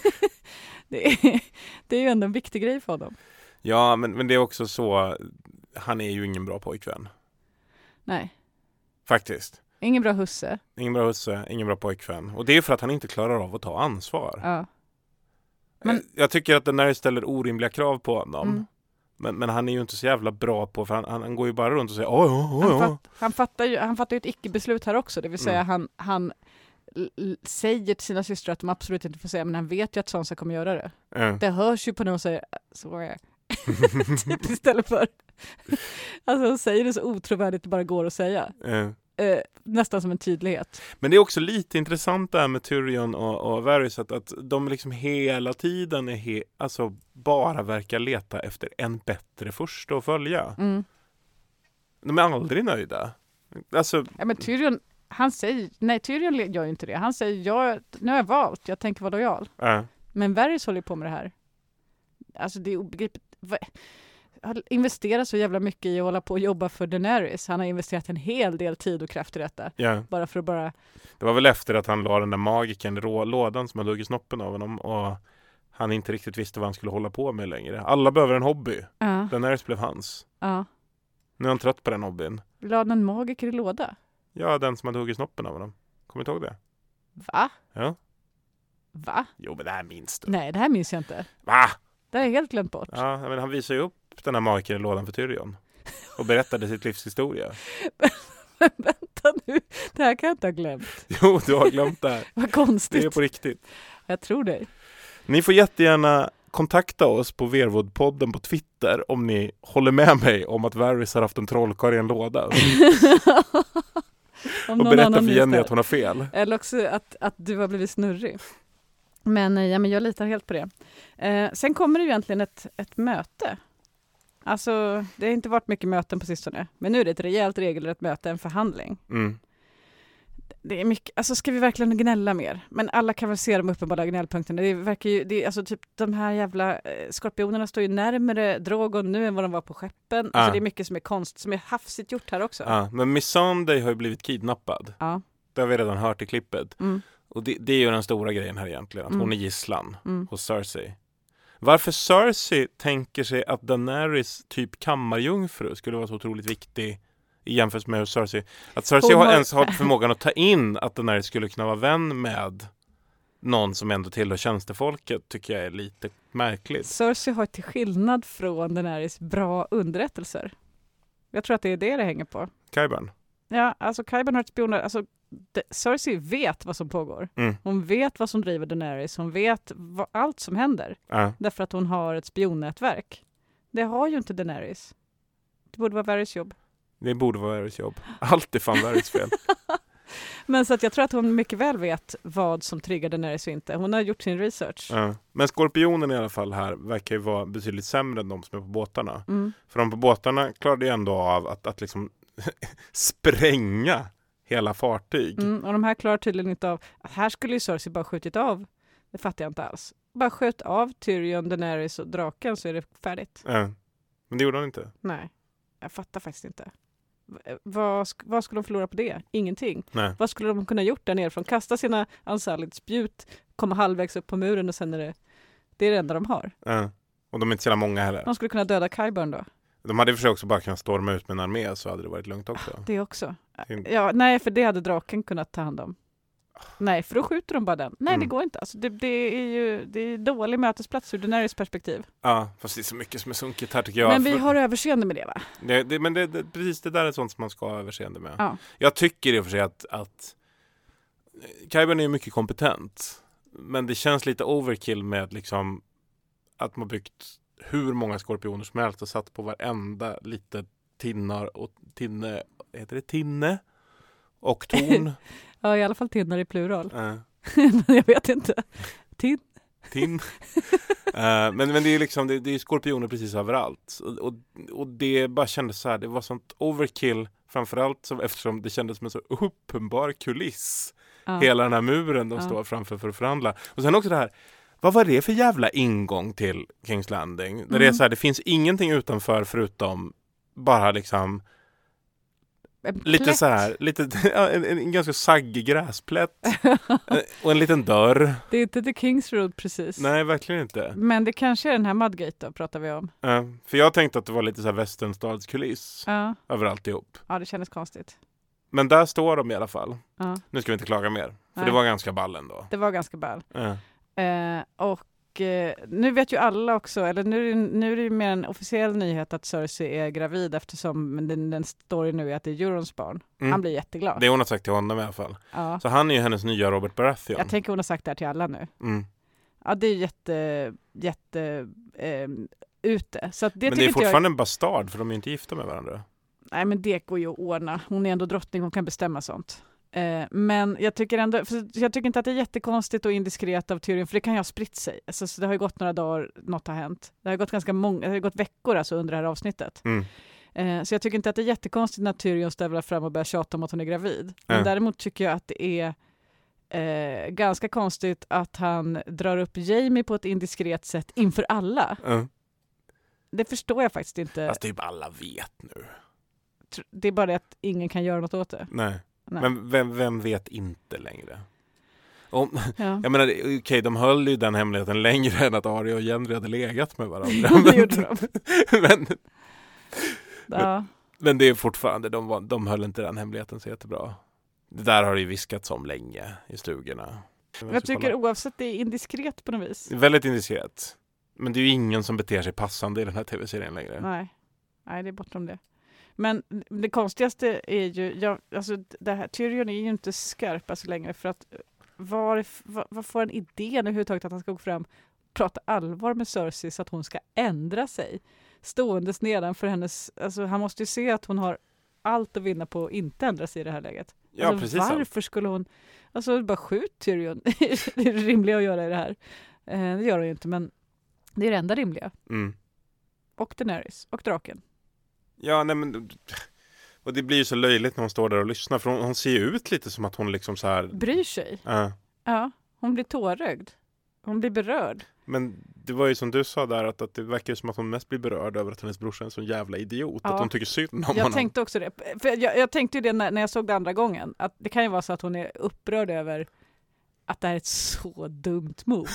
det, är, det är ju ändå en viktig grej för honom. Ja, men, men det är också så, han är ju ingen bra pojkvän. Nej. Faktiskt. Ingen bra husse. Ingen bra husse, ingen bra pojkvän. Och det är för att han inte klarar av att ta ansvar. Ja. Men... Jag tycker att den där ställer orimliga krav på honom. Mm. Men, men han är ju inte så jävla bra på, för han, han, han går ju bara runt och säger åh, åh, åh. Han, fatt, han, fattar ju, han fattar ju ett icke-beslut här också. Det vill säga Mm. han, han l- l- säger till sina systrar att de absolut inte får säga, men han vet ju att Sansa kommer göra det. Mm. Det hörs ju på när hon säger så är typ istället för alltså hon säger det så otrovärdigt det bara går att säga. Mm. Eh, nästan som en tydlighet. Men det är också lite intressant där med Tyrion och, och Varys att, att de liksom hela tiden är he, alltså bara verkar leta efter en bättre första att följa. Mm. De är aldrig nöjda. Alltså, Ja, men Tyrion, han säger, nej Tyrion gör ju inte det. Han säger, jag, nu har jag valt, jag tänker vara lojal. äh, Men Varys håller ju på med det här. Alltså det är obegripligt. Va- Han investerar så jävla mycket i att hålla på och jobba för Daenerys. Han har investerat en hel del tid och kraft i detta. ja. Bara för att bara... Det var väl efter att han la den där magiken i rå- lådan som hade huggit snoppen av honom och han inte riktigt visste vad han skulle hålla på med längre. Alla behöver en hobby. Ja, Daenerys blev hans. ja. Nu är han trött på den hobbyn. Lade en magiker i låda? Ja, den som hade huggit snoppen av honom. Kommer du ihåg det? Va? Ja. Va? Jo, men det här minns du. Nej, det här minns jag inte. Va? Det har jag helt glömt bort. Ja, men han visade ju upp den här magiken i lådan för Tyrion. Och berättade sitt livs historia. Men vänta nu, det här kan jag inte ha glömt. Jo, du har glömt det här. Vad konstigt. Det är på riktigt. Jag tror dig. Ni får jättegärna kontakta oss på Verwoodpodden på Twitter om ni håller med mig om att Varys har haft en trollkarl i en låda. Om Och någon berätta annan för Jenny minns att hon har fel. Eller också att, att du har blivit snurrig. Men, eh, ja, men jag litar helt på det. Eh, sen kommer det ju egentligen ett, ett möte. Alltså, det har inte varit mycket möten på sistone. Men nu är det ett rejält regelrätt möte, en förhandling. Mm. Det är mycket, alltså ska vi verkligen gnälla mer? Men alla kan väl se de uppenbara gnällpunkterna. Det verkar ju, det är, alltså typ de här jävla eh, skorpionerna står ju närmare Drogon nu än vad de var på skeppen. Ah. Alltså det är mycket som är konst, som är hafsigt gjort här också. Ja, men Missandei har ju blivit kidnappad. Ja. Det har vi redan hört i klippet. Mm. Och det, det är ju den stora grejen här egentligen. Att Mm. hon är gisslan Mm. hos Cersei. Varför Cersei tänker sig att Daenerys typ kammarjungfru skulle vara så otroligt viktig i jämförelse med Cersei. Att Cersei Hon har har- ens har förmågan att ta in att Daenerys skulle kunna vara vän med någon som ändå tillhör tjänstefolket tycker jag är lite märkligt. Cersei har till skillnad från Daenerys bra underrättelser. Jag tror att det är det det hänger på. Qyburn. Ja, alltså Qyburn har ett spioner... Alltså, de, Cersei vet vad som pågår. Mm. Hon vet vad som driver Daenerys. Hon vet vad, allt som händer. Ja. Därför att hon har ett spionnätverk. Det har ju inte Daenerys. Det borde vara Varys jobb. Det borde vara Varys jobb. Allt är fan Varys fel. Men så att jag tror att hon mycket väl vet vad som triggar Daenerys och inte. Hon har gjort sin research. Ja. Men skorpionen i alla fall här verkar ju vara betydligt sämre än de som är på båtarna. Mm. För de på båtarna klarade ju ändå av att, att liksom spränga hela fartyg. Mm, och de här klarar tydligen inte av, att här skulle ju Cersei bara skjutit av, det fattar jag inte alls. Bara sköt av Tyrion, Daenerys och draken så är det färdigt. Ja. Men det gjorde hon inte. Nej, jag fattar faktiskt inte. V- vad, sk- vad skulle de förlora på det? Ingenting. Nej. Vad skulle de kunna gjort där nerifrån? Kasta sina Unsullied spjut, komma halvvägs upp på muren och sen är det det är det enda de har. Ja. Och de är inte så många heller. De skulle kunna döda Qyburn då. De hade i och för sig också bara kunnat storma ut med en armé så hade det varit lugnt också. Det också. Mm. Ja, nej, för det hade draken kunnat ta hand om. Nej, för då skjuter de bara den. Nej, Mm. det går inte. Alltså, det, det är ju det är dålig mötesplats ur Daenerys perspektiv. Ja, fast det är så mycket som är sunkigt här tycker jag. Men vi För- har överseende med det, va? Det, det, men det, det, precis det där är sånt som man ska ha överseende med. Ja. Jag tycker i och för sig att, att Qyburn är mycket kompetent. Men det känns lite overkill med liksom att man byggt hur många skorpioner som helst och satt på varenda lite tinnar och tinne, heter det tinne? Och torn. Ja, i alla fall tinnar i plural. uh, Jag vet inte. Tin. tin. uh, men, men det är liksom det, det är skorpioner precis överallt. Och, och, och det bara kändes så här, det var sånt overkill framförallt som, eftersom det kändes som en så uppenbar kuliss. Ja. Hela den här muren de Ja. står framför för att förhandla. Och sen också det här, vad var det för jävla ingång till King's Landing? Där Mm. det är så här, det finns ingenting utanför förutom bara liksom En lite plätt. så här, lite, ja, en, en ganska saggig gräsplätt eh, och en liten dörr. Det är inte The King's Road precis. Nej, verkligen inte. Men det kanske är den här Mudgate då, pratar vi om. Eh, för jag tänkte att det var lite så här västernstadskuliss Ja, över alltihop. ja det kändes konstigt. Men där står de i alla fall. Ja. Nu ska vi inte klaga mer. För Nej. det var ganska ball ändå. Det var ganska ball. Eh. Eh, och eh, nu vet ju alla också, eller nu, är det- nu är det ju mer en officiell nyhet att Cersei är gravid eftersom den, den story nu är att det är Eurons barn. Mm. Han blir jätteglad. Det hon har sagt till honom i alla fall. Ja. Så han är ju hennes nya Robert Baratheon. Jag tänker hon har sagt det här till alla nu. Mm. Ja, det är jätte, jätte eh, ute. Så att det Men det tycker är inte fortfarande jag... en bastard för de är ju inte gifta med varandra. Nej, men det går ju att ordna. Hon är ändå drottning, hon kan bestämma sånt. Eh, men jag tycker ändå, för jag tycker inte att det är jättekonstigt och indiskret av Tyrion, för det kan ju ha spritt sig. Alltså, så det har ju gått några dagar, något har hänt. Det har gått ganska många, det har gått veckor alltså under det här avsnittet. Mm. Eh, så jag tycker inte att det är jättekonstigt när Tyrion stävlar fram och börjar tjata om att hon är gravid. Men Ja. däremot tycker jag att det är eh, ganska konstigt att han drar upp Jaime på ett indiskret sätt inför alla. Uh. Det förstår jag faktiskt inte. Fast typ alla vet nu. Tr- Det är bara det att ingen kan göra något åt det. Nej. Nej. Men vem, vem vet inte längre? Om, Ja. jag menar, okej, okay, de höll ju den hemligheten längre än att Arya och Gendry hade legat med varandra. Ja, det gjorde men, de. men, Ja. men det är fortfarande, de, var, de höll inte den hemligheten så jättebra. Det där har ju viskats om länge i stugorna. Jag tycker oavsett det är indiskret på något vis. Väldigt indiskret. Men det är ju ingen som beter sig passande i den här tv-serien längre. Nej. Nej, det är bortom det. Men det konstigaste är ju, jag, alltså det här, Tyrion är ju inte skarp alltså längre för att var, var, var får en idén överhuvudtaget att han ska gå fram och prata allvar med Cersei så att hon ska ändra sig ståendes nedanför hennes, alltså han måste ju se att hon har allt att vinna på att inte ändra sig i det här läget. Ja, alltså, precis. varför skulle hon, alltså bara skjut Tyrion, det är det rimliga att göra i det här. Eh, det gör hon ju inte, men det är det enda rimliga. Mm. Och Daenerys, och draken. Ja, nej men... Och det blir ju så löjligt när hon står där och lyssnar. För hon, hon ser ju ut lite som att hon liksom så här... Bryr sig. Ja. Ja, hon blir tårögd. Hon blir berörd. Men det var ju som du sa där att, att det verkar som att hon mest blir berörd över att hennes brorsa är en sån jävla idiot. Ja. Att hon tycker synd om Jag honom. tänkte också det. För jag, jag tänkte ju det när, när jag såg det andra gången. Att det kan ju vara så att hon är upprörd över att det här är ett så dumt move.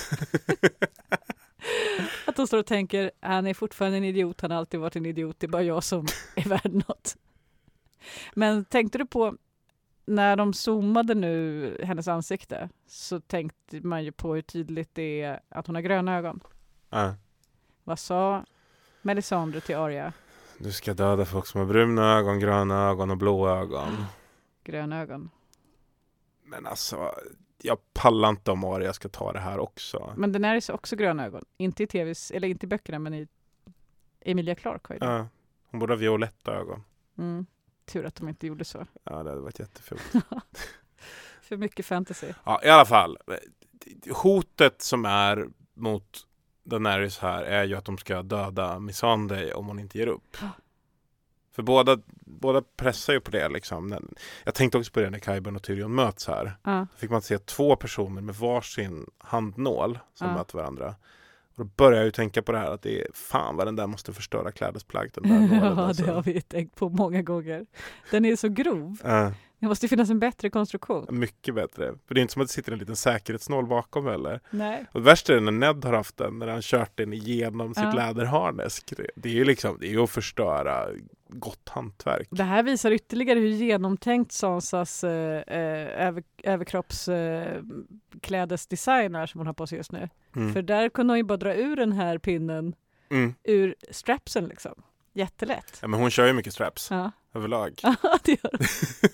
Att hon står och tänker, han är fortfarande en idiot, han har alltid varit en idiot, det är bara jag som är värd något. Men tänkte du på, när de zoomade nu hennes ansikte, så tänkte man ju på hur tydligt det är att hon har gröna ögon. Ja. Vad sa Melisandre till Arya? Du ska döda folk som har bruna ögon, gröna ögon och blå ögon. Gröna ögon. Men alltså, jag pallar inte om Arya ska ta det här också. Men den är också gröna ögon. Inte i tvs, eller inte i böckerna, men i Emilia Clarke har ju det. Ja, hon borde ha violetta ögon. Mm. Tur att de inte gjorde så. Ja, det hade varit jättefult. För mycket fantasy. Ja, i alla fall. Hotet som är mot Daenerys här är ju att de ska döda Missandei om hon inte ger upp. För båda, båda pressar ju på det liksom. Jag tänkte också på det när Qyburn och Tyrion möts här. Ja. Då fick man se två personer med varsin handnål som Ja. möter varandra. Och då börjar jag ju tänka på det här att det är fan vad den där måste förstöra klädesplagg. Den där nålen, Ja, alltså. det har vi tänkt på många gånger. Den är så grov. Uh, Det måste finnas en bättre konstruktion. mycket bättre. För det är inte som att det sitter en liten säkerhetsnål bakom heller. Nej. Och det värsta är när Ned har haft den, när han kört den igenom sitt Ja. läderharnesk. Det, det är ju liksom, det är ju att förstöra gott hantverk. Det här visar ytterligare hur genomtänkt Sansas eh, eh, över, överkroppsklädesdesign är som hon har på sig just nu. Mm. För där kunde hon ju bara dra ur den här pinnen Mm. ur strapsen liksom. Jättelätt. Ja, men hon kör ju mycket straps Ja, överlag. ja det gör hon.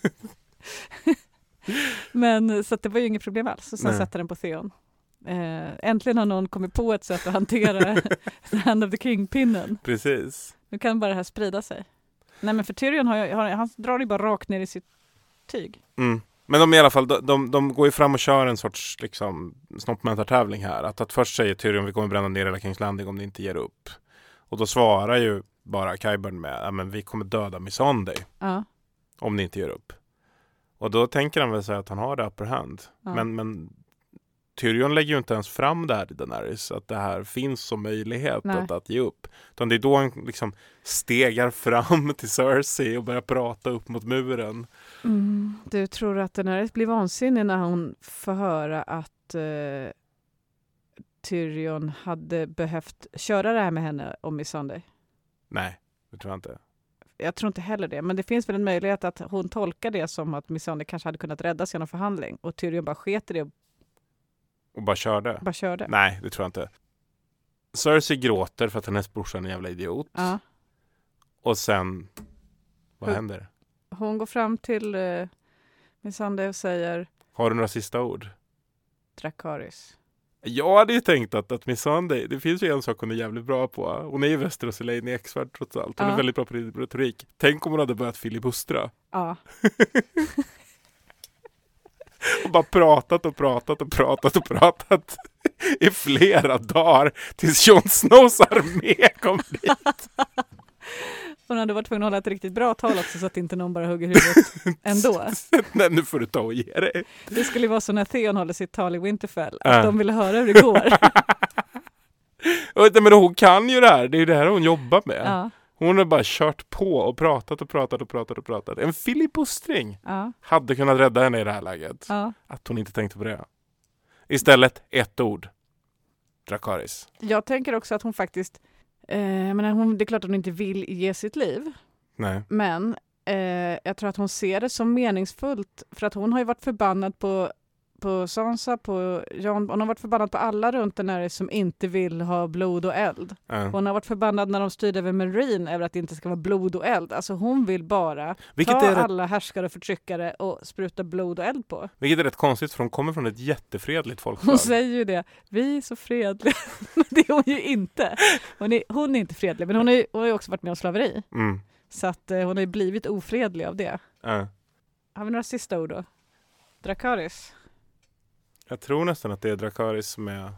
Men så att det var ju inget problem alls. Och sen Nej. sätter den på Theon. Eh, äntligen har någon kommit på ett sätt att hantera Hand of the King-pinnen. Precis. Nu kan bara det här sprida sig. Nej men för Tyrion har, ju- har han drar ju bara rakt ner i sitt tyg. Mm. Men de i alla fall, de, de, de går ju fram och kör en sorts liksom, snoppmätartävling här. Att, att först säger Tyrion vi kommer bränna ner hela Kings Landing om ni inte ger upp. Och då svarar ju bara Qyburn med ja, men vi kommer döda Missandei Ja. om ni inte ger upp. Och då tänker han väl säga att han har det upper hand. Ja. Men, men Tyrion lägger ju inte ens fram det här till Daenerys. Att det här finns som möjlighet att, att ge upp. Utan det är då han liksom stegar fram till Cersei och börjar prata upp mot muren. Mm. Du tror att Daenerys blir vansinnig när hon får höra att eh, Tyrion hade behövt köra det här med henne om Missandei? Nej, det tror jag inte. Jag tror inte heller det. Men det finns väl en möjlighet att hon tolkar det som att Missandei kanske hade kunnat räddas genom förhandling. Och Tyrion bara sket i det och Och bara körde. bara körde. Nej, det tror jag inte. Cersei gråter för att hennes brorsa är en jävla idiot. Ja. Och sen, vad Hur- händer? Hon går fram till eh, Missandei och säger Har du några sista ord? Dracarys. Jag hade ju tänkt att, att Missandei, det finns ju en sak hon är jävligt bra på. Hon är ju Västerås Elaine Eksvärd trots allt. Hon Ja. är väldigt bra på retorik. Tänk om hon hade börjat filibustra. Ja. Och bara pratat och pratat och pratat och pratat i flera dagar tills Jon Snows armé kom dit. Hon hade varit tvungen att hålla ett riktigt bra tal också så att inte någon bara hugger huvudet ändå. Nej, nu får du ta och ge dig. Det skulle vara så när Theon håller sitt tal i Winterfell. Att Ja. de ville höra hur det går. Och, men hon kan ju det här. Det är ju det här hon jobbar med. Ja. Hon har bara kört på och pratat och pratat och pratat och pratat. En filibustring Ja. hade kunnat rädda henne i det här läget. Ja. Att hon inte tänkte på det. Istället ett ord. Dracarys. Jag tänker också att hon faktiskt, eh, jag menar, hon, det är klart att hon inte vill ge sitt liv. Nej. Men eh, jag tror att hon ser det som meningsfullt. För att hon har ju varit förbannad på, på Sansa, på Jon. Hon har varit förbannad på alla runt den här som inte vill ha blod och eld. Ja. Hon har varit förbannad när de styrde över Meereen över att det inte ska vara blod och eld. Alltså hon vill bara Vilket ta är rätt- alla härskare och förtryckare och spruta blod och eld på. Vilket är rätt konstigt för hon kommer från ett jättefredligt Hon folkslag. säger ju det. Vi är så fredliga. Men det är hon ju inte. Hon är, hon är inte fredlig. Men hon, är, hon har ju också varit med om slaveri. Mm. Så att eh, hon har ju blivit ofredlig av det. Ja. Har vi några sista ord då? Dracarys. Jag tror nästan att det är Dracarys som är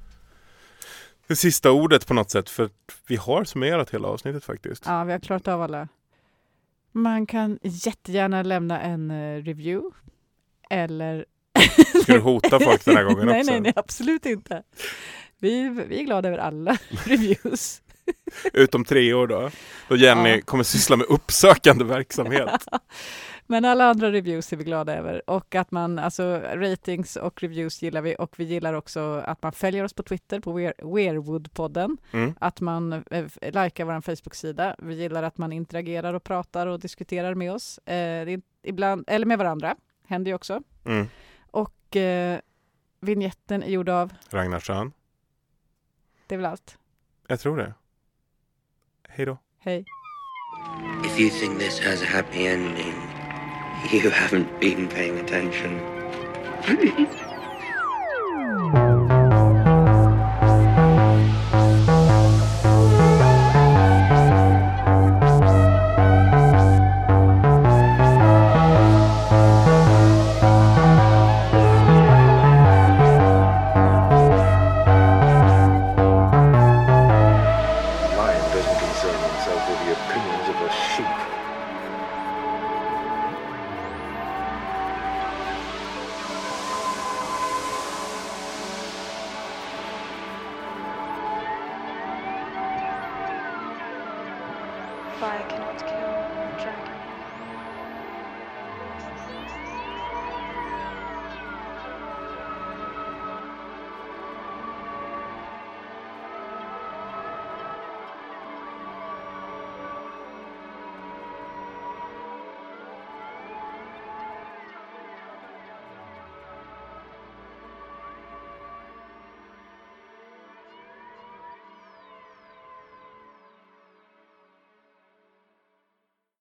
det sista ordet på något sätt. För vi har summerat hela avsnittet faktiskt. Ja, vi har klarat av alla. Man kan jättegärna lämna en uh, review. Eller... Ska du hota folk den här gången nej, också? Nej, nej, absolut inte. Vi, vi är glada över alla reviews. Utom tre år då. Då Jenny Ja. kommer syssla med uppsökande verksamhet. Men alla andra reviews är vi glada över. Och att man, alltså ratings och reviews gillar vi. Och vi gillar också att man följer oss på Twitter på Weirwood-podden. Mm. Att man eh, likar vår Facebook-sida. Vi gillar att man interagerar och pratar och diskuterar med oss. Eh, det är ibland, eller med varandra. Händer ju också. Mm. Och eh, vignetten är gjord av... Ragnar Schön. Det är väl allt. Jag tror det. Hej då. Hej. If you think this has a happy ending, you haven't been paying attention. Lion doesn't concern himself himself with the opinions of a sheep. Fire cannot kill, dragon